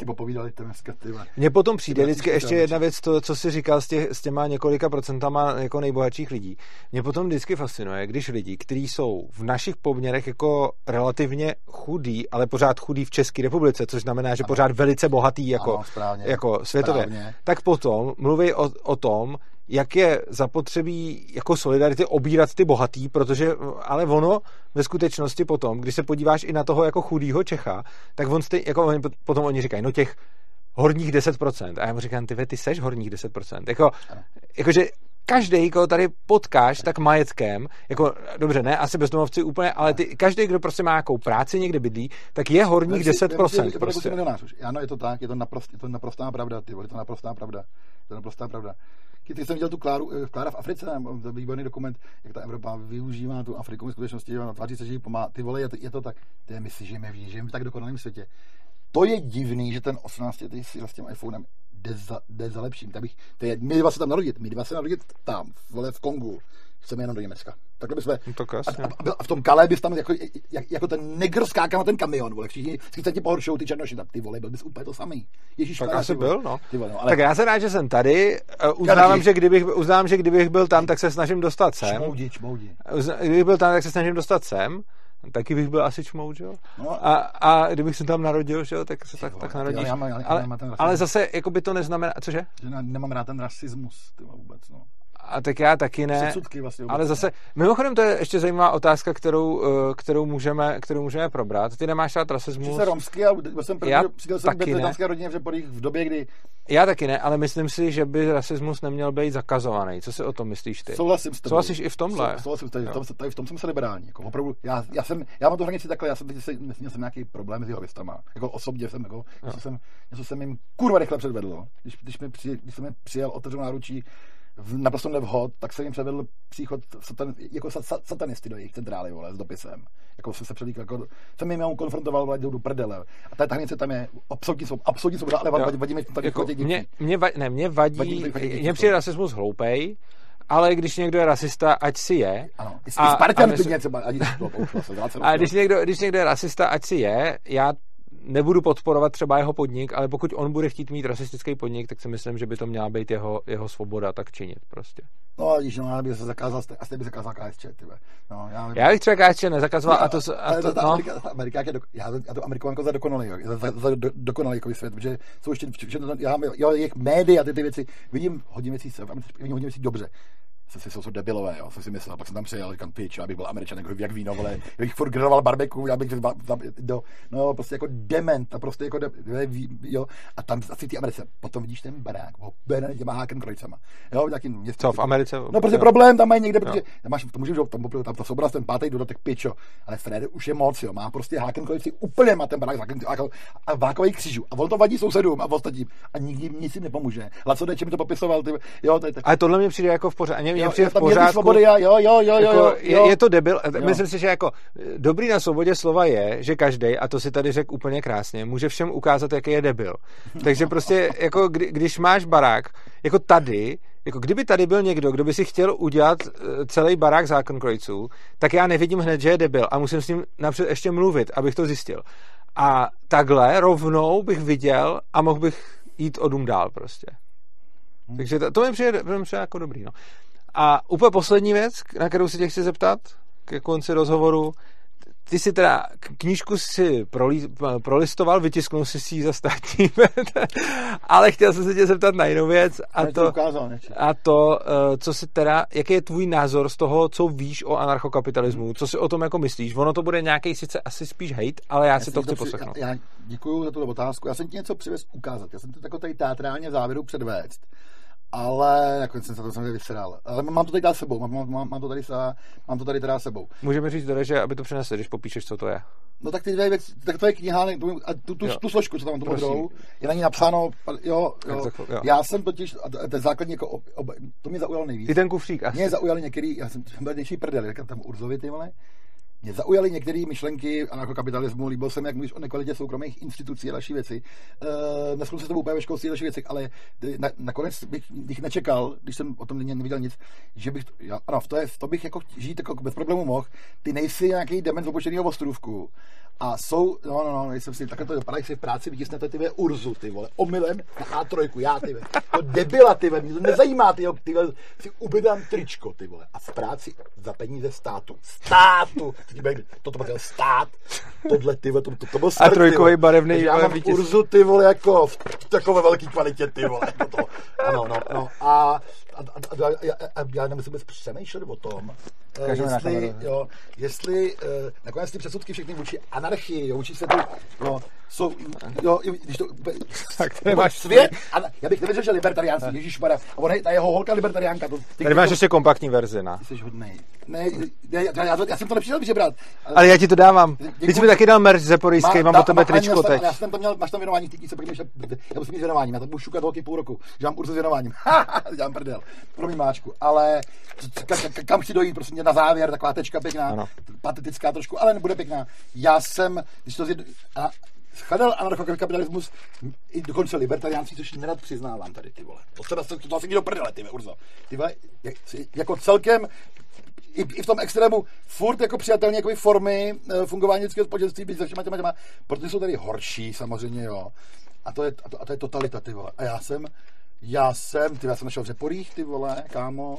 Mně potom přijde vždycky ještě jedna věc, to, co jsi říkal s, tě, s těma několika procentama jako nejbohatších lidí. Mě potom vždycky fascinuje, když lidi, kteří jsou v našich poměrech jako relativně chudí, ale pořád chudí v České republice, což znamená, že ano. pořád velice bohatý jako, ano, správně, jako světově, správně. Tak potom mluví o, o tom, jak je zapotřebí jako solidarity obírat ty bohatý, protože, ale ono ve skutečnosti potom, když se podíváš i na toho jako chudýho Čecha, tak on stej, jako potom oni říkají, no těch horních deset procent. A já mu říkám, ty ty seš horních deset procent. Jako, jakože každý, koho tady potkáš, tak majetkem, jako, dobře, ne, asi bezdomovci úplně, ale ty, každý, kdo prostě má nějakou práci, někde bydlí, tak je horních deset procent.
Je, prostě. Ano, je to tak, je to, naprost, je to naprostá pravda, ty, je to naprostá pravda. To je naprostá pravda. Když jsem viděl tu Kláru, Klára v Africe, to výborný dokument, jak ta Evropa využívá tu Afriku v skutečnosti, tváří se, že jí pomáhá. Ty vole, je to, je to tak. To je, my si žijeme, žijeme v tak dokonalém světě. To je divný, že ten osmnáctiletý si s tím iPhonem jde za, jde za lepším. Tak bych, to je, my dva se tam narodit, my dva se narodit tam, vole, v Kongu. Chceme jenom do Německa. Takhle bychom...
No to
a, a, a, v tom Calais bys tam jako, jak, jako ten negr skákal na ten kamion, vole. Všichni se ti pohoršou, ty černoši, ty vole, byl bys úplně to samý. Ježíš,
tak asi byl, no.
Vole, no ale...
Tak já jsem rád, že jsem tady. Uznávám, že kdybych, uznávám, že kdybych byl tam, tak se snažím dostat sem.
Čmoudi, čmoudi.
Kdybych byl tam, tak se snažím dostat sem. Taky bych byl asi čmout, jo? No, a, a kdybych se tam narodil, jo, tak se tak, tak narodíš. Já, já, já, ale, ale zase, jako by to neznamená, cože?
Že nemám rád ten rasismus, ty vůbec, no.
A tak já taky ne,
vlastně
ale zase, mimochodem to je ještě zajímavá otázka, kterou, kterou, můžeme, kterou můžeme probrat. Ty nemáš rád rasismus.
Jsi romský a jsem první, přiděl jsem v veteránské rodině v době, kdy...
Já taky ne, ale myslím si, že by rasismus neměl být zakazovaný. Co si o tom myslíš ty?
Souhlasím s tebou.
Souhlasíš i v tomhle?
Souhlasím, tady, tady, tady v tom jsem se liberální. Jako opravdu, já, já, jsem, já mám tu hranici takhle, já jsem teď měl jsem nějaký problém s jeho věstama. Jako osobně jsem, jako, něco jsem, něco jsem jim kurva rychle předvedl. Když, když, mi při, když jsem mi přijel otevřenou náručí v naprosto nevhod, tak jsem jim předvedl příchod satan, jako satanisty do jejich centrály, vole, s dopisem. Jako jsem se předlíkal, jako jsem jim konfrontoval, vole, jdou do prdele. A ta hranice tam je absolutní svoboda, absolutní svoboda, ale vadí, vadí mi tady jako
mě, mě, vadí, ne, mě vadí, vadí, vadí mě přijde rasismus hloupej, ale když někdo je rasista, ať si je.
Ano, i Spartan klidně třeba.
A když někdo, když někdo je rasista, ať si je, já nebudu podporovat třeba jeho podnik, ale pokud on bude chtít mít rasistický podnik, tak si myslím, že by to měla být jeho, jeho svoboda tak činit prostě.
No a víš, no, já bych se zakázal, asi bych zakázal K S Č, tyhle. No, já,
já bych třeba K S Č nezakazoval, no, a to... A to,
ta,
no.
Amerika, ta Amerika, jak je do, já, já to Ameriku jako za dokonalý, za, za, za do, dokonalý jako svět, protože jsou ještě, já, já, já jejich média a ty, ty věci, vidím hodně věcí, vidím hodně věcí dobře. Jsem si jsou debilové, jo, jsem si myslel, pak jsem tam přijel, říkám, pič, abych byl Američan, jako jak víno, vole, já bych furt griloval barbecue, já bych do, no, prostě jako dement, a prostě jako, de, jo, a tam asi ty Americe, potom vidíš ten barák, oberený těma Hakenkreutzama, jo, nějaký městě.
Co, v Americe?
No, prostě jo. Problém tam mají někde, protože tam máš, to můžeš, tam, tam, tam to sobral ten pátý dodatek, pičo, ale Fred už je moc, jo, má prostě Hakenkreuzi úplně, má ten barák a vákový křížů, a on to vadí sousedům a ostatním, a nikdy nic jim nepomůže. Laco Deče mi to popisoval, ty, jo, to je,
ale tohle mě přijde jako v pořádku. Mně přijde v
pořádku. Svobody, jo, jo, jo, jo,
jako,
jo.
Je, je to debil. Jo. Myslím si, že jako dobrý na svobodě slova je, že každej, a to si tady řekl úplně krásně, může všem ukázat, jaký je debil. Takže prostě, jako kdy, když máš barák, jako tady, jako kdyby tady byl někdo, kdo by si chtěl udělat celý barák Hakenkreutzů, tak já nevidím hned, že je debil a musím s ním napřed ještě mluvit, abych to zjistil. A takhle rovnou bych viděl a mohl bych jít o dům dál prostě. Hmm. Takže to, to mi přijde, to mi přijde jako dobrý, no. A úplně poslední věc, na kterou se tě chci zeptat ke konci rozhovoru. Ty si teda knížku si prolí, prolistoval, vytisknul si si ji za státní, ale chtěl jsem se tě zeptat na jinou věc a to, a to, co si teda, jaký je tvůj názor z toho, co víš o anarchokapitalismu, co si o tom jako myslíš? Ono to bude nějaký sice asi spíš hate, ale já, já si to chci to při... poslechnout.
Já, já děkuju za tu otázku, já jsem ti něco přivez ukázat, já jsem to takový teatrálně v závěru předvést. Ale nakonec jsem se to samozřejmě vysral. Ale mám to tady teda sebou, mám, mám, mám, to tady sa, mám to tady teda sebou.
Můžeme říct teda, že aby to přinesl, když popíšeš, co to je.
No tak ty dvě věci, tak to je kniha, a tu, tu, tu složku, co tam mám tu modrou, je na ní napsáno, jo, jo, jo. Já jsem totiž, a ten základní jako, ob, ob, to mě zaujalo nejvíc.
I ten kufřík asi.
Mě zaujaly některý, já jsem byl dnešní prdel, říkám tam Urzovi, ty vole. Mě zaujaly některé myšlenky anarchokapitalismu, líbil se mi, jak mluvíš o nekvalitě soukromých institucí a další věci. E, Neslu se to úplně ve školství a další věci, ale na, nakonec bych, bych nečekal, když jsem o tom neviděl nic, že bych, já, ano, v to, je, v to bych jako žít jako bez problémů mohl. Ty nejsi nějaký dement z opuštěného ostrůvku. A jsou, no, no, no, nejsem si, takhle to dopadá, jak si v práci vytisnete ty Urzu, ty vole, omylem na á tři, já, ty vole, to debila, ty vole, mě to nezajímá, ty vole, ty vole, si ubydám tričko, ty vole, a v práci za peníze státu, státu, to to byl stát, tohle, ty vole, to, to, to byl smrt,
a trojkový barevný,
já mám vítěz. Urzu, ty vole, jako v takové velké kvalitě, ty vole, jako to, ano, no, no, a, a, a, a, a, a já nemyslím vůbec přemýšlet o tom, jestli, jo, jestli uh, nakonec ty předsudky všechny vůči anarchii, jo, vůči se tu, jo, jsou, jo, když to,
tak to máš
svět, a já bych nevěřil, že libertariánství, ježišmarja, a ona je, ta jeho holka libertariánka. To,
tady máš to, ještě kompaktní verzi, ne?
Ty jsi hodnej. Ne, já, já, já, já jsem to nepřišel vybrat.
Ale, ale já ti to dávám. Ty jsi mi taky dal merch zeporijský, mám o tebe tričko teď.
Já jsem tam měl, máš tam věnování, ty se pojďme, já musím mít věnování, já to budu šukat holky půl roku, že mám Urzu s věnováním. Dělám prdel, pro mě máčku, ale kam chci dojít, prostě na závěr, taková tečka pěkná, ano. Patetická trošku, ale nebude pěkná. Já jsem, když to zjed... Shledal anarchokapitalismus i dokonce libertariánství, což nerad přiznávám tady, ty vole. To se to, to asi do prdele, ty Urzo. Ty vole, jako celkem i, i v tom extrému furt jako přijatelně jako formy uh, fungování lidského společenství, být se všema těma těma, protože jsou tady horší samozřejmě, jo. A to je, a to, a to je totalita, ty vole. A já jsem, já jsem, ty já jsem našel v Řeporích, ty vole, kámo,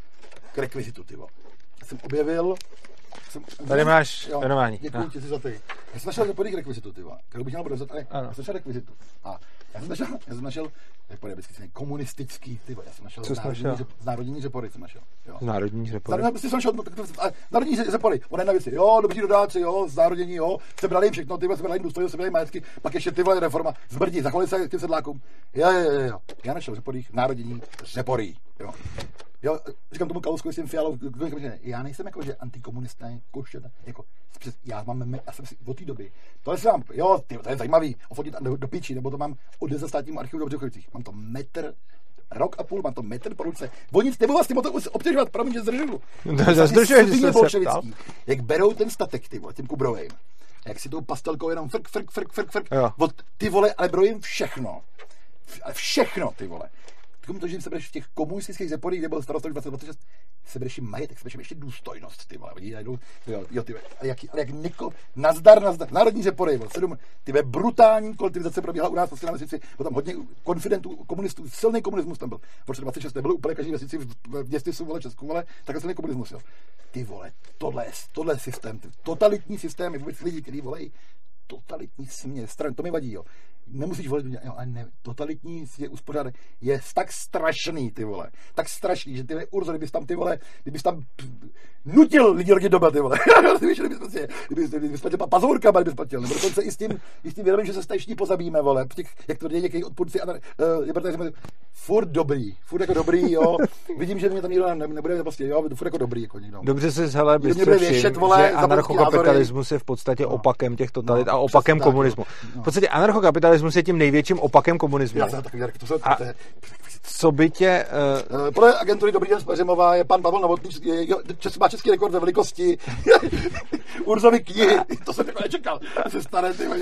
k rekvizitu, ty vole. Já jsem objevil Jsem,
tady máš jmenování.
Děkuji ti za ty. Já jsem našel podík rekvizitu, ty vole, kterou bych měl odevzat, ale já jsem našel rekvizitu. A já jsem našel, já jsem našel, jak podě, vždycky komunistický, ty vole, já jsem našel z národní, z národní řepory, jsem našel. Jo.
Z národní řepory?
Já jsem našel, národní řepory, ona jedna věc, jo, dobří dodáci, jo, z národní, jo, sebrali jim všechno, ty vole, sebrali jim důstojnost, sebrali majetky, pak ještě ty vole reforma, zbrdí, zachovali se k těm sedlákům. Jo, jo, jo, jo. Já našel řeporích, národní řepory, jo. Jo, říkám tomu Kalouskovi s tím Fialou, já nejsem jako, že antikomunista, koštěta, jako, já mám, já jsem si od té doby, tohle si mám, jo, ty, to je zajímavý, ofotit do, do píči, nebo to mám odez za státnímu archivu do Břechovicích, mám to metr, rok a půl, mám to metr po ruce, o nic nebylo vlastně to obtěžovat, promiň, že zdržuju.
Zdržuješ, že jsem se ptal.
Jak berou ten statek, ty vole, tím Kubrovým, jak si tou pastelkou jenom frk, frk, frk, frk, frk, od, ty vole, ale berou jim všechno, všechno, ty vole. Tomu to, že jim sebereš v těch komunistických zeporích, kde byl starosta dvacet dvacet šest, sebereš jim majetek, sebereš jim ještě důstojnost, ty vole, jdou, jo, jo, ty vole, ale jak, ale jak Niko, nazdar, nazdar, národní zepory, vole, sedm, ty vole, brutální kolektivizace probíhala u nás vlastně na vesnici, bylo tam hodně konfidentů, komunistů, silný komunismus tam byl, v roce dvacet šest nebyl úplně každý vesnici v městě jsou, vole, Česku, vole, takhle silný komunismus, jo. Ty vole, tohle, tohle systém, ty, totalitní systém, vůbec lidi, kteří volají totalitní směr stran, to mi vadí, jo. nemusíš volit, jo, ale ne, totalitní je uspořádek je tak strašný, ty vole, tak strašný, že ty vole, Urzo, kdybys tam, ty vole, kdybys tam nutil lidi rodit doma, ty vole, kdybys, kdybys, kdybys, kdybys, kdybys platil pazourkama, kdybys platil, nebo dokonce i s tím, i s tím vědomím, že se stajiští pozabíme, vole, těch, jak tvrdí některý odpůrci a uh, furt dobrý, furt jako dobrý, jo, vidím, že mě tam nikdo ne, nebude prostě, jo, furt jako dobrý, jako někdo.
Dobře se hele, bystře všim, že anarchokapitalismus je v podstatě no. opakem těch totalit no, a opakem komunismu. No. V podstatě anarchokapitalismus je tím největším opakem komunismu.
Já jsem taky, to se,
a
to je...
co by tě...
Uh... Podle agentury Dobrý den z Peřimova je pan Pavel Novotný, čes, má český rekord ve velikosti. Urzovi knihy, to jsem jako nečekal. Se staré, ty uh,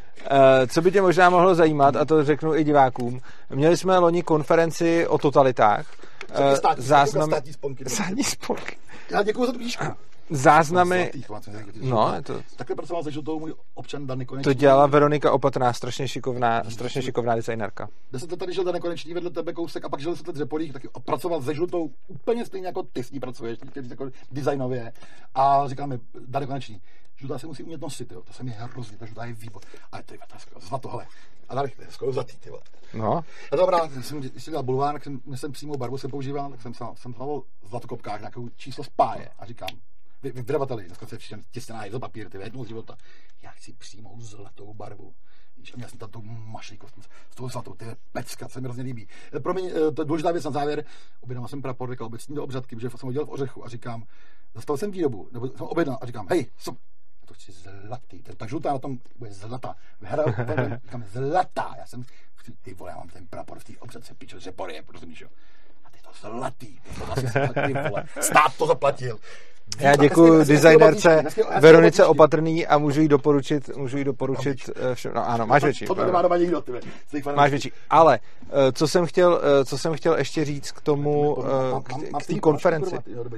co by tě možná mohlo zajímat, a to řeknu i divákům, měli jsme loni konferenci o totalitách. Uh,
státní,
záznamy...
Státní sponky.
Státní sponky.
Já děkuju za tu knížku.
Záznamy... No, to...
Takhle pracoval se žlutou můj občan Dan Nekonečný.
To dělala Veronika Opatrná, strašně šikovná, strašně šikovná designérka.
Deset let tady žil Dan Nekonečný vedle tebe kousek a pak žil deset let v Řepolích, taky pracoval se žlutou úplně stejně jako ty s ní pracuješ, jako designově. A říkal mi, Dan Nekonečný, žlutá se musí umět nosit, jo. To se mi hrozně, ta žlutá je výbor. Ale to je zlato, hele. A tady je skoro zlatý, ty vole.
No.
A dobrá, jsem, když jsem dělal bulvár, tak jsem, jsem přímou barvu jsem používal, tak jsem jsem hlavil v zlatokopkách nějakou číslo spáje a říkám, vy, vy vydavateli, dneska se všem těstěná je za papír, ty jednou z života. Já chci přímou zlatou barvu. Víš, a měl jsem tam tu mašejku s tou zlatou, ty je pecka, co se mi hrozně líbí. Promiň, to je důležitá věc na závěr. Objednal jsem prapor, říkal obecní do obřadky, protože jsem ho dělal v Ořechu a říkám, zastavil jsem výrobu, nebo jsem objednal a říkám, hej, co? To chci zlatý, ta žlutá na tom bude zlatá. Hra, říkám, zlatá, já jsem, ty vole, já mám ten prapor v té obřadce, pičo, Řepory, rozumíš, jo? A ty to zlatý, to vlastně zlatý, vole, stát to zaplatil.
Já děkuji designérce Veronice Opatrný a můžu jí doporučit, můžu jí doporučit všem. No ano, máš větší.
To nemá doma nikdo, ty.
Máš větší. Ale co jsem chtěl, co jsem chtěl ještě říct k tomu, k té konferenci.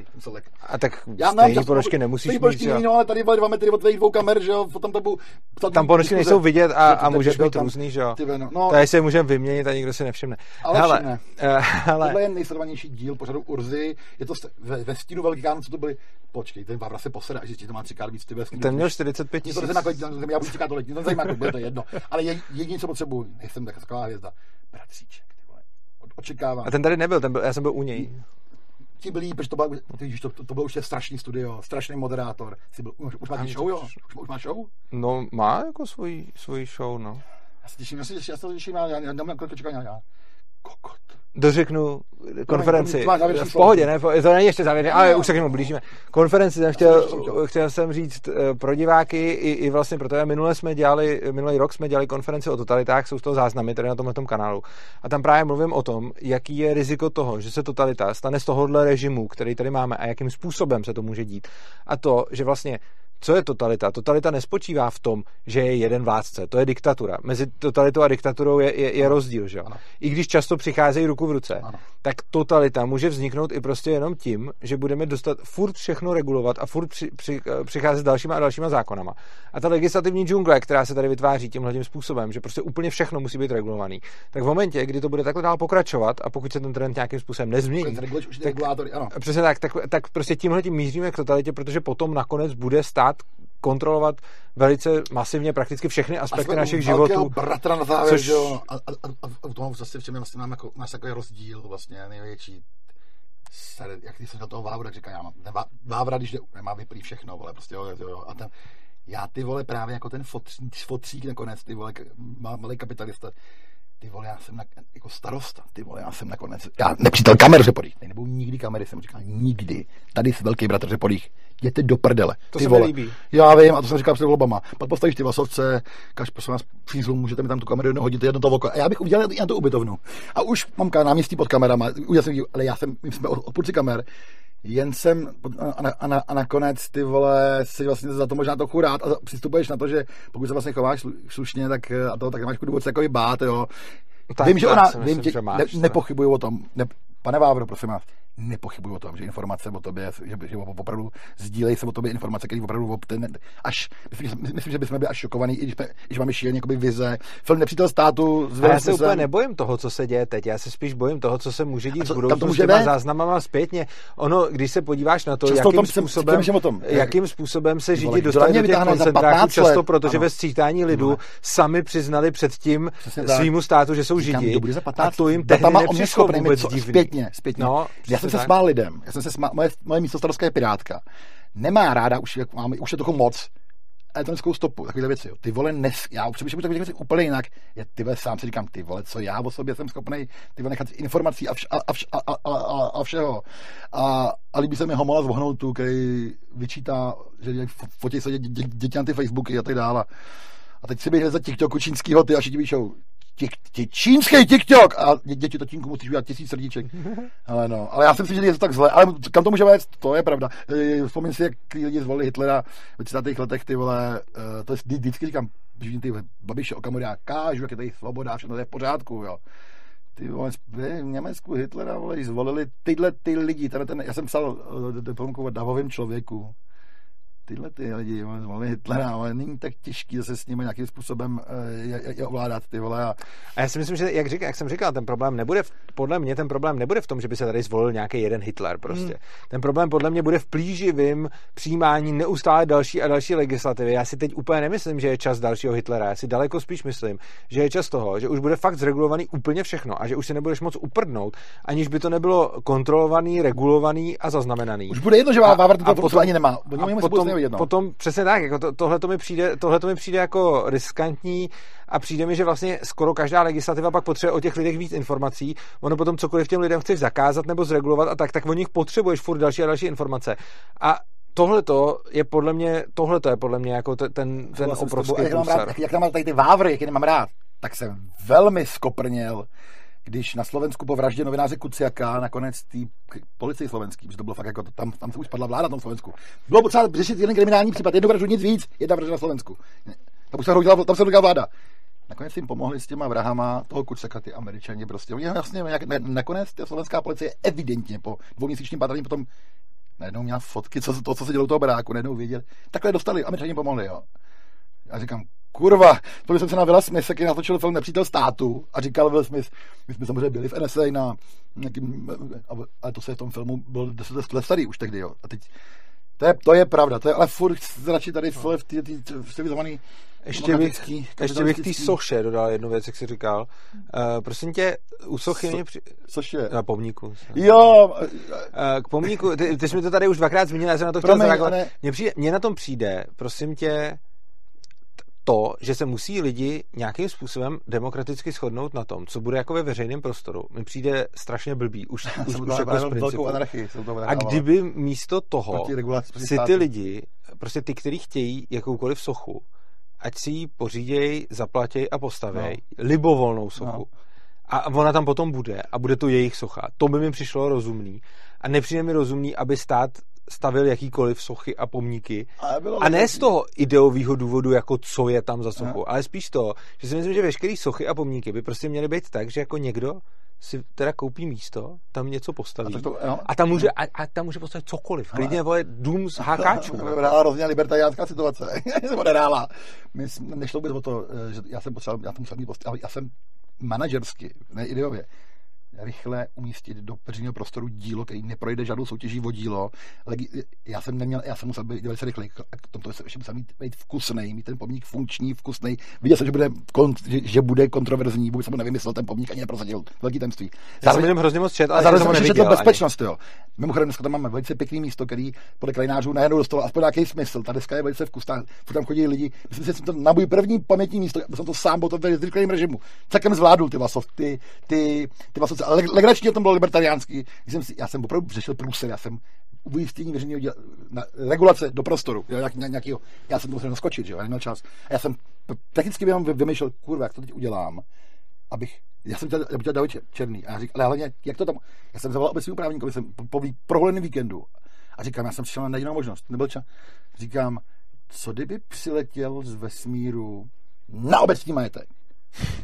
A tak stejný ponožky nemusíš mít, jo.
No, ale tady byly dva metry od tvých dvou kamer, že jo, potom tabu.
Tam ponožky nejsou vidět a, a můžeš mít různý, že jo. Tady se můžeme vyměnit a nikdo si nevšimne.
Ale všimne. Tohle je nejsledovanější díl pořadu Urzy. Je to ve stínu Velikánů, co to byly. Počkej, ten Vavra se posere, až zjistí, to má třikrát víc ty vesky.
Ten měl čtyřicet pět tisíc.
Já budu čekat to letní, to zajímá, to bude to jedno. Ale jediné, co potřebuji, nejsem taková hvězda. Bratříček, ty vole. Očekávám.
A ten tady nebyl, ten byl, já jsem byl u něj.
Ti byli, protože to, bylo, to, to, to bylo už strašný studio, strašný moderátor. Jsi byl, už, už máš show, jo? Už, už máš show?
No, má jako svůj, svůj show, no.
Já se těším, já se těším, já se těším, já, já, já dám jako čekám, já. Kokot.
Dořeknu konferenci. V pohodě, ne? To není ještě závěrně, ale už se k němu blížíme. Konferenci jsem chtěl, chtěl jsem říct pro diváky i, i vlastně pro tebe. Minule jsme dělali, minulý rok jsme dělali konferenci o totalitách, jsou z toho záznamy tady na tomhletom kanálu. A tam právě mluvím o tom, jaký je riziko toho, že se totalita stane z tohohle režimu, který tady máme a jakým způsobem se to může dít. A to, že vlastně co je totalita? Totalita nespočívá v tom, že je jeden vládce. To je diktatura. Mezi totalitou a diktaturou je, je, je rozdíl, že jo? I když často přicházejí ruku v ruce, ano. Tak totalita může vzniknout i prostě jenom tím, že budeme dostat furt všechno regulovat a furt při, při, přicházet s dalšíma a dalšíma zákonama. A ta legislativní džungle, která se tady vytváří tímhletím způsobem, že prostě úplně všechno musí být regulovaný, tak v momentě, kdy to bude takhle dál pokračovat a pokud se ten trend nějakým způsobem nezmění, tak, přesně tak, tak, tak prostě tímhletím míříme k totalitě, protože potom nakonec bude stát kontrolovat velice masivně prakticky všechny aspekty našich životů.
Bratra na závěr, což... jo. A, a, a, a tomu zase v čem je vlastně nám jako, máš takový rozdíl vlastně největší. Jak když jsem na toho Vávra, tak říká, já mám, ten Vávra, když nemá vyplý všechno, vole, prostě jo, jo, a ten, já ty vole právě jako ten fotřík, fotřík nakonec, ty vole, malý kapitalista, ty vole, já jsem na, jako starosta, ty vole, já jsem nakonec, já nepřítel kamer v Řeporích, tady nebudou nikdy kamery, jsem říkal, nikdy, tady s velký bratr v Řeporích, jděte do prdele,
to
ty
se
vole.
mi líbí.
Já vím, a to jsem říkal před volbama, pak postavíš ty Vasovce, kaž prosím vás fízlu, můžete mi tam tu kameru jednou hodit, jedno to oko, a já bych udělal i na tu ubytovnu, a už mám náměstí pod kamerama, udělal jsem, ale já jsem, my jsme odpůrci kamer, jen jsem a, na, a, na, a nakonec ty vole si vlastně za to možná trochu rád a přistupuješ na to, že pokud se vlastně chováš slušně, tak a to tak nemáš důvod se jako bát, jo. Tak, vím, že ona, myslím, vím, tě, že máš, ne, nepochybuju o tom. Ne, pane Vávro, prosím vás, nepochybuju o tom, že informace o tobě, že, že opravdu sdílejí se o tobě informace, které opravdu ten, až, myslím, myslím, že bychom byli až šokovaní, i když, když máme šíleně vize. Film Nepřítel státu.
A já se úplně sem... nebojím toho, co se děje teď. Já se spíš bojím toho, co se může dít v budoucnu s těma záznamama zpětně. Ono, když se podíváš na to, často jakým, tom, způsobem, jsem, tom, jakým způsobem se Židi dostali do těch koncentráků, často protože ano. ve sčítání lidu ano. sami přiznali předtím svýmu státu, že jsou Židi. A to jim tehdy nepřišlo vůbec divný.
Zpětně, zpětně. No, já jsem se smál lidem. Já jsem se smál, moje, moje místostarostka je pirátka. Nemá ráda, už, jak máme, už je trochu moc, elektronickou stopu, takovýhle věci. Jo. Ty vole, nes, já přemýšlím takové věci úplně jinak. Je, ty vole, sám si říkám, ty vole, co já o sobě jsem schopnej, ty vole, nechat informací a, vš, a, a, vš, a, a, a, a všeho. A, a líbí se mi homola z Vohnoutu, který vyčítá, že fotí se dě, dě, děti na ty Facebooky a tak dále. A teď si bych za TikToku čínskýho, ty až ti píšou, Tik, tik, čínský TikTok a dě, děti to tínku musíš udělat tisíc srdíček. Ale no, ale já si myslím, že je to tak zle, ale kam to může vést, to je pravda. Vzpomín si, jak lidi zvolili Hitlera ve třicátých letech, ty vole, to je vždycky říkám, že ty Babiše Okamura kážu, jak je tady svoboda, všechno to je v pořádku, jo. Ty vole, v Německu Hitlera, vole, zvolili tyhle ty lidi, tady ten, já jsem psal diplomku o davovém člověku. Tyhle ty lidi, zvolili Hitlera, ale není tak těžký zase s nimi nějakým způsobem je, je, je ovládat, ty vole. A...
a já si myslím, že jak, říká, jak jsem říkal, ten problém nebude, v, podle mě ten problém nebude v tom, že by se tady zvolil nějaký jeden Hitler prostě. Hmm. Ten problém podle mě bude v plíživém přijímání neustále další a další legislativy. Já si teď úplně nemyslím, že je čas dalšího Hitlera. Já si daleko spíš myslím, že je čas toho, že už bude fakt zregulovaný úplně všechno a že už si nebudeš moc uprdnout, aniž by to nebylo kontrolovaný, regulovaný a zaznamenaný.
Už bude jedno, že Vávr to potom ani nemá.
Jedno. Potom přesně tak, jako to, tohle to mi přijde, tohle to mi přijde jako riskantní a přijde mi, že vlastně skoro každá legislativa pak potřebuje o těch lidech víc informací. Ono potom cokoliv těm lidem chceš zakázat nebo zregulovat a tak, tak od nich potřebuješ furt další a další informace. A tohleto je podle mě, tohleto je podle mě jako ten, ten, ten obrovský průser.
Jak, jak tam mám tady ty Vávry, jak je nemám rád, tak jsem velmi skoprněl, když na Slovensku po vraždě novináře Kuciaka nakonec tý policii slovenský, že to bylo fakt jako, tam, tam se už padla vláda na tom Slovensku. Bylo potřeba řešit jeden kriminální případ, jednu vraždu, nic víc, jedna vražda na Slovensku. Tam se rodila, tam se rodila vláda. Nakonec jim pomohli s těma vrahama toho Kuciaka, ty Američani prostě. Jasně, nakonec ta slovenská policie evidentně po dvouměsíčním pátrání potom najednou měla fotky, co, to, co se dělo u toho baráku, najednou věděli. Takhle dostali, Američani pomohli, jo. Já říkám, kurva, to jsem se na Willa Smitha, který natočil film Nepřítel státu a říkal Will Smith, my jsme samozřejmě byli v N S A na nějakým, ale to se v tom filmu byl deset let starý už tehdy, jo. A teď, to je, to je pravda, to je, ale furt radši tady v té civilizovaný
ještě bych, ještě bych té soše dodal jednu věc, jak jsi říkal. Uh, prosím tě, u sochy so, mě při...
Soše?
Na pomníku.
Jo.
Uh, k pomníku, ty, ty jsi mi to tady už dvakrát zmínil, já jsem na to chtěl zareagovat. Ne... Mně, přijde, mně na tom přijde, prosím tě, to, že se musí lidi nějakým způsobem demokraticky shodnout na tom, co bude jako ve veřejném prostoru, mi přijde strašně blbý. Už, už, už jako z principu.
Anarchii,
a kdyby místo toho si ty lidi, prostě ty, kteří chtějí jakoukoliv sochu, ať si ji poříděj, zaplatěj a postavěj, no. libovolnou sochu. No. A ona tam potom bude a bude to jejich socha. To by mi přišlo rozumný. A nepřijde mi rozumný, aby stát stavil jakýkoliv sochy a pomníky. A, a ne z toho ideového důvodu, jako co je tam za sochu, no. ale spíš to, že si myslím, že veškerý sochy a pomníky by prostě měly být tak, že jako někdo si teda koupí místo, tam něco postaví a, to, no. a tam může, a, a tam může postavit cokoliv. Klidně vole dům z hákáčů.
To byla hrozně libertariánská situace. jsem odehrála. Nešlo by o to, že já jsem potřeboval, já, ale já jsem manažersky, ne ideově, rychle umístit do veřejného prostoru dílo, který neprojde žádnou soutěží o dílo. Já jsem neměl, já jsem musel být velice rychle, k tomu se ještě musel mít, být vkusnej, mít ten pomník funkční, vkusnej. Viděl jsem, že bude, že, že bude kontroverzní, vůbec jsem mu nevymyslel ten pomník ani neprosadil. Velký tajemství.
Já jsem jenom hrozně moc čet, ale
zároveň jsem ještě bezpečnost, jo. Mimochodem dneska tam máme velice pěkný místo, který podle krajinářů najednou dostalo aspoň nějaký smysl. Ta deska je velice vkusná. Tam chodí lidi. Myslím si, že jsem to na můj první pamětní místo, jsem to sám byl to v rychlém režimu. Celkem zvládl ty vasov, ty ty ty vasov, ale legračně to bylo libertariánský. Jsem si, já jsem opravdu řešil průser, já jsem ujistění veřejného děla, na regulace do prostoru, jo, nějak, nějakýho, já jsem to musel naskočit, jo, já neměl čas. A já jsem technicky vám vymýšlel, kurva, jak to teď udělám, abych, já jsem chtěl, chtěl David Černý, a já říkal, ale hlavně, jak to tam, já jsem zavolal obecního právníkovi, jsem po, po proholeném víkendu a říkám, já jsem přišel na jedinou možnost, nebyl čas. Říkám, co kdyby přiletěl z vesmíru na obecní majetek?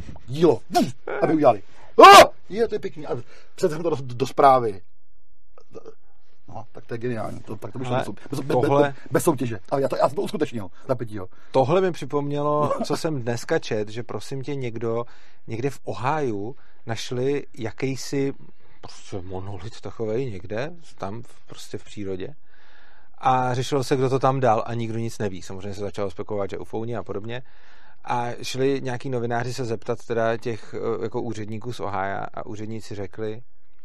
Dílo, aby udělali. Oh! Je, to je pěkný. A přece jsem to do, do zprávy. No, tak to je geniální. To, tak to by šlo bez, bez,
tohle...
bez, bez soutěže. Ale já to, já jsem to uskutečnil za pětího.
Tohle mi připomnělo, co jsem dneska čet, že prosím tě někdo někde v Ohiu našli jakýsi prostě monolit takovej někde, tam prostě v přírodě. A řešilo se, kdo to tam dal a nikdo nic neví. Samozřejmě se začalo spekulovat, že ufouni a podobně. A šli nějaký novináři se zeptat teda těch jako úředníků z Ohia a úředníci řekli,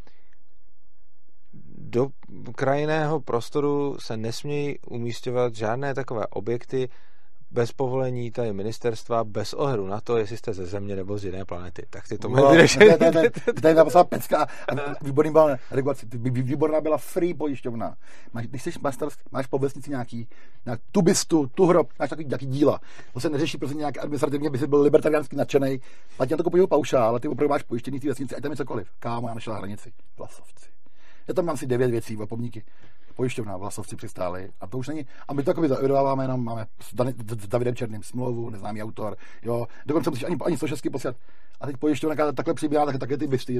do krajinného prostoru se nesmějí umísťovat žádné takové objekty bez povolení tady ministerstva, bez ohledu na to, jestli jste ze Země nebo z jiné planety. Tak si to
no,
vyřešili.
To je napsala pecka. Výborný byla regulace. Výborná byla free pojišťovna. Máš, když jsi master, máš po vesnici nějaký, nějaký tu bistu, tu hrob, máš takový nějaký díla. To se neřeší prostě nějak administrativně, by si byl libertariánský nadšenej. Platí na to koupího paušál, ale ty opravdu máš pojištěný ty vesnici, ať tam je cokoliv. Kámo, já našla hranici. Vlasovci. Já tam mám asi devět věcí, pomníky. Pojišťovna, Vlasovci přistáli. A to už není. A my to takový zavědováváme, jenom máme s, Dan- s Davidem Černým smlouvu, neznámý autor. Jo, dokonce musíš ani, ani sto šest poslat. A teď pojišťovna takhle přibírá tak, také ty bysty.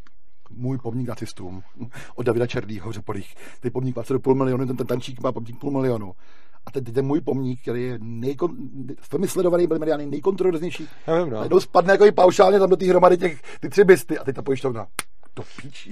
Můj pomník nacistům od Davida Černýho, že podých. Ty pomník má půl milionu, ten, ten tančík má pomník půl milionu. A teď ten můj pomník, který je nejkon, velmi sledovaný, byl mediálně nejkontroverznější.
Já vím, no.
Najednou spadne jako i paušálně tam do té hromady těch ty tři bysty. A teď ta pojišťovna. To píčí.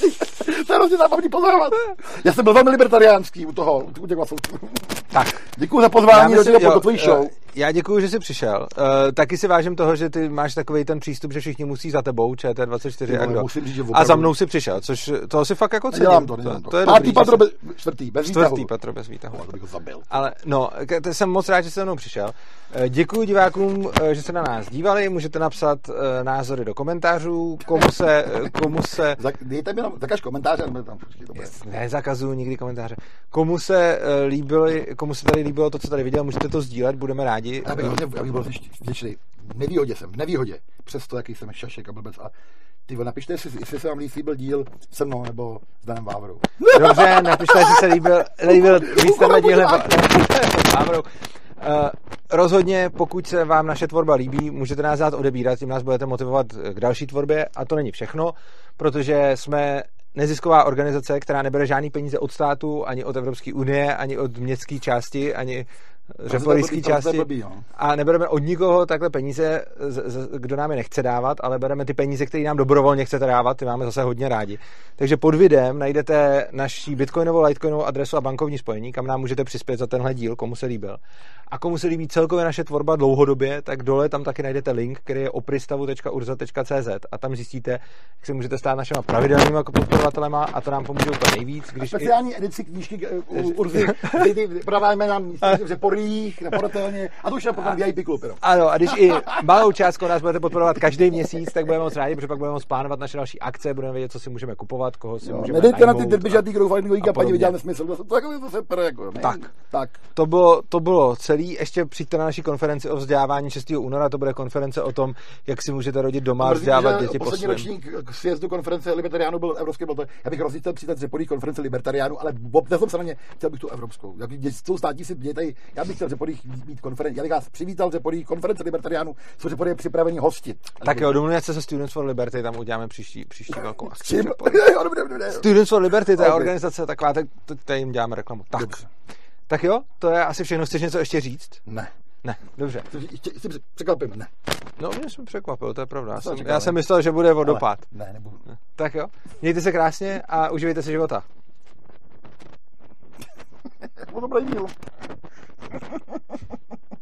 To je hrozně zábavný pozorovat. Já jsem byl velmi libertariánský u toho, u těch Vlasovců.
Tak.
Děkuji za pozvání do, do, do tvojí show.
Já děkuji, že jsi přišel. Uh, taky si vážím toho, že ty máš takový ten přístup, že všichni musí za tebou, Č T dvacet čtyři no, a kdo.
Musím říct, že
a za mnou si přišel, což toho si fakt jako cením.
Dělám to, dělám to.
to je
Pátý
dobrý,
patro,
bez,
čtvrtý, bez
čtvrtý
výtahu.
patro bez výtahu.
To bych ho zabil.
Ale no, k- jsem moc rád, že jsi se mnou přišel. Děkuji divákům, že se na nás dívali. Můžete napsat názory do komentářů, komu se... Komu se...
Dejte mi zakaž komentáře, ale tam
yes, nezakazuju nikdy komentáře. Komu se líbili, komu se tady líbilo to, co tady viděl, můžete to sdílet, budeme rádi.
Já bych, hodně, já bych byl vděčný. V nevýhodě jsem, v nevýhodě. Přesto, jaký jsem šašek a blbec. A ty napište, jestli, jestli se vám líbil díl se mnou nebo s Danem Vávrou.
Dobře, napište, jestli se líbil, líbil víc tenhle díl nebo s Vávrou. Uh, rozhodně, pokud se vám naše tvorba líbí, můžete nás dát odebírat, tím nás budete motivovat k další tvorbě a to není všechno, protože jsme nezisková organizace, která nebere žádný peníze od státu, ani od Evropské unie, ani od městské části, ani řeporyské části
blbý, no.
A nebereme od nikoho takhle peníze, kdo nám je nechce dávat, ale bereme ty peníze, které nám dobrovolně chcete dávat, ty máme zase hodně rádi. Takže pod videem najdete naší bitcoinovou, litecoinovou adresu a bankovní spojení, kam nám můžete přispět za tenhle díl, komu se líbil. A komu se líbí celkově naše tvorba dlouhodobě, tak dole tam taky najdete link, který je opristavu tečka urza tečka cé zet a tam zjistíte, jak se můžete stát našimi pravidelnými podporovatelema a to nám pomůže úplně nejvíc. Když
speciální i... edici knížky Urzy, prodáváme nám v porích, nepodatelně a to už je potom V I P klub. Jenom.
Ano, a když i malou částkou nás budete podporovat každý měsíc, tak budeme moc rádi, protože pak budeme moc plánovat naše další akce, budeme vědět, co si můžeme kupovat, koho si jo, můžeme najmout.
Nedejte na ty drbežatý crowdfundingový kampaně, vyděláme smysl. To takové to se pere jako. Ne?
Tak.
tak.
To bylo, to bylo celý. Ještě přijďte na naší konferenci o vzdělávání šestého února, to bude konference o tom, jak si můžete rodit doma, vzdělávat děti po svém.
Poslední ročník sjezdu konference libertariánů byl evropský, byl to, já bych rozjížděl přijít řepodích konference libertariánů, ale obnesl se na ně, chtěl bych tu evropskou. Jak jsou státí si dětají, já bych chtěl řepodích mít konferenci, já bych vás přivítal řepodích konference libertariánů, jsou řepodí připraveni hostit.
Tak jo, domluvíme se se Students for Liberty, tam uděláme příští, příští velkou akci.
Students
for Liberty, to je organizace taková, tak tady jim děláme reklamu. Tak. Dobře. Tak jo, to je asi všechno. Chceš něco ještě říct?
Ne.
Ne, dobře.
Ještě překvapíme, ne.
No, mě jsem překvapil, to je pravda. Já jsem, já jsem myslel, že bude vodopád.
Ne, nebudu. Ne.
Tak jo, mějte se krásně a uživejte si života.
To dobrý díl.